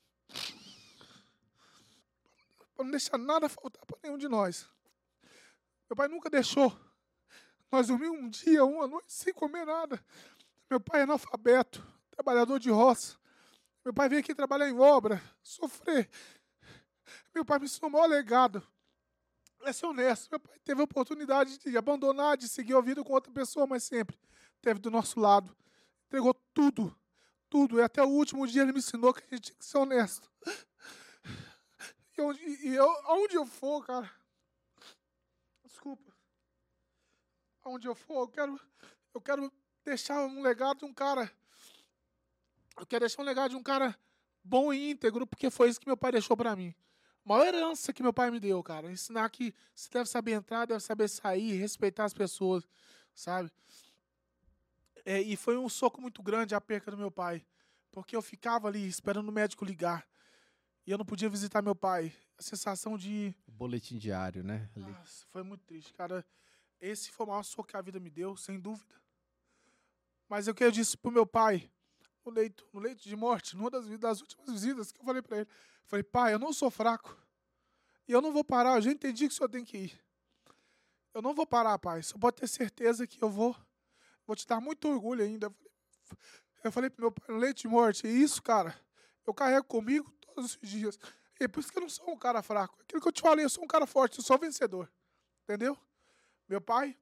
para não deixar nada faltar para nenhum de nós. Meu pai nunca deixou nós dormir um dia, uma noite, sem comer nada. Meu pai é analfabeto, trabalhador de roça. Meu pai veio aqui trabalhar em obra, sofrer. Meu pai me ensinou o maior legado. É ser honesto. Meu pai teve a oportunidade de abandonar, de seguir a vida com outra pessoa, mas sempre esteve do nosso lado. Entregou tudo, tudo. E até o último dia ele me ensinou que a gente tinha que ser honesto. E, onde, e eu, aonde eu for, cara... Desculpa. Aonde eu for, eu quero, eu quero deixar um legado de um cara... Eu quero deixar um legado de um cara bom e íntegro, porque foi isso que meu pai deixou pra mim. A maior herança que meu pai me deu, cara. Ensinar que você deve saber entrar, deve saber sair, respeitar as pessoas, sabe? É, e foi um soco muito grande a perca do meu pai. Porque eu ficava ali esperando o médico ligar. E eu não podia visitar meu pai. A sensação de... O boletim diário, né? Ali. Nossa, foi muito triste, cara. Esse foi o maior soco que a vida me deu, sem dúvida. Mas o que eu disse pro meu pai, no leito, no leito de morte, numa das, das últimas visitas, que eu falei pra ele, eu falei, pai, eu não sou fraco. E eu não vou parar, eu já entendi que o senhor tem que ir. Eu não vou parar, pai. Você pode ter certeza que eu vou... Vou te dar muito orgulho ainda. Eu falei pro meu pai, no leite de morte, e isso, cara, eu carrego comigo todos os dias. E é por isso que eu não sou um cara fraco. Aquilo que eu te falei, eu sou um cara forte, eu sou vencedor. Entendeu? Meu pai,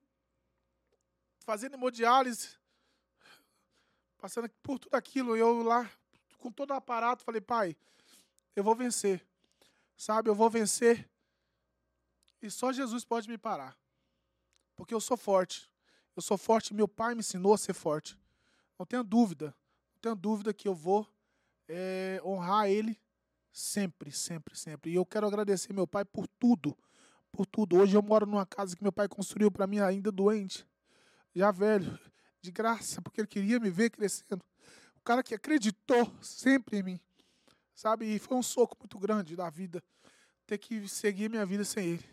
fazendo hemodiálise, passando por tudo aquilo, eu lá, com todo o aparato, falei, pai, eu vou vencer. Sabe, eu vou vencer. E só Jesus pode me parar. Porque eu sou forte. Eu sou forte, meu pai me ensinou a ser forte. Não tenho dúvida. Não tenho dúvida que eu vou é, honrar ele sempre, sempre, sempre. E eu quero agradecer meu pai por tudo. Por tudo. Hoje eu moro numa casa que meu pai construiu para mim ainda doente. Já velho. De graça, porque ele queria me ver crescendo. O cara que acreditou sempre em mim. Sabe? E foi um soco muito grande da vida. Ter que seguir minha vida sem ele.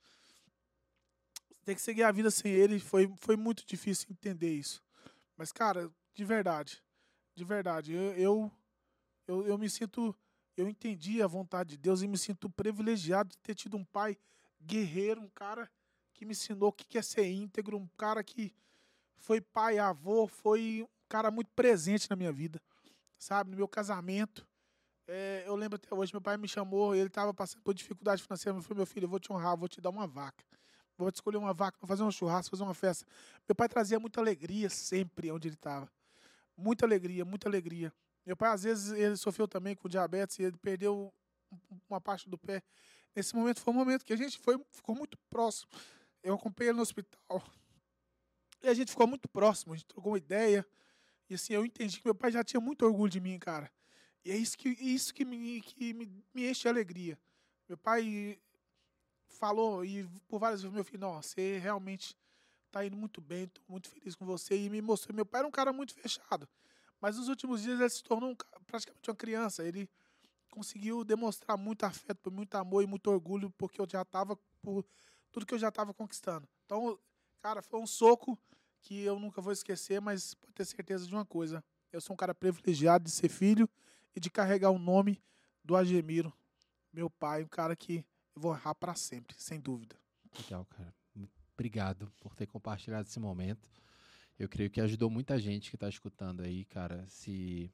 Ter que seguir a vida sem ele foi, foi muito difícil entender isso. Mas, cara, de verdade. De verdade. Eu, eu, eu, eu me sinto... Eu entendi a vontade de Deus e me sinto privilegiado de ter tido um pai guerreiro, um cara que me ensinou o que é ser íntegro, um cara que foi pai, avô, foi um cara muito presente na minha vida, sabe? No meu casamento. É, eu lembro até hoje, meu pai me chamou, ele estava passando por dificuldade financeira, eu falei, meu filho, eu vou te honrar, eu vou te dar uma vaca. Vou te escolher uma vaca, vou fazer um churrasco, fazer uma festa. Meu pai trazia muita alegria sempre onde ele estava. Muita alegria, muita alegria. Meu pai, às vezes, ele sofreu também com diabetes e ele perdeu uma parte do pé. Nesse momento, foi um momento que a gente foi, ficou muito próximo. Eu acompanhei ele no hospital. E a gente ficou muito próximo, a gente trocou uma ideia. E assim, eu entendi que meu pai já tinha muito orgulho de mim, cara. E é isso que, isso que, me, que me, me enche de alegria. Meu pai falou, e por várias vezes, meu filho, não, você realmente está indo muito bem, estou muito feliz com você. E me mostrou, meu pai era um cara muito fechado. Mas nos últimos dias ele se tornou um, praticamente uma criança. Ele conseguiu demonstrar muito afeto, muito amor e muito orgulho, porque eu já estava por tudo que eu já estava conquistando. Então, cara, foi um soco que eu nunca vou esquecer, mas pode ter certeza de uma coisa. Eu sou um cara privilegiado de ser filho e de carregar o nome do Agemiro, meu pai, um cara que eu vou honrar para sempre, sem dúvida. Legal, cara. Obrigado por ter compartilhado esse momento. Eu creio que ajudou muita gente que está escutando aí, cara, se,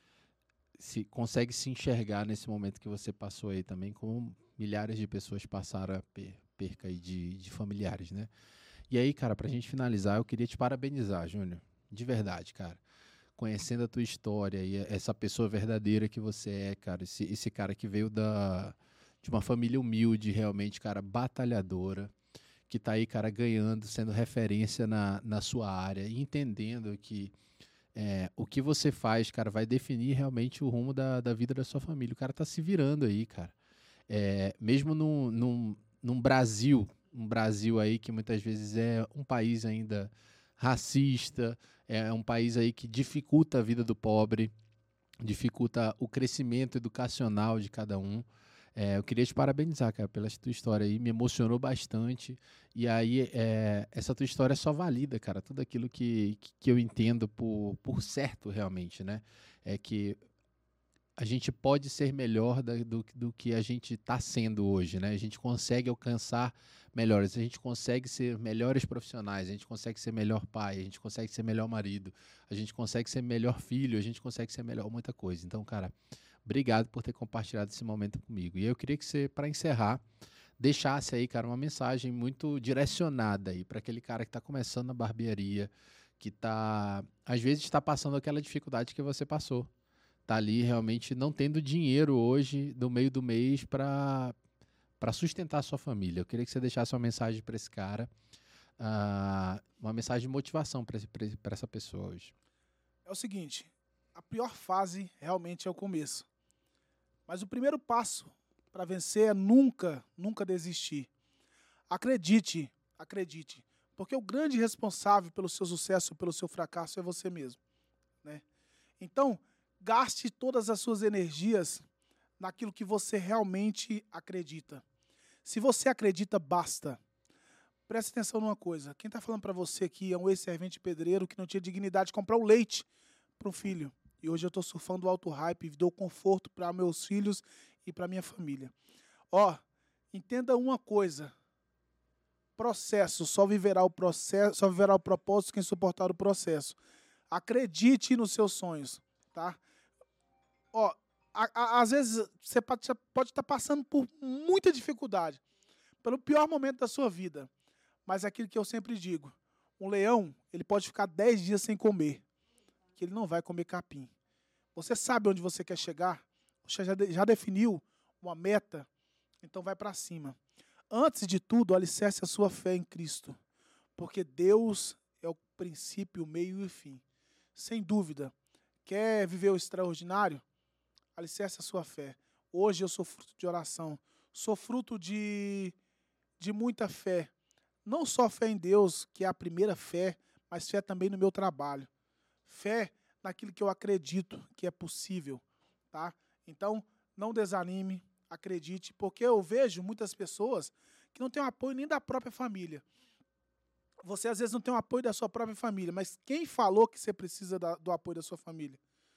se consegue se enxergar nesse momento que você passou aí também, como milhares de pessoas passaram a per, perca aí de, de familiares, né? E aí, cara, pra gente finalizar, eu queria te parabenizar, Júnior, de verdade, cara. Conhecendo a tua história e essa pessoa verdadeira que você é, cara, esse, esse cara que veio da, de uma família humilde, realmente, cara, batalhadora, que tá aí, cara, ganhando, sendo referência na, na sua área e entendendo que é, o que você faz, cara, vai definir realmente o rumo da, da vida da sua família. O cara tá se virando aí, cara. É, mesmo num, num, num Brasil, um Brasil aí que muitas vezes é um país ainda racista, é um país aí que dificulta a vida do pobre, dificulta o crescimento educacional de cada um. É, eu queria te parabenizar, cara, pela tua história aí, me emocionou bastante, e aí é, essa tua história só valida, cara, tudo aquilo que, que eu entendo por, por certo, realmente, né, é que a gente pode ser melhor da, do, do que a gente está sendo hoje, né, a gente consegue alcançar melhores, a gente consegue ser melhores profissionais, a gente consegue ser melhor pai, a gente consegue ser melhor marido, a gente consegue ser melhor filho, a gente consegue ser melhor muita coisa, então, cara, obrigado por ter compartilhado esse momento comigo. E eu queria que você, para encerrar, deixasse aí, cara, uma mensagem muito direcionada aí para aquele cara que está começando na barbearia, que tá, às vezes está passando aquela dificuldade que você passou. Tá ali realmente não tendo dinheiro hoje, no meio do mês, para para sustentar a sua família. Eu queria que você deixasse uma mensagem para esse cara, uh, uma mensagem de motivação para essa pessoa hoje. É o seguinte, a pior fase realmente é o começo. Mas o primeiro passo para vencer é nunca, nunca desistir. Acredite, acredite. Porque o grande responsável pelo seu sucesso, pelo seu fracasso é você mesmo, né? Então, gaste todas as suas energias naquilo que você realmente acredita. Se você acredita, basta. Preste atenção numa coisa. Quem está falando para você que é um ex-servente pedreiro que não tinha dignidade de comprar o leite para um filho. E hoje eu estou surfando o alto hype e dou conforto para meus filhos e para minha família. Ó, entenda uma coisa. Processo, só viverá o processo, só viverá o propósito quem suportar o processo. Acredite nos seus sonhos, tá? Ó, a, a, às vezes você pode, pode estar passando por muita dificuldade, pelo pior momento da sua vida. Mas é aquilo que eu sempre digo, um leão, ele pode ficar dez dias sem comer, que ele não vai comer capim. Você sabe onde você quer chegar? Você já, de, já definiu uma meta? Então vai para cima. Antes de tudo, alicerce a sua fé em Cristo. Porque Deus é o princípio, o meio e o fim. Sem dúvida. Quer viver o extraordinário? Alicerce a sua fé. Hoje eu sou fruto de oração. Sou fruto de, de muita fé. Não só fé em Deus, que é a primeira fé, mas fé também no meu trabalho. Fé naquilo que eu acredito que é possível. Tá? Então, não desanime, acredite, porque eu vejo muitas pessoas que não têm o apoio nem da própria família. Você, às vezes, não tem o apoio da sua própria família, mas quem falou que você precisa da, do apoio da sua família?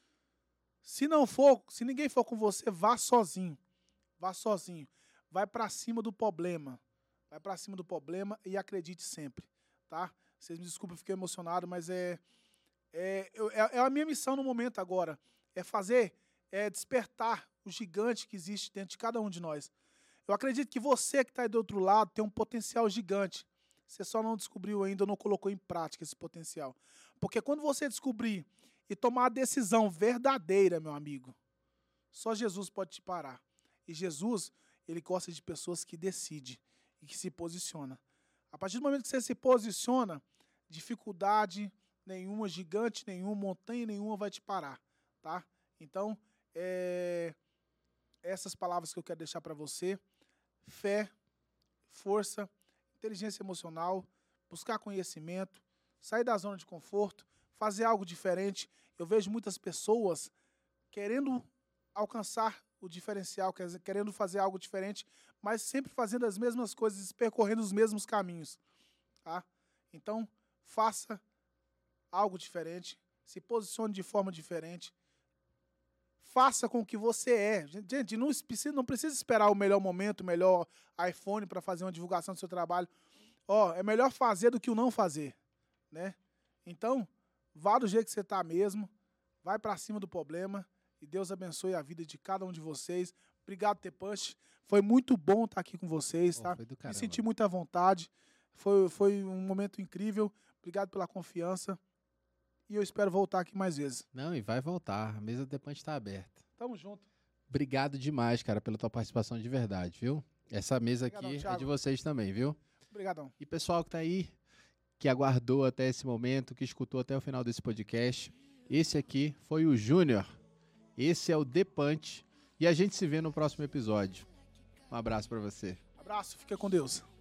Se não for, se ninguém for com você, vá sozinho. Vá sozinho. Vai para cima do problema. Vai para cima do problema e acredite sempre, tá? Vocês me desculpem, eu fiquei emocionado, mas é, é, é, é a minha missão no momento agora. É fazer, é despertar o gigante que existe dentro de cada um de nós. Eu acredito que você que está aí do outro lado tem um potencial gigante. Você só não descobriu ainda ou não colocou em prática esse potencial. Porque quando você descobrir e tomar a decisão verdadeira, meu amigo, só Jesus pode te parar. E Jesus, ele gosta de pessoas que decidem e que se posicionam. A partir do momento que você se posiciona, dificuldade nenhuma, gigante nenhum, montanha nenhuma vai te parar, tá? Então, é... essas palavras que eu quero deixar para você: fé, força, inteligência emocional, buscar conhecimento, sair da zona de conforto, fazer algo diferente. Eu vejo muitas pessoas querendo alcançar o diferencial, querendo fazer algo diferente, mas sempre fazendo as mesmas coisas, percorrendo os mesmos caminhos. Tá? Então, faça algo diferente, se posicione de forma diferente, faça com o que você é. Gente, não precisa, não precisa esperar o melhor momento, o melhor iPhone para fazer uma divulgação do seu trabalho. Ó, é melhor fazer do que o não fazer, né? Então, vá do jeito que você está mesmo, vai para cima do problema e Deus abençoe a vida de cada um de vocês. Obrigado, The Punch. Foi muito bom estar aqui com vocês, tá? Oh, me senti muito à vontade. Foi, foi um momento incrível. Obrigado pela confiança. E eu espero voltar aqui mais vezes. Não, e vai voltar. A mesa do The Punch está aberta. Tamo junto. Obrigado demais, cara, pela tua participação de verdade, viu? Essa mesa Obrigadão, aqui Thiago. É de vocês também, viu? Obrigadão. E pessoal que tá aí, que aguardou até esse momento, que escutou até o final desse podcast, esse aqui foi o Júnior. Esse é o The Punch. E a gente se vê no próximo episódio. Um abraço pra você. Abraço, fica com Deus.